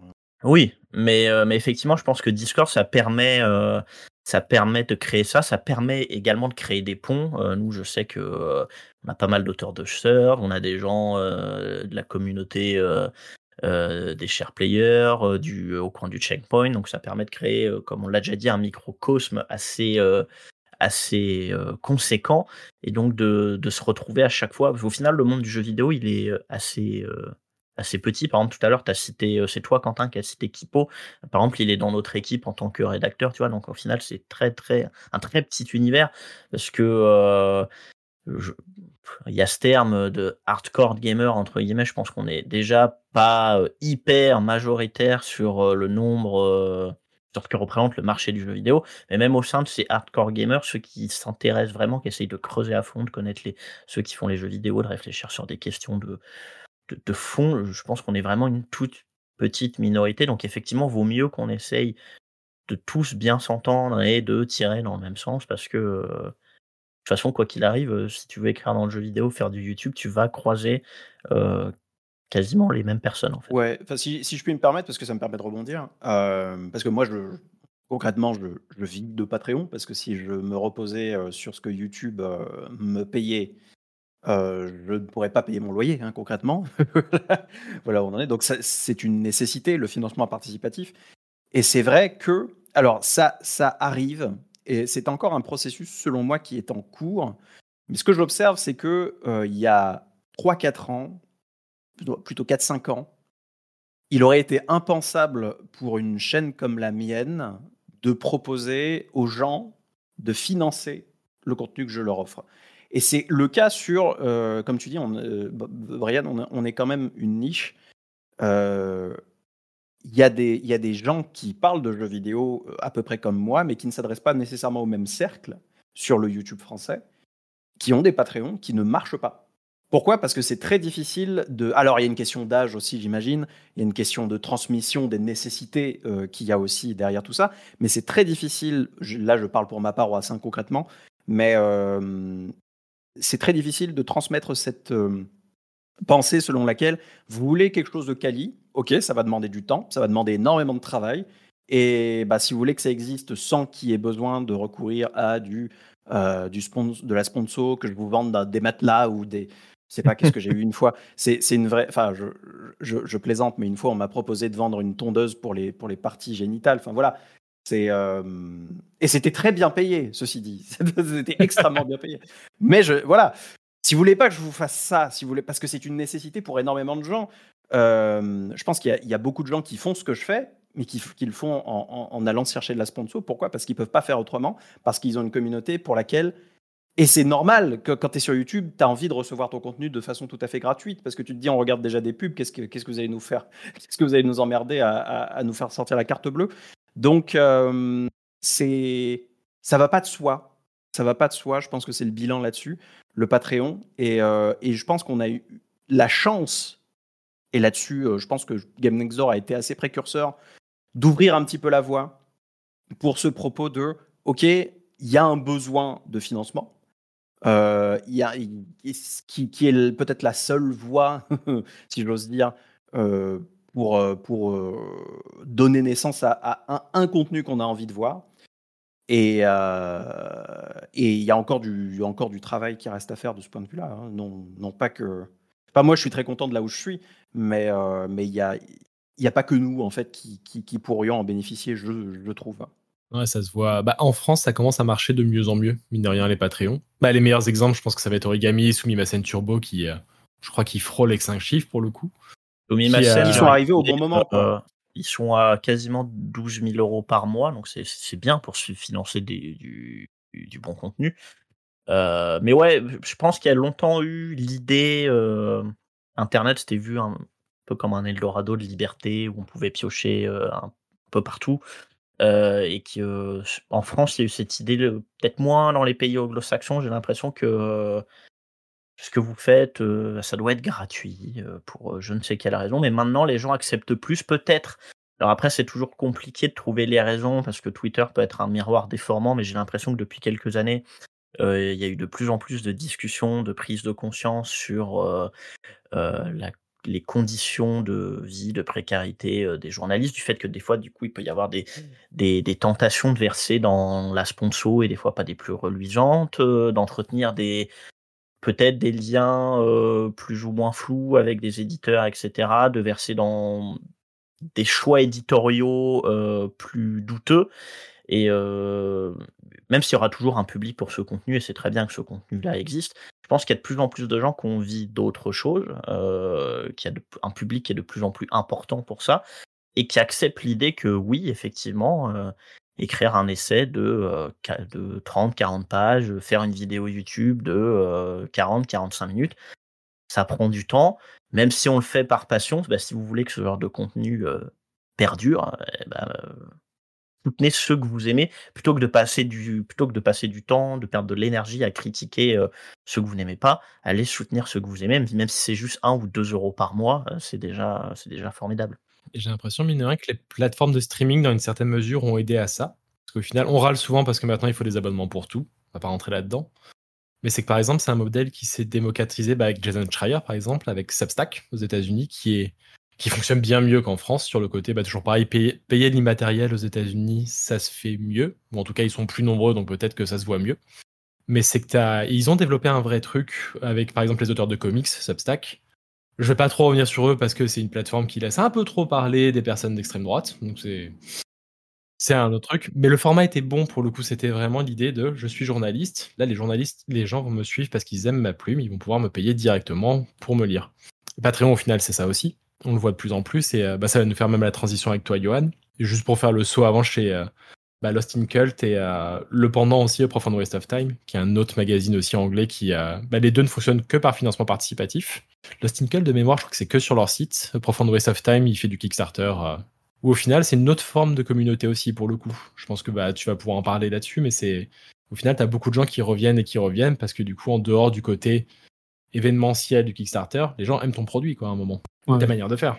Oui, mais, euh, mais effectivement, je pense que Discord, ça permet, euh, ça permet de créer ça. Ça permet également de créer des ponts. Euh, nous, je sais que euh, on a pas mal d'auteurs de serve, on a des gens euh, de la communauté euh, euh, des share players, euh, du, au coin du checkpoint. Donc, ça permet de créer, euh, comme on l'a déjà dit, un microcosme assez, euh, assez euh, conséquent. Et donc, de, de se retrouver à chaque fois. Au final, le monde du jeu vidéo, il est euh, assez. Euh, assez petit. Par exemple, tout à l'heure, t'as cité, euh, c'est toi, Quentin, qui a cité Kipo. Par exemple, il est dans notre équipe en tant que rédacteur, tu vois. Donc, au final, c'est très, très, un très petit univers parce que euh, je- il y a ce terme de hardcore gamer, entre guillemets. Je pense qu'on est déjà pas euh, hyper majoritaire sur euh, le nombre, euh, sur ce que représente le marché du jeu vidéo. Mais même au sein de ces hardcore gamers, ceux qui s'intéressent vraiment, qui essayent de creuser à fond, de connaître les, ceux qui font les jeux vidéo, de réfléchir sur des questions de de, de fond, je pense qu'on est vraiment une toute petite minorité. Donc effectivement, vaut mieux qu'on essaye de tous bien s'entendre et de tirer dans le même sens parce que euh, de toute façon, quoi qu'il arrive, euh, si tu veux écrire dans le jeu vidéo, faire du YouTube, tu vas croiser euh, quasiment les mêmes personnes en fait. Ouais, enfin, si, si je puis me permettre, parce que ça me permet de rebondir, euh, parce que moi, je, concrètement, je, je vis de Patreon, parce que si je me reposais euh, sur ce que YouTube euh, me payait, euh, je ne pourrais pas payer mon loyer, hein, concrètement. Voilà où on en est. Donc, ça- c'est une nécessité, le financement participatif. Et c'est vrai que, alors, ça, ça arrive, et c'est encore un processus, selon moi, qui est en cours. Mais ce que j'observe, c'est que euh, il y a trois quatre ans, plutôt, plutôt quatre cinq ans, il aurait été impensable pour une chaîne comme la mienne de proposer aux gens de financer le contenu que je leur offre. Et c'est le cas sur, euh, comme tu dis, on, euh, Brian, on, on est quand même une niche. Euh, Il y, a des- il y a des gens qui parlent de jeux vidéo euh, à peu près comme moi, mais qui ne s'adressent pas nécessairement au même cercle sur le YouTube français, qui ont des Patreons qui ne marchent pas. Pourquoi? Parce que c'est très difficile de... Alors, il y a une question d'âge aussi, j'imagine. Il y a une question de transmission des nécessités euh, qu'il y a aussi derrière tout ça. Mais c'est très difficile, je- là je parle pour ma part ou à cinq concrètement, mais euh, c'est très difficile de transmettre cette euh, pensée selon laquelle vous voulez quelque chose de quali, ok, ça va demander du temps, ça va demander énormément de travail. Et bah, si vous voulez que ça existe sans qu'il y ait besoin de recourir à du, euh, du spons- de la sponsor, que je vous vende dans des matelas ou des... Je sais pas, qu'est-ce que j'ai eu une fois. C'est c'est une vraie... Enfin, je, je, je plaisante, mais une fois, on m'a proposé de vendre une tondeuse pour les, pour les parties génitales. Enfin, voilà. C'est, euh, Et c'était très bien payé, ceci dit. C'était extrêmement bien payé. Mais je, voilà, si vous voulez pas que je vous fasse ça, si vous voulez, parce que c'est une nécessité pour énormément de gens, euh, je pense qu'il y, a- il y a beaucoup de gens qui font ce que je fais, mais qui, f- qui le font en, en- en allant chercher de la sponsor. Pourquoi? Parce qu'ils peuvent pas faire autrement, parce qu'ils ont une communauté pour laquelle... Et c'est normal que quand tu es sur YouTube, tu as envie de recevoir ton contenu de façon tout à fait gratuite, parce que tu te dis, on regarde déjà des pubs, qu'est-ce que, qu'est-ce que vous allez nous faire? Qu'est-ce que vous allez nous emmerder à, à- à nous faire sortir la carte bleue? Donc, euh, c'est, ça va pas de soi. Ça va pas de soi. Je pense que c'est le bilan là-dessus, le Patreon. Et, euh, et je pense qu'on a eu la chance, et là-dessus, euh, je pense que Game Next Door a été assez précurseur, d'ouvrir un petit peu la voie pour ce propos de, OK, il y a un besoin de financement. Euh, Il y a, il- qui, qui est le- peut-être la seule voie, si j'ose dire, euh, pour, euh, pour euh, donner naissance à, à un, un contenu qu'on a envie de voir. Et euh, et il y a encore du, encore du travail qui reste à faire de ce point de vue-là, hein. Non, non pas que... Pas moi, je suis très content de là où je suis, mais euh, mais il y a, il y a pas que nous, en fait, qui, qui, qui pourrions en bénéficier, je, je trouve. Ouais, ça se voit. Bah, en France, ça commence à marcher de mieux en mieux, mine de rien, les Patreons. Bah, les meilleurs exemples, je pense que ça va être Origami, Sumimasen Turbo, qui, euh, je crois, qui frôle les cinq chiffres pour le coup. Sumimasen, Qui, Ils euh, sont leur arrivés au idée, bon moment, quoi. euh, ils sont à quasiment douze mille euros par mois, donc c'est c'est bien pour se financer des- du, du, du bon contenu. Euh, mais ouais, je pense qu'il y a longtemps eu l'idée, euh, Internet c'était vu un peu comme un Eldorado de liberté où on pouvait piocher euh, un peu partout. Euh, et que en France, il y a eu cette idée, de- peut-être moins dans les pays anglo-saxons. J'ai l'impression que euh, ce que vous faites, euh, ça doit être gratuit euh, pour euh, je ne sais quelle raison. Mais maintenant, les gens acceptent plus, peut-être. Alors après, c'est toujours compliqué de trouver les raisons parce que Twitter peut être un miroir déformant, mais j'ai l'impression que depuis quelques années, euh, il y a eu de plus en plus de discussions, de prise de conscience sur euh, euh, la les conditions de vie, de précarité euh, des journalistes, du fait que des fois, du coup, il peut y avoir des, des, des tentations de verser dans la sponsor et des fois pas des plus reluisantes, euh, d'entretenir des peut-être des liens euh, plus ou moins flous avec des éditeurs, et cetera, de verser dans des choix éditoriaux euh, plus douteux. Et euh, même s'il y aura toujours un public pour ce contenu, et c'est très bien que ce contenu-là existe, je pense qu'il y a de plus en plus de gens qui ont envie d'autres choses, euh, qu'il y a de, un public qui est de plus en plus important pour ça, et qui accepte l'idée que oui, effectivement, euh, écrire un essai de, euh, qua- de trente quarante pages, faire une vidéo YouTube de euh, quarante quarante-cinq minutes, ça prend du temps, même si on le fait par passion. Bah, si vous voulez que ce genre de contenu euh, perdure, eh ben, euh, soutenez ceux que vous aimez plutôt que de passer du plutôt que de passer du temps, de perdre de l'énergie à critiquer euh, ceux que vous n'aimez pas. Allez soutenir ceux que vous aimez, même si c'est juste un ou deux euros par mois, euh, c'est déjà c'est déjà formidable. Et j'ai l'impression, mine de rien, que les plateformes de streaming, dans une certaine mesure, ont aidé à ça. Parce qu'au final, on râle souvent parce que maintenant, il faut des abonnements pour tout. On va pas rentrer là-dedans. Mais c'est que, par exemple, c'est un modèle qui s'est démocratisé bah, avec Jason Schreier, par exemple, avec Substack aux États-Unis, qui est qui fonctionne bien mieux qu'en France sur le côté, bah, toujours pareil, payer, payer de l'immatériel aux États-Unis, ça se fait mieux. Ou en tout cas, ils sont plus nombreux, donc peut-être que ça se voit mieux. Mais c'est que t'as... ils ont développé un vrai truc avec, par exemple, les auteurs de comics, Substack. Je vais pas trop revenir sur eux parce que c'est une plateforme qui laisse un peu trop parler des personnes d'extrême droite. Donc c'est c'est un autre truc. Mais le format était bon pour le coup. C'était vraiment l'idée de je suis journaliste. Là, les journalistes, les gens vont me suivre parce qu'ils aiment ma plume. Ils vont pouvoir me payer directement pour me lire. Et Patreon, au final, c'est ça aussi. On le voit de plus en plus. Et euh, bah, ça va nous faire même la transition avec toi, Johan. Et juste pour faire le saut avant chez euh, bah, Lost in Cult et euh, le pendant aussi, Profound Waste of Time, qui est un autre magazine aussi anglais qui a. Bah, les deux ne fonctionnent que par financement participatif. Lost in Cult, de mémoire, je crois que c'est que sur leur site. Profound Waste of Time, il fait du Kickstarter. Euh, où au final, c'est une autre forme de communauté aussi, pour le coup. Je pense que bah, tu vas pouvoir en parler là-dessus, mais c'est. Au final, tu as beaucoup de gens qui reviennent et qui reviennent parce que du coup, en dehors du côté événementiel du Kickstarter, les gens aiment ton produit, quoi, à un moment. Ouais. Ta manière de faire.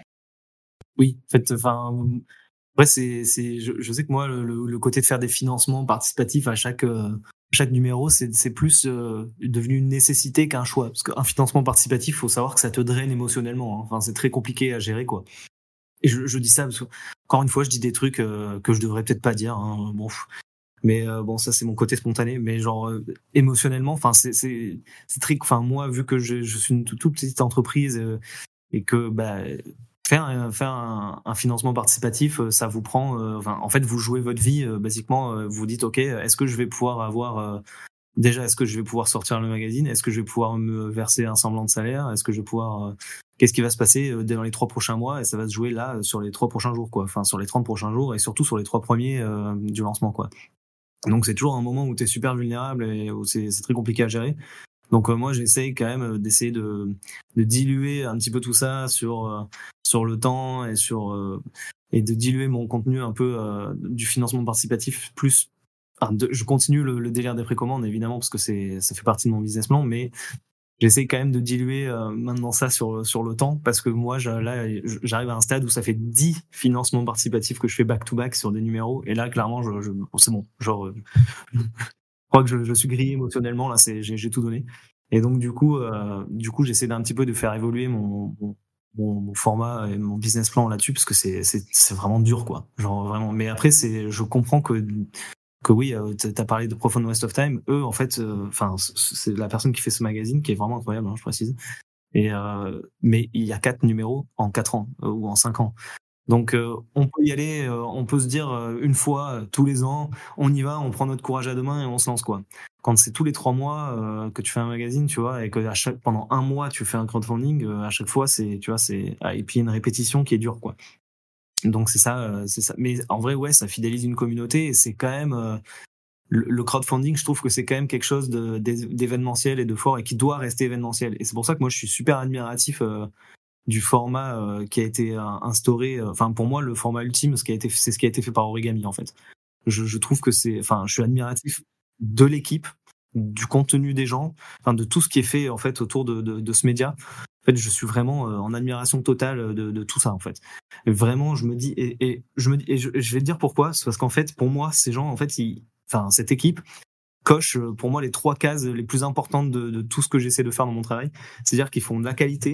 Oui, en fait, enfin, après, c'est, c'est, je, je sais que moi, le, le côté de faire des financements participatifs à chaque, euh, chaque numéro, c'est, c'est plus euh, devenu une nécessité qu'un choix. Parce qu'un financement participatif, faut savoir que ça te draine émotionnellement. Hein. Enfin, c'est très compliqué à gérer, quoi. Et je, je dis ça parce que, encore une fois, je dis des trucs euh, que je devrais peut-être pas dire. Hein. Bon, mais euh, bon, ça c'est mon côté spontané. Mais genre euh, émotionnellement, enfin, c'est, c'est, c'est très, enfin, moi, vu que je, je suis une toute, toute petite entreprise euh, et que bah faire un, faire un, un financement participatif, ça vous prend. Euh, enfin, en fait, vous jouez votre vie. Euh, basiquement, euh, vous dites, ok, est-ce que je vais pouvoir avoir euh, déjà, est-ce que je vais pouvoir sortir le magazine? Est-ce que je vais pouvoir me verser un semblant de salaire? Est-ce que je vais pouvoir euh, qu'est-ce qui va se passer euh, dans les trois prochains mois? Et ça va se jouer là sur les trois prochains jours, quoi. Enfin, sur les trente prochains jours et surtout sur les trois premiers euh, du lancement, quoi. Donc c'est toujours un moment où t'es super vulnérable et où c'est, c'est très compliqué à gérer. Donc euh, moi j'essaye quand même d'essayer de, de diluer un petit peu tout ça sur euh, sur le temps et sur euh, et de diluer mon contenu un peu euh, du financement participatif plus. Enfin, de, je continue le, le délire des précommandes évidemment parce que c'est ça fait partie de mon business plan, mais j'essaie quand même de diluer euh, maintenant ça sur sur le temps parce que moi je, là j'arrive à un stade où ça fait dix financements participatifs que je fais back to back sur des numéros et là clairement je, je c'est bon genre euh, je crois que je, je suis grillé émotionnellement là, c'est j'ai, j'ai tout donné et donc du coup euh, du coup j'essaie d'un petit peu de faire évoluer mon, mon mon, mon format et mon business plan là-dessus parce que c'est c'est c'est vraiment dur quoi, genre vraiment. Mais après c'est je comprends que que oui, euh, t'as parlé de Profound Waste of Time. Eux, en fait, enfin, euh, c'est la personne qui fait ce magazine qui est vraiment incroyable, hein, je précise. Et euh, mais il y a quatre numéros en quatre ans euh, ou en cinq ans. Donc euh, on peut y aller, euh, on peut se dire euh, une fois euh, tous les ans, on y va, on prend notre courage à deux mains et on se lance quoi. Quand c'est tous les trois mois euh, que tu fais un magazine, tu vois, et que à chaque pendant un mois tu fais un crowdfunding, euh, à chaque fois c'est, tu vois, c'est ah, et puis une répétition qui est dure quoi. Donc c'est ça, euh, c'est ça. Mais en vrai, ouais, ça fidélise une communauté et c'est quand même euh, le, le crowdfunding. Je trouve que c'est quand même quelque chose de, d'événementiel et de fort et qui doit rester événementiel. Et c'est pour ça que moi, je suis super admiratif euh, du format euh, qui a été euh, instauré. Enfin, pour moi, le format ultime, ce qui a été, c'est ce qui a été fait par Origami en fait. Je, je trouve que c'est, enfin, je suis admiratif de l'équipe, du contenu des gens, enfin de tout ce qui est fait en fait autour de, de, de ce média. En fait, je suis vraiment euh, en admiration totale de, de tout ça en fait. Et vraiment, je me dis et, et je me dis et je, je vais te dire pourquoi. C'est parce qu'en fait, pour moi, ces gens, en fait, ils, enfin cette équipe coche pour moi les trois cases les plus importantes de, de tout ce que j'essaie de faire dans mon travail. C'est-à-dire qu'ils font de la qualité,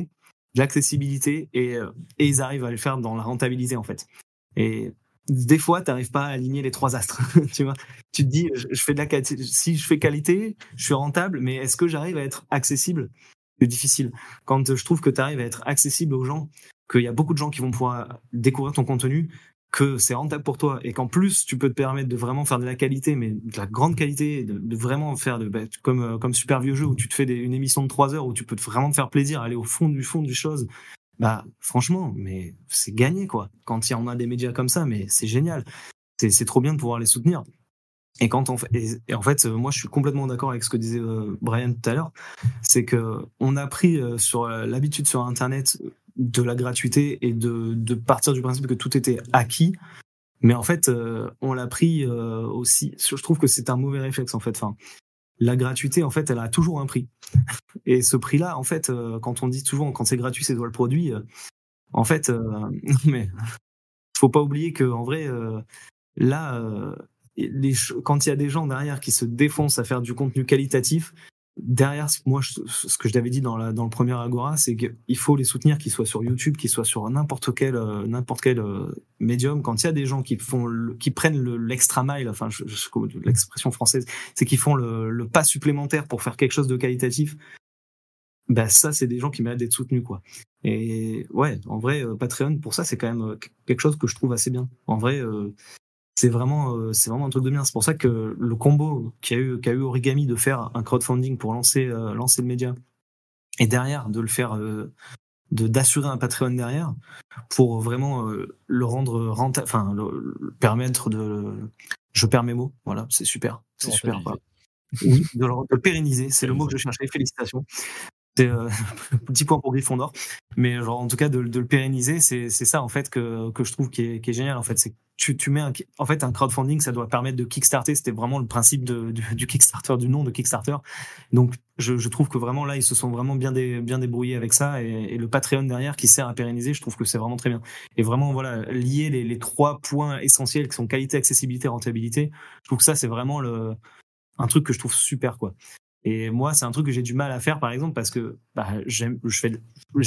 de l'accessibilité et, euh, et ils arrivent à le faire dans la rentabilité en fait. Et des fois, tu n'arrives pas à aligner les trois astres. Tu vois, tu te dis, je, je fais de la qualité. Si je fais qualité, je suis rentable, mais est-ce que j'arrive à être accessible? C'est difficile. Quand je trouve que tu arrives à être accessible aux gens, qu'il y a beaucoup de gens qui vont pouvoir découvrir ton contenu, que c'est rentable pour toi et qu'en plus tu peux te permettre de vraiment faire de la qualité, mais de la grande qualité, de, de vraiment faire de, bah, comme euh, comme Super Vieux Jeu où tu te fais des, une émission de trois heures où tu peux te, vraiment te faire plaisir, aller au fond du fond du chose. Bah franchement, mais c'est gagné quoi. Quand il y en a des médias comme ça, mais c'est génial. C'est c'est trop bien de pouvoir les soutenir. Et quand on fait, et, et en fait, euh, moi, je suis complètement d'accord avec ce que disait euh, Brian tout à l'heure, c'est que on a pris euh, sur euh, l'habitude sur Internet de la gratuité et de, de partir du principe que tout était acquis. Mais en fait, euh, on l'a pris euh, aussi. Je trouve que c'est un mauvais réflexe en fait. Enfin, la gratuité, en fait, elle a toujours un prix. Et ce prix-là, en fait, euh, quand on dit souvent quand c'est gratuit, c'est toi le produit. Euh, en fait, euh, mais faut pas oublier que en vrai, euh, là. Euh, Les, quand il y a des gens derrière qui se défoncent à faire du contenu qualitatif, derrière, moi, je, ce que je t'avais dit dans, la, dans le premier Agora, c'est qu'il faut les soutenir, qu'ils soient sur YouTube, qu'ils soient sur n'importe quel, euh, n'importe quel euh, médium. Quand il y a des gens qui font, le, qui prennent le, l'extra mile, enfin, je, je, l'expression française, c'est qu'ils font le, le pas supplémentaire pour faire quelque chose de qualitatif. Ben ça, c'est des gens qui méritent d'être soutenus, quoi. Et ouais, en vrai, euh, Patreon, pour ça, c'est quand même euh, quelque chose que je trouve assez bien. En vrai. Euh, c'est vraiment euh, c'est vraiment un truc de bien. C'est pour ça que le combo qu'a eu qu'a eu Origami de faire un crowdfunding pour lancer euh, lancer le média et derrière de le faire euh, de d'assurer un Patreon derrière pour vraiment euh, le rendre rentable, enfin le, le permettre de je perds mes mots, voilà, c'est super, c'est super quoi. Oui, de le, de le pérenniser, c'est le mot que je cherchais. Félicitations. C'est euh, petit point pour Gryffondor, mais genre en tout cas de, de le pérenniser, c'est c'est ça en fait que que je trouve qui est qui est génial en fait, c'est que tu tu mets un, en fait un crowdfunding, ça doit permettre de kickstarter, c'était vraiment le principe de, du, du Kickstarter, du nom de Kickstarter. Donc je je trouve que vraiment là ils se sont vraiment bien dé, bien débrouillés avec ça et, et le Patreon derrière qui sert à pérenniser, je trouve que c'est vraiment très bien. Et vraiment voilà, lier les les trois points essentiels qui sont qualité, accessibilité, rentabilité, je trouve que ça c'est vraiment le un truc que je trouve super quoi. Et moi, c'est un truc que j'ai du mal à faire, par exemple, parce que bah, j'aime, je fais,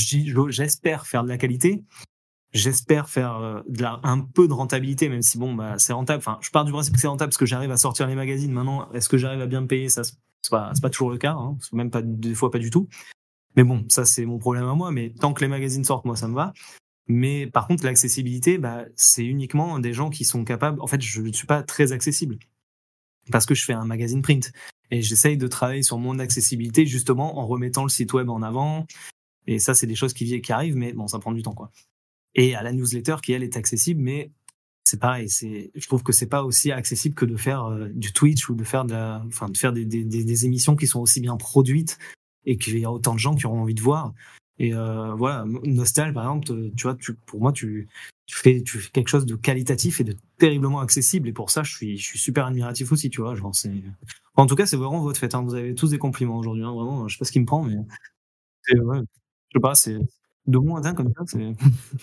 j'espère faire de la qualité, j'espère faire de la, un peu de rentabilité, même si bon, bah, c'est rentable. Enfin, je pars du principe que c'est rentable parce que j'arrive à sortir les magazines. Maintenant, est-ce que j'arrive à bien me payer? Ça, c'est pas, c'est pas toujours le cas, hein, même pas des fois pas du tout. Mais bon, ça c'est mon problème à moi. Mais tant que les magazines sortent, moi ça me va. Mais par contre, l'accessibilité, bah, c'est uniquement des gens qui sont capables. En fait, je ne suis pas très accessible parce que je fais un magazine print. Et j'essaye de travailler sur mon accessibilité justement en remettant le site web en avant. Et ça, c'est des choses qui, qui arrivent, mais bon, ça prend du temps, quoi. Et à la newsletter qui, elle, est accessible, mais c'est pareil. C'est, je trouve que c'est pas aussi accessible que de faire euh, du Twitch ou de faire de la, enfin, de faire des, des, des, des émissions qui sont aussi bien produites et qu'il y a autant de gens qui auront envie de voir. Et euh, voilà, Nostal, par exemple, tu vois, tu, pour moi, tu, tu fais, tu fais quelque chose de qualitatif et de terriblement accessible. Et pour ça, je suis, je suis super admiratif aussi, tu vois. Genre, c'est... En tout cas, c'est vraiment votre fête. Hein. Vous avez tous des compliments aujourd'hui. Hein, vraiment, je sais pas ce qui me prend, mais c'est, ouais, je sais pas, c'est de moins d'un comme ça. C'est...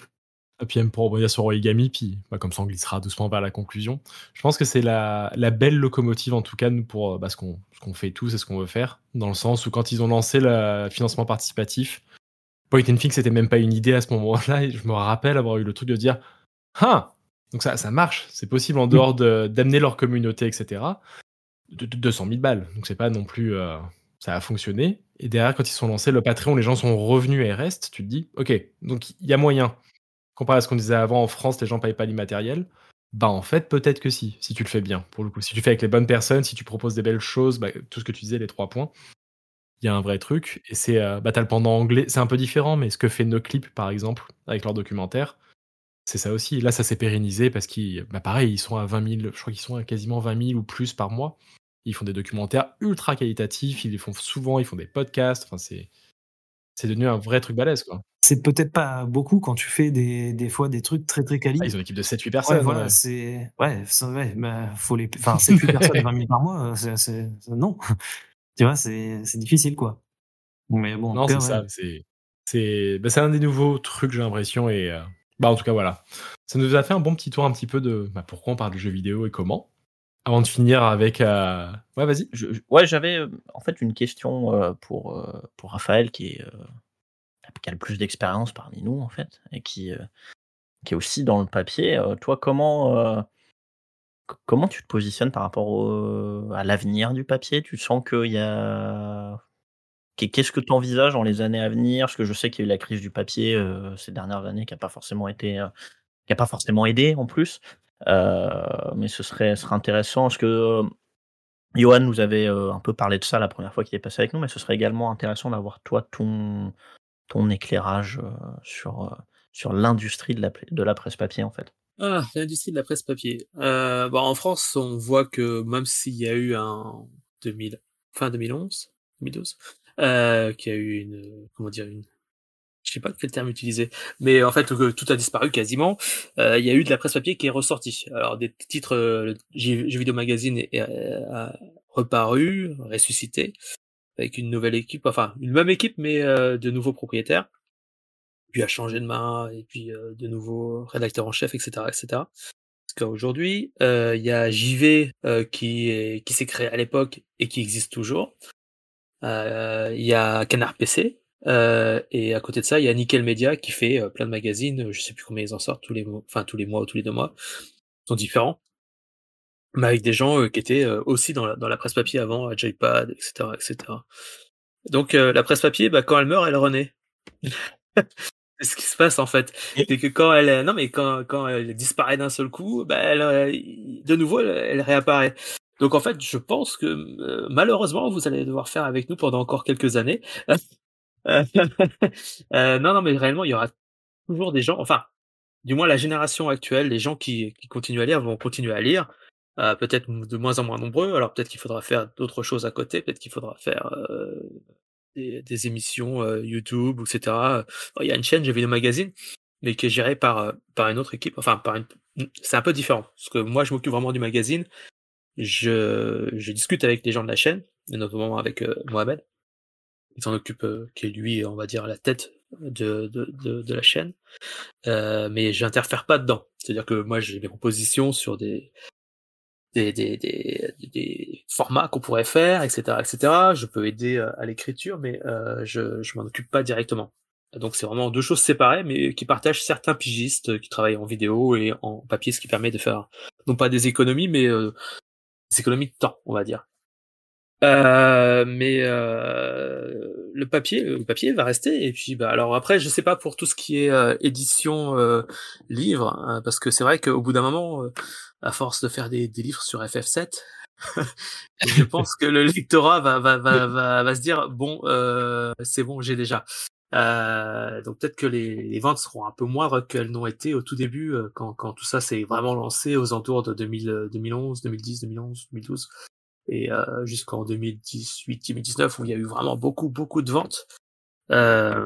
Et puis même pour rebondir sur Origami, puis bah, comme ça on glissera doucement vers la conclusion. Je pense que c'est la, la belle locomotive en tout cas nous, pour bah, ce, qu'on, ce qu'on fait tous et ce qu'on veut faire, dans le sens où quand ils ont lancé le financement participatif, Point and Think c'était même pas une idée à ce moment-là, et je me rappelle avoir eu le truc de dire ah, donc ça, ça marche, c'est possible en dehors de, d'amener leur communauté, et cetera. De, de deux cent mille balles, donc c'est pas non plus... Euh, ça a fonctionné. Et derrière, quand ils sont lancés, le Patreon, les gens sont revenus et restent, tu te dis, ok, donc il y a moyen. Comparé à ce qu'on disait avant, en France, les gens ne payent pas l'immatériel. Bah en fait, peut-être que si, si tu le fais bien, pour le coup. Si tu fais avec les bonnes personnes, si tu proposes des belles choses, bah, tout ce que tu disais, les trois points, il y a un vrai truc. Et c'est, euh, bah t'as le pendant anglais, c'est un peu différent, mais ce que fait NoClip, par exemple, avec leur documentaire, c'est ça aussi. Là, ça s'est pérennisé parce qu'ils, bah pareil, ils sont à vingt mille, je crois qu'ils sont à quasiment vingt mille ou plus par mois. Ils font des documentaires ultra qualitatifs, ils les font souvent, ils font des podcasts, enfin c'est... C'est devenu un vrai truc balèze, quoi. C'est peut-être pas beaucoup quand tu fais des, des fois des trucs très très quali. Ah, ils ont une équipe de sept huit personnes. Ouais, voilà, ouais. c'est. Ouais, ça, ouais, bah, faut les. Enfin, sept huit personnes, vingt mille par mois, c'est, c'est... non. Tu vois, c'est, c'est difficile, quoi. Mais bon, non, cas, c'est ouais. ça. C'est, c'est... Bah, c'est un des nouveaux trucs, j'ai l'impression. Et euh... bah, en tout cas, voilà. Ça nous a fait un bon petit tour un petit peu de bah, pourquoi on parle de jeux vidéo et comment. Avant de finir avec. Euh... Ouais, vas-y. Je, je, ouais, j'avais euh, en fait une question euh, pour, euh, pour Raphaël qui est. Euh, qui a le plus d'expérience parmi nous, en fait, et qui, euh, qui est aussi dans le papier. Euh, toi, comment, euh, c- comment tu te positionnes par rapport au- à l'avenir du papier? Tu sens qu'il y a... Qu'est- Qu'est-ce que tu envisages dans les années à venir? Parce que je sais qu'il y a eu la crise du papier euh, ces dernières années qui n'a pas forcément été, euh, qui a pas forcément aidé en plus. Euh, mais ce serait, ce serait intéressant. Parce que euh, Johan nous avait euh, un peu parlé de ça la première fois qu'il est passé avec nous, mais ce serait également intéressant d'avoir toi ton, ton éclairage euh, sur, euh, sur l'industrie de la, de la presse papier en fait. Ah, l'industrie de la presse papier. Euh, bah, en France, on voit que même s'il y a eu un deux mille, fin deux mille onze, deux mille douze, euh, qu'il y a eu une, comment dire, une, je sais pas quel terme utiliser, mais en fait que tout a disparu quasiment. Euh, il y a eu de la presse papier qui est ressortie. Alors des titres, euh, Jeux Jeux Vidéo Magazine est, est- a reparu, ressuscité, avec une nouvelle équipe, enfin une même équipe mais euh, de nouveaux propriétaires, puis a changé de main et puis euh, de nouveaux rédacteurs en chef, et cetera, et cetera. Parce qu'aujourd'hui, euh, il y a J V euh, qui est, qui s'est créé à l'époque et qui existe toujours. Euh, Il y a Canard P C. Euh, et à côté de ça, il y a Nickel Media qui fait euh, plein de magazines. Je sais plus combien ils en sortent tous les mois, enfin tous les mois ou tous les deux mois. Ils sont différents, mais avec des gens euh, qui étaient euh, aussi dans la, dans la presse papier avant, à Joypad, et cetera, et cetera. Donc euh, la presse papier, bah, quand elle meurt, elle renaît. C'est ce qui se passe en fait. C'est que quand elle, non mais quand quand elle disparaît d'un seul coup, bah elle, euh, de nouveau elle, elle réapparaît. Donc en fait, je pense que euh, malheureusement vous allez devoir faire avec nous pendant encore quelques années. Euh, euh, non non mais réellement il y aura toujours des gens, enfin du moins la génération actuelle, les gens qui qui continuent à lire vont continuer à lire. Euh, peut-être de moins en moins nombreux. Alors peut-être qu'il faudra faire d'autres choses à côté. Peut-être qu'il faudra faire euh, des, des émissions euh, YouTube, et cetera. Il y a une chaîne, j'ai vu le magazine, mais qui est gérée par, euh, par une autre équipe. Enfin, par une... c'est un peu différent. Parce que moi, je m'occupe vraiment du magazine. Je, je discute avec les gens de la chaîne, et notamment avec euh, Mohamed, qui s'en occupe, euh, qui est lui, on va dire, la tête de, de, de, de la chaîne. Euh, mais j'interfère pas dedans. C'est-à-dire que moi, j'ai des propositions sur des, des, des, des, des formats qu'on pourrait faire, et cetera, et cetera. Je peux aider euh, à l'écriture, mais euh, je je m'en occupe pas directement. Donc c'est vraiment deux choses séparées, mais qui partagent certains pigistes qui travaillent en vidéo et en papier, ce qui permet de faire non pas des économies, mais euh, des économies de temps, on va dire. Euh, mais euh, le papier, le papier va rester. Et puis, bah, alors après, je sais pas pour tout ce qui est euh, édition euh, livre, hein, parce que c'est vrai qu'au bout d'un moment, euh, à force de faire des, des livres sur F F sept, je pense que le lectorat va va va va, va se dire bon, euh, c'est bon, j'ai déjà. Euh, donc peut-être que les, les ventes seront un peu moindres qu'elles n'ont été au tout début, euh, quand quand tout ça s'est vraiment lancé aux alentours de deux mille, deux mille onze, deux mille dix, deux mille onze, deux mille douze. Et euh, jusqu'en deux mille dix-huit, deux mille dix-neuf où il y a eu vraiment beaucoup beaucoup de ventes. Euh,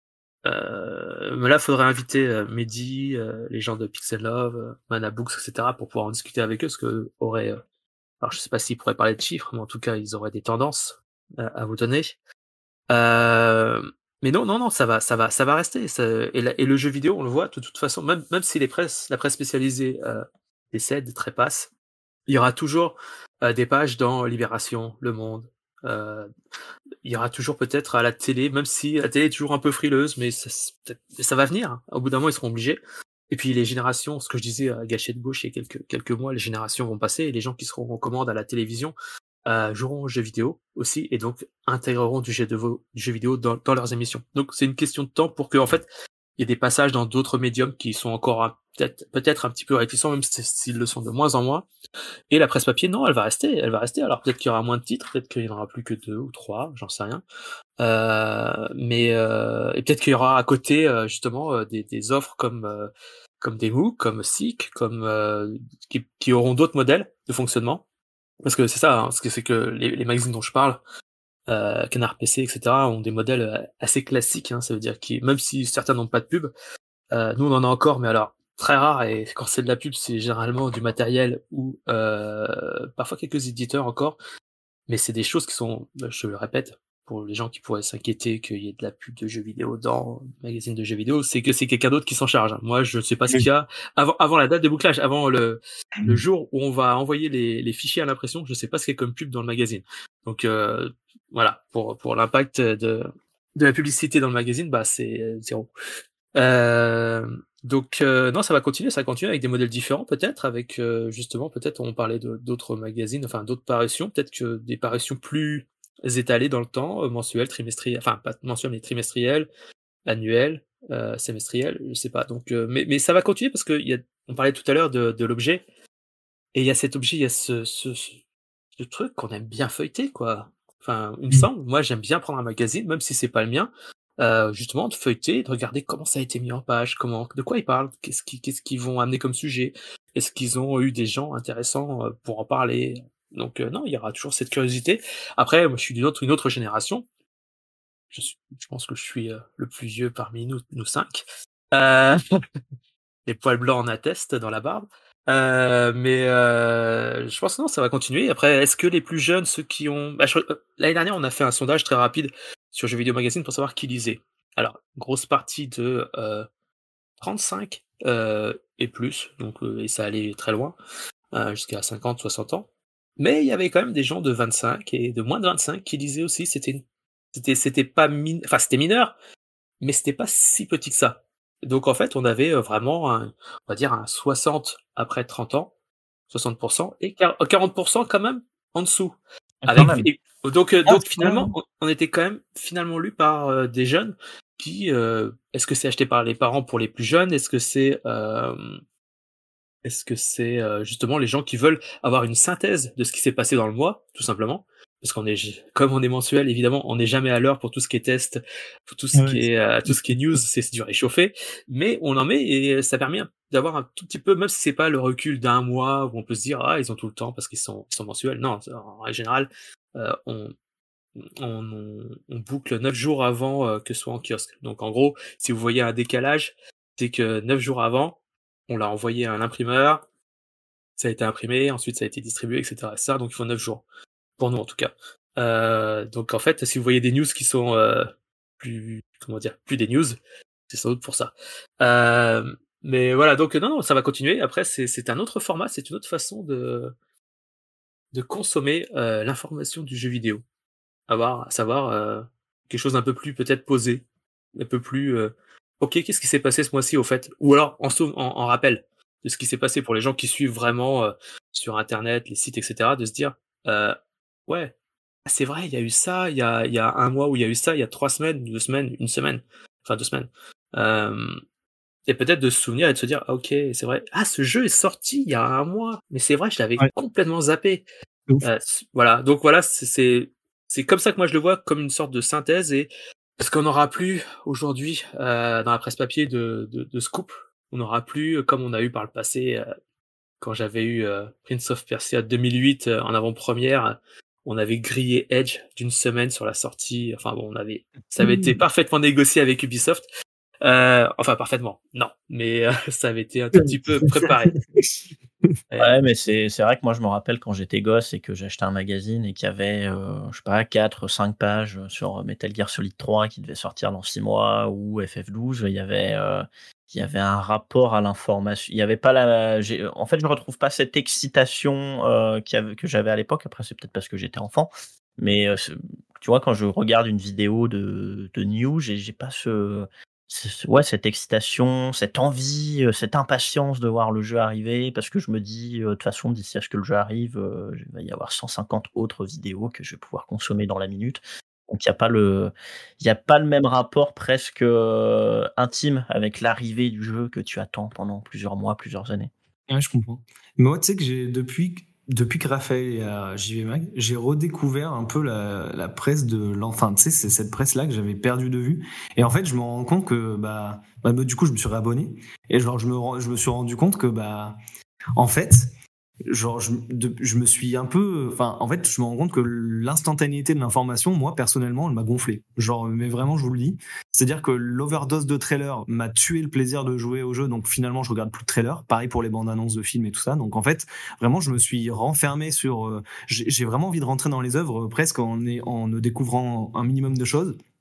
euh, mais là, il faudrait inviter euh, Mehdi, euh, les gens de Pixel Love, euh, Mana Books, et cetera, pour pouvoir en discuter avec eux, parce que aurait, euh, alors je sais pas s'ils pourraient parler de chiffres, mais en tout cas, ils auraient des tendances à, à vous donner. Euh, mais non, non, non, ça va, ça va, ça va rester. Ça, et, la, et le jeu vidéo, on le voit de toute façon, même même si les presses, la presse spécialisée euh, décède, trépasse, il y aura toujours euh, des pages dans Libération, Le Monde. Euh, il y aura toujours peut-être à la télé, même si la télé est toujours un peu frileuse, mais ça, ça va venir. Hein. Au bout d'un moment, ils seront obligés. Et puis les générations, ce que je disais à Gâchette de Gauche il y a quelques, quelques mois, les générations vont passer et les gens qui seront en commande à la télévision euh, joueront aux jeux vidéo aussi et donc intégreront du jeu, de vo- du jeu vidéo dans, dans leurs émissions. Donc c'est une question de temps pour que en fait il y ait des passages dans d'autres médiums qui sont encore un- peut-être peut-être un petit peu réticents, même s'ils le sont de moins en moins. Et la presse papier, non, elle va rester, elle va rester. Alors peut-être qu'il y aura moins de titres, peut-être qu'il y en aura plus que deux ou trois, j'en sais rien. Euh, mais euh, et peut-être qu'il y aura à côté euh, justement euh, des, des offres comme euh, comme des MOOC, comme Seek, comme euh, qui, qui auront d'autres modèles de fonctionnement. Parce que c'est ça, hein, parce que c'est que les, les magazines dont je parle, euh, Canard P C, et cetera, ont des modèles euh, assez classiques. Hein, ça veut dire que même si certains n'ont pas de pub, euh, nous on en a encore, mais alors très rare. Et quand c'est de la pub, c'est généralement du matériel ou euh, parfois quelques éditeurs encore. Mais c'est des choses qui sont, je le répète, pour les gens qui pourraient s'inquiéter qu'il y ait de la pub de jeux vidéo dans le magazine de jeux vidéo, c'est que c'est quelqu'un d'autre qui s'en charge. Moi, je ne sais pas ce qu'il y a avant, avant la date de bouclage, avant le, le jour où on va envoyer les, les fichiers à l'impression, je ne sais pas ce qu'il y a comme pub dans le magazine. Donc euh, voilà, pour pour l'impact de de la publicité dans le magazine, bah c'est euh, zéro. Euh, donc euh, non, ça va continuer, ça va continuer avec des modèles différents peut-être, avec euh, justement peut-être on parlait de, d'autres magazines, enfin d'autres parutions, peut-être que des parutions plus étalées dans le temps, euh, mensuelles, trimestrielles, enfin pas mensuelles mais trimestrielles, annuelles, euh, semestrielles, je sais pas. Donc euh, mais mais ça va continuer parce que il y a, on parlait tout à l'heure de, de l'objet et il y a cet objet, il y a ce ce, ce ce truc qu'on aime bien feuilleter quoi. Enfin, il me Mmh. semble, moi j'aime bien prendre un magazine, même si c'est pas le mien, euh, justement de feuilleter, de regarder comment ça a été mis en page, comment, de quoi ils parlent, qu'est-ce qu'ils, qu'est-ce qu'ils vont amener comme sujet, est-ce qu'ils ont eu des gens intéressants euh, pour en parler. Donc euh, non, il y aura toujours cette curiosité. Après, moi je suis d'une autre, une autre génération. Je, suis, je pense que je suis euh, le plus vieux parmi nous, nous cinq. Euh, les poils blancs en attestent dans la barbe. Euh, mais euh, je pense que non, ça va continuer. Après, est-ce que les plus jeunes, ceux qui ont... Bah, je... L'année dernière, on a fait un sondage très rapide sur Jeux Vidéo Magazine pour savoir qui lisait. Alors, grosse partie de euh, trente-cinq euh, et plus, donc euh, et ça allait très loin, euh, jusqu'à cinquante, soixante ans. Mais il y avait quand même des gens de vingt-cinq et de moins de vingt-cinq qui lisaient aussi. C'était, c'était, c'était pas min... enfin, c'était mineur, mais c'était pas si petit que ça. Donc en fait, on avait vraiment un, on va dire un soixante après trente ans, soixante pour cent et quarante pour cent quand même en dessous. Avec, et, donc Ah, donc c'est finalement, cool. on, on était quand même finalement lu par euh, des jeunes qui, euh, est-ce que c'est acheté par les parents pour les plus jeunes, est-ce que c'est euh, est-ce que c'est euh, justement les gens qui veulent avoir une synthèse de ce qui s'est passé dans le mois, tout simplement? Parce qu'on est, comme on est mensuel, évidemment, on n'est jamais à l'heure pour tout ce qui est test, pour tout ce Ouais, qui est, euh, tout ce qui est news, c'est du réchauffé. Mais on en met et ça permet d'avoir un tout petit peu, même si c'est pas le recul d'un mois où on peut se dire, ah, ils ont tout le temps parce qu'ils sont, ils sont mensuels. Non, en règle générale, euh, on, on, on, on boucle neuf jours avant euh, que ce soit en kiosque. Donc en gros, si vous voyez un décalage, c'est que neuf jours avant, on l'a envoyé à un imprimeur, ça a été imprimé, ensuite ça a été distribué, et cetera. Ça, donc il faut neuf jours. Pour nous en tout cas. Euh, donc en fait, si vous voyez des news qui sont euh, plus, comment dire, plus des news, c'est sans doute pour ça. Euh, mais voilà, donc non, non, ça va continuer. Après, c'est, c'est un autre format, c'est une autre façon de, de consommer euh, l'information du jeu vidéo. Avoir, à savoir euh, quelque chose d'un peu plus peut-être posé, un peu plus. Euh, ok, qu'est-ce qui s'est passé ce mois-ci au fait? Ou alors en, en, en rappel de ce qui s'est passé pour les gens qui suivent vraiment euh, sur Internet, les sites, et cetera. De se dire, euh, ouais, c'est vrai, il y a eu ça, il y a, il y a un mois où il y a eu ça, il y a trois semaines, deux semaines, une semaine, enfin deux semaines. Euh, et peut-être de se souvenir et de se dire, ah, ok, c'est vrai, ah, ce jeu est sorti il y a un mois, mais c'est vrai, je l'avais Ouais. complètement zappé. Ouf. Euh, voilà, donc voilà, c'est, c'est, c'est comme ça que moi je le vois, comme une sorte de synthèse, et parce qu'on n'aura plus aujourd'hui euh, dans la presse papier de, de, de scoop, on n'aura plus, comme on a eu par le passé, euh, quand j'avais eu euh, Prince of Persia deux mille huit euh, en avant-première, on avait grillé Edge d'une semaine sur la sortie. Enfin bon, on avait, ça avait été parfaitement négocié avec Ubisoft. Euh, enfin parfaitement, non, mais euh, ça avait été un tout petit peu préparé. Ouais, mais c'est c'est vrai que moi je me rappelle quand j'étais gosse et que j'achetais un magazine et qu'il y avait euh, je sais pas quatre cinq pages sur Metal Gear Solid trois qui devait sortir dans six mois ou F F douze, il y avait euh, il y avait un rapport à l'information. Il y avait pas la j'ai- en fait je retrouve pas cette excitation euh, qu'il y avait- que j'avais à l'époque. Après c'est peut-être parce que j'étais enfant, mais euh, c'est- tu vois quand je regarde une vidéo de de news, j'ai j'ai pas ce c'est- c'est- ouais, cette excitation, cette envie, euh, cette impatience de voir le jeu arriver, parce que je me dis, euh, de toute façon, d'ici à ce que le jeu arrive, euh, il va y avoir cent cinquante autres vidéos que je vais pouvoir consommer dans la minute. Donc il n'y a pas le, il y a pas le même rapport presque euh, intime avec l'arrivée du jeu que tu attends pendant plusieurs mois, plusieurs années. Ouais, je comprends. Mais moi, tu sais que j'ai depuis depuis que Raphaël est à J V Mag, j'ai redécouvert un peu la, la presse de l'enfant. Tu sais, c'est cette presse-là que j'avais perdu de vue. Et en fait, je me rends compte que bah, bah du coup, je me suis réabonné et genre je me rends- je me suis rendu compte que bah en fait, genre je, de- je me suis un peu enfin en fait je me rends compte que l'instantanéité de l'information moi personnellement elle m'a gonflé genre mais vraiment je vous le dis c'est à dire que l'overdose de trailers m'a tué le plaisir de jouer au jeu donc finalement je regarde plus de trailers pareil pour les bandes annonces de films et tout ça donc en fait vraiment je me suis renfermé sur euh, j'ai j'ai vraiment envie de rentrer dans les œuvres euh, presque en, en ne découvrant un minimum de choses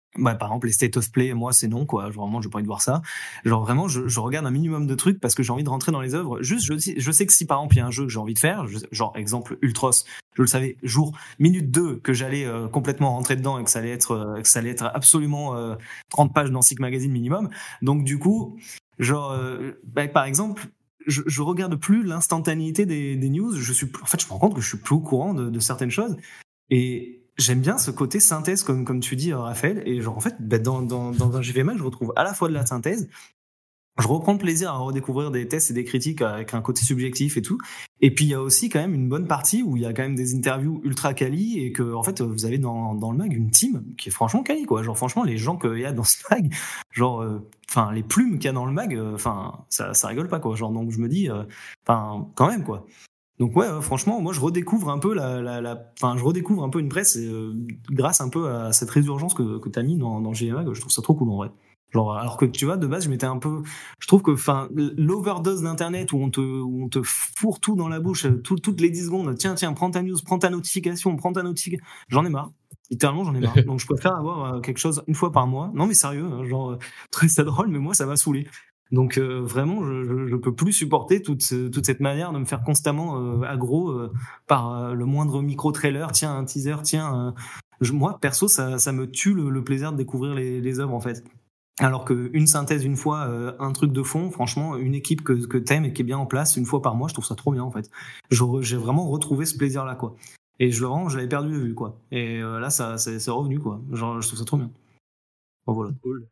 Bah, par exemple, les state of play, moi, c'est non, quoi. Genre, vraiment, j'ai pas envie de voir ça. Genre, vraiment, je, je regarde un minimum de trucs parce que j'ai envie de rentrer dans les œuvres. Juste, je, sais- je sais que si, par exemple, il y a un jeu que j'ai envie de faire, je- genre, exemple, Ultros, je le savais, jour, minute deux, que j'allais euh, complètement rentrer dedans et que ça allait être, euh, que ça allait être absolument euh, trente pages dans Sick Magazine minimum. Donc, du coup, genre, euh, bah, par exemple, je, je regarde plus l'instantanéité des, des news. Je suis, plus- en fait, je me rends compte que je suis plus au courant de, de certaines choses. Et j'aime bien ce côté synthèse, comme, comme tu dis, euh, Raphaël. Et genre, en fait, bah, dans, dans, dans un G V M A, je retrouve à la fois de la synthèse, je reprends plaisir à redécouvrir des tests et des critiques avec un côté subjectif et tout. Et puis, il y a aussi quand même une bonne partie où il y a quand même des interviews ultra quali et que, en fait, vous avez dans, dans le mag une team qui est franchement quali, quoi. Genre, franchement, les gens qu'il y a dans ce mag, genre, enfin, euh, les plumes qu'il y a dans le mag, enfin, euh, ça, ça rigole pas, quoi. Genre, donc, je me dis, enfin, euh, quand même, quoi. Donc ouais, euh, franchement, moi je redécouvre un peu la, la, la, enfin je redécouvre un peu une presse euh, grâce un peu à cette résurgence que que t'as mis dans dans G M A, que je trouve ça trop cool en vrai. Genre alors que tu vois de base je m'étais un peu, je trouve que enfin l'overdose d'internet où on te où on te fourre tout dans la bouche tout, toutes les dix secondes, tiens tiens prends ta news, prends ta notification, prends ta notification, j'en ai marre. Littéralement j'en ai marre. Donc je préfère avoir euh, quelque chose une fois par mois. Non mais sérieux, hein, genre euh, très ça drôle mais moi ça m'a saoulé. Donc euh, vraiment, je, je, je peux plus supporter toute, ce, toute cette manière de me faire constamment euh, aggro euh, par euh, le moindre micro-trailer, tiens un teaser, tiens. Euh, je, moi perso, ça, ça me tue le, le plaisir de découvrir les, les œuvres en fait. Alors qu'une synthèse une fois, euh, un truc de fond, franchement, une équipe que, que t'aimes et qui est bien en place une fois par mois, je trouve ça trop bien en fait. Je, j'ai vraiment retrouvé ce plaisir là quoi. Et je le rends, je l'avais perdu de vue quoi. Et euh, là, ça, c'est, c'est revenu quoi. Genre, je trouve ça trop bien. Bon, voilà. Cool.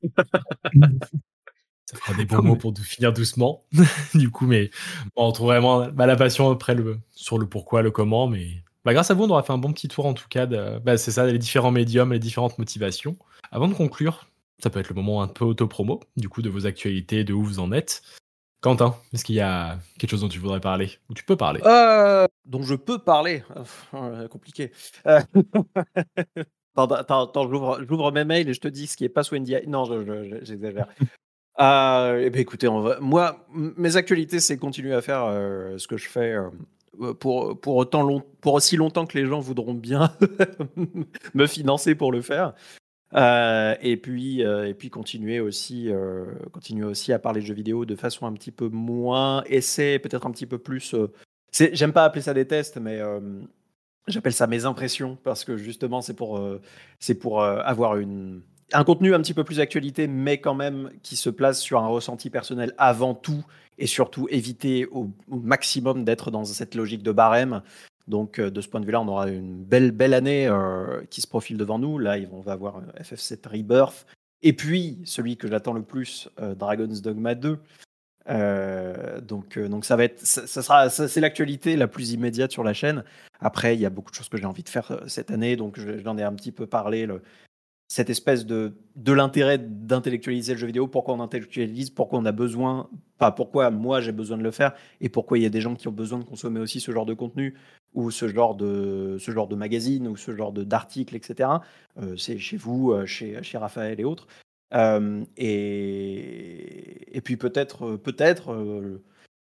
Ça fera des bons mots pour finir doucement, du coup, mais bon, on trouve vraiment bah, la passion après le, sur le pourquoi, le comment, mais bah, grâce à vous, on aura fait un bon petit tour en tout cas, de, bah, c'est ça, les différents médiums, les différentes motivations. Avant de conclure, ça peut être le moment un peu auto-promo, du coup, de vos actualités, de où vous en êtes. Quentin, est-ce qu'il y a quelque chose dont tu voudrais parler, ou tu peux parler? Euh, dont je peux parler. Euh, compliqué. Euh, attends, attends, attends, j'ouvre, j'ouvre mes mails et je te dis ce qui est pas sous N D I. Non, je, je- je- j'exagère. Euh, eh ben, écoutez, on va... moi, m- mes actualités, c'est continuer à faire euh, ce que je fais euh, pour, pour, autant long... pour aussi longtemps que les gens voudront bien me financer pour le faire. Euh, et puis, euh, et puis continuer aussi, euh, continuer aussi à parler de jeux vidéo de façon un petit peu moins essai, peut-être un petit peu plus. Euh, c'est, j'aime pas appeler ça des tests, mais euh, j'appelle ça mes impressions parce que justement c'est pour, euh, c'est pour euh, avoir une, un contenu un petit peu plus actualité, mais quand même qui se place sur un ressenti personnel avant tout et surtout éviter au, au maximum d'être dans cette logique de barème. Donc, euh, de ce point de vue-là, on aura une belle, belle année euh, qui se profile devant nous. Là, on va avoir euh, F F sept Rebirth. Et puis, celui que j'attends le plus, euh, Dragon's Dogma deux. Euh, donc, euh, donc, ça va être, ça, ça sera, ça, c'est l'actualité la plus immédiate sur la chaîne. Après, il y a beaucoup de choses que j'ai envie de faire euh, cette année. Donc, je- j'en ai un petit peu parlé. Le, cette espèce de, de l'intérêt d'intellectualiser le jeu vidéo, pourquoi on intellectualise, pourquoi on a besoin, pas pourquoi moi j'ai besoin de le faire, et pourquoi il y a des gens qui ont besoin de consommer aussi ce genre de contenu, ou ce genre de, ce genre de magazine, ou ce genre de, d'articles, et cetera. Euh, c'est chez vous, euh, chez, chez Raphaël et autres. Euh, et, et puis peut-être, peut-être euh,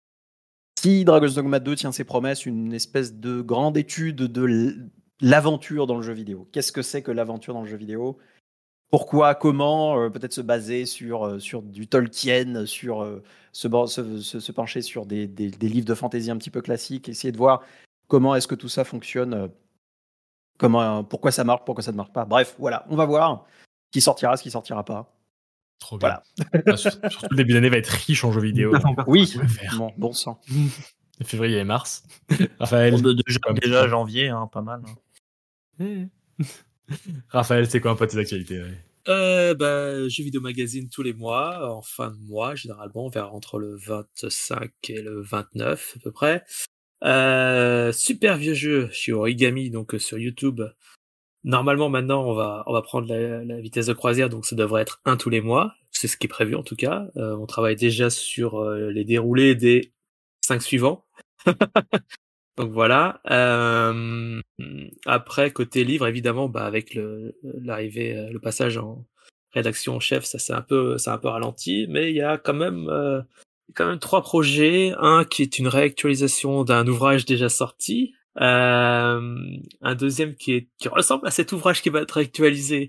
si Dragon's Dogma deux tient ses promesses, une espèce de grande étude de l'aventure dans le jeu vidéo. Qu'est-ce que c'est que l'aventure dans le jeu vidéo ? Pourquoi, comment, euh, peut-être se baser sur, euh, sur du Tolkien, sur euh, se, se, se, se pencher sur des, des, des livres de fantasy un petit peu classiques, essayer de voir comment est-ce que tout ça fonctionne, euh, comment, euh, pourquoi ça marche, pourquoi ça ne marche pas. Bref, voilà, on va voir ce qui sortira, ce qui sortira pas. Trop bien. Voilà. Ah, surtout le début d'année va être riche en jeux vidéo. Oui, faire. bon, bon sang. Février et mars. Raphaël, Bon, déjà, quoi, déjà janvier, hein, pas mal. hein. Raphaël, c'est quoi un peu tes actualités? Ouais. Euh, bah, Jeux Vidéo Magazine tous les mois, en fin de mois, généralement, vers entre le vingt-cinq et le vingt-neuf, à peu près. Euh, super vieux jeu chez Origami, donc euh, sur YouTube. Normalement, maintenant, on va, on va prendre la, la vitesse de croisière, donc ça devrait être un tous les mois. C'est ce qui est prévu, en tout cas. Euh, on travaille déjà sur euh, les déroulés des cinq suivants. Donc voilà. Euh, après, côté livre, évidemment, bah, avec le, l'arrivée, le passage en rédaction en chef, ça c'est un peu, ça a un peu ralenti, mais il y a quand même, euh, quand même trois projets. Un qui est une réactualisation d'un ouvrage déjà sorti. Euh, un deuxième qui est, qui ressemble à cet ouvrage qui va être actualisé,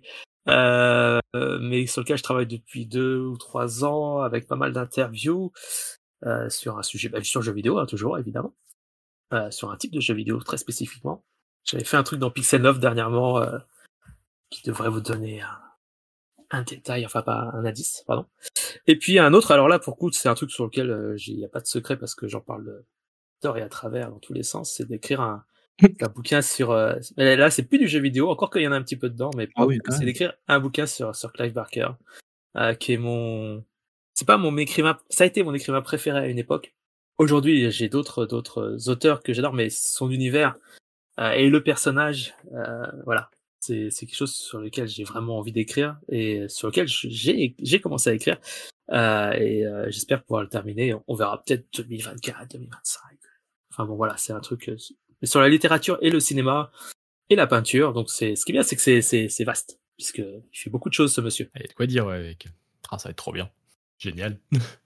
euh, mais sur lequel je travaille depuis deux ou trois ans avec pas mal d'interviews euh, sur un sujet, bah, sur le jeu vidéo, hein, toujours évidemment, euh, sur un type de jeu vidéo très spécifiquement. J'avais fait un truc dans Pixel neuf dernièrement euh, qui devrait vous donner un, un détail, enfin pas un indice, pardon. Et puis un autre, alors là pour coup c'est un truc sur lequel euh, il n'y a pas de secret parce que j'en parle de tort et à travers dans tous les sens, c'est d'écrire un, un bouquin sur... Euh, là c'est plus du jeu vidéo, encore qu'il y en a un petit peu dedans, mais Ah oui, quand c'est même. d'écrire un bouquin sur, sur Clive Barker, euh, qui est mon... C'est pas mon écrivain, ça a été mon écrivain préféré à une époque. Aujourd'hui j'ai d'autres d'autres auteurs que j'adore, mais son univers euh, et le personnage, euh, voilà. C'est, c'est quelque chose sur lequel j'ai vraiment envie d'écrire et sur lequel j'ai, j'ai commencé à écrire. Euh, et euh, j'espère pouvoir le terminer. On verra peut-être deux mille vingt-quatre, deux mille vingt-cinq. Enfin bon, voilà, c'est un truc euh, sur la littérature et le cinéma et la peinture. Donc c'est, ce qui est bien, c'est que c'est, c'est, c'est vaste, puisque il fait beaucoup de choses, ce monsieur. Il y a de quoi dire, ouais, avec. Ah, ça va être trop bien. Génial.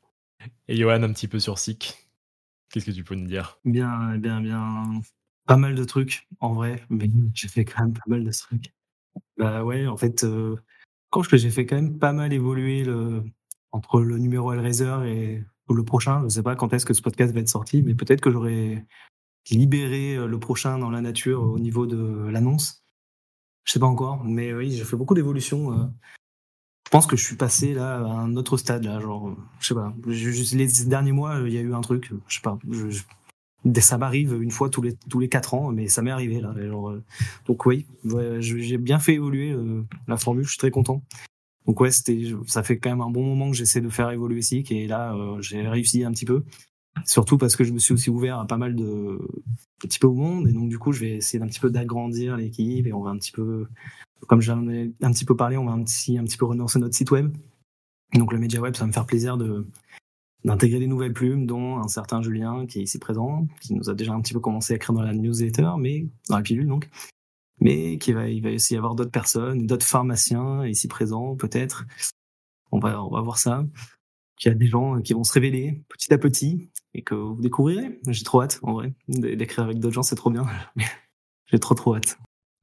Et Johan, un petit peu sur S I C. Qu'est-ce que tu peux nous dire? Bien, bien, bien. Pas mal de trucs, en vrai, mais j'ai fait quand même pas mal de trucs. Bah ouais, en fait, euh, quand je- j'ai fait quand même pas mal évoluer le, entre le numéro Hellraiser et le prochain. Je sais pas quand est-ce que ce podcast va être sorti, mais peut-être que j'aurai libéré euh, le prochain dans la nature au niveau de l'annonce. Je sais pas encore, mais oui, j'ai fait beaucoup d'évolutions. euh. Je pense que je suis passé là à un autre stade là, genre, euh, je sais pas. Je- je- les derniers mois, euh, il y a eu un truc, je sais pas. Je, je- ça m'arrive une fois tous les tous les quatre ans, mais ça m'est arrivé là. Genre, euh, donc oui, ouais, je- j'ai bien fait évoluer euh, la formule. Je suis très content. Donc ouais, c'était, ça fait quand même un bon moment que j'essaie de faire évoluer S I C et là, euh, j'ai réussi un petit peu. Surtout parce que je me suis aussi ouvert à pas mal de un petit peu au monde et donc du coup, je vais essayer d'un petit peu d'agrandir l'équipe et on va un petit peu, comme j'en ai un petit peu parlé, on va un petit un petit peu relancer notre site web. Donc le Media Web, ça va me faire plaisir de d'intégrer des nouvelles plumes, dont un certain Julien qui est ici présent, qui nous a déjà un petit peu commencé à écrire dans la newsletter, mais dans la pilule donc, mais qui va, il va aussi y avoir d'autres personnes, d'autres pharmaciens ici présents peut-être. On va, on va voir ça. Il y a des gens qui vont se révéler petit à petit et que vous découvrirez. J'ai trop hâte, en vrai, d'écrire avec d'autres gens, c'est trop bien. J'ai trop trop hâte.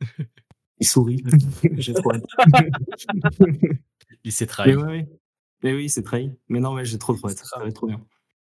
Il sourit. J'ai trop hâte. Il s'est trahi. Mais ouais, ouais. Mais oui, c'est trahi. Mais non, ouais, j'ai trop trop hâte. Ça va être trop bien.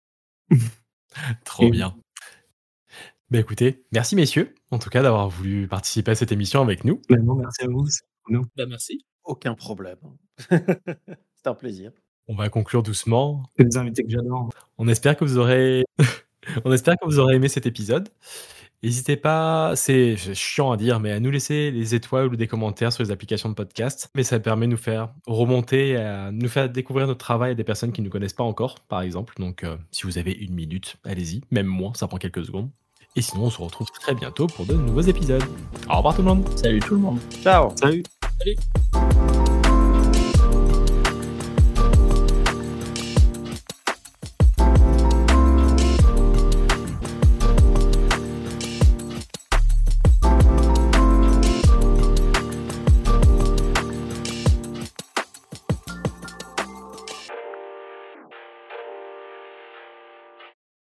Trop Et- bien. Bah écoutez, merci messieurs, en tout cas d'avoir voulu participer à cette émission avec nous. Bah non, merci à vous. c'est trop bien. Bah merci. Aucun problème. C'est un plaisir. On va conclure doucement. C'est des invités que j'adore. On espère que vous aurez, on espère que vous aurez aimé cet épisode. N'hésitez pas, c'est c'est chiant à dire, mais à nous laisser les étoiles ou des commentaires sur les applications de podcast. Mais ça permet de nous faire remonter, à nous faire découvrir notre travail à des personnes qui ne nous connaissent pas encore, par exemple. Donc, euh, si vous avez une minute, allez-y. Même moins, ça prend quelques secondes. Et sinon, on se retrouve très bientôt pour de nouveaux épisodes. Au revoir tout le monde. Salut tout le monde. Ciao. Salut. Salut.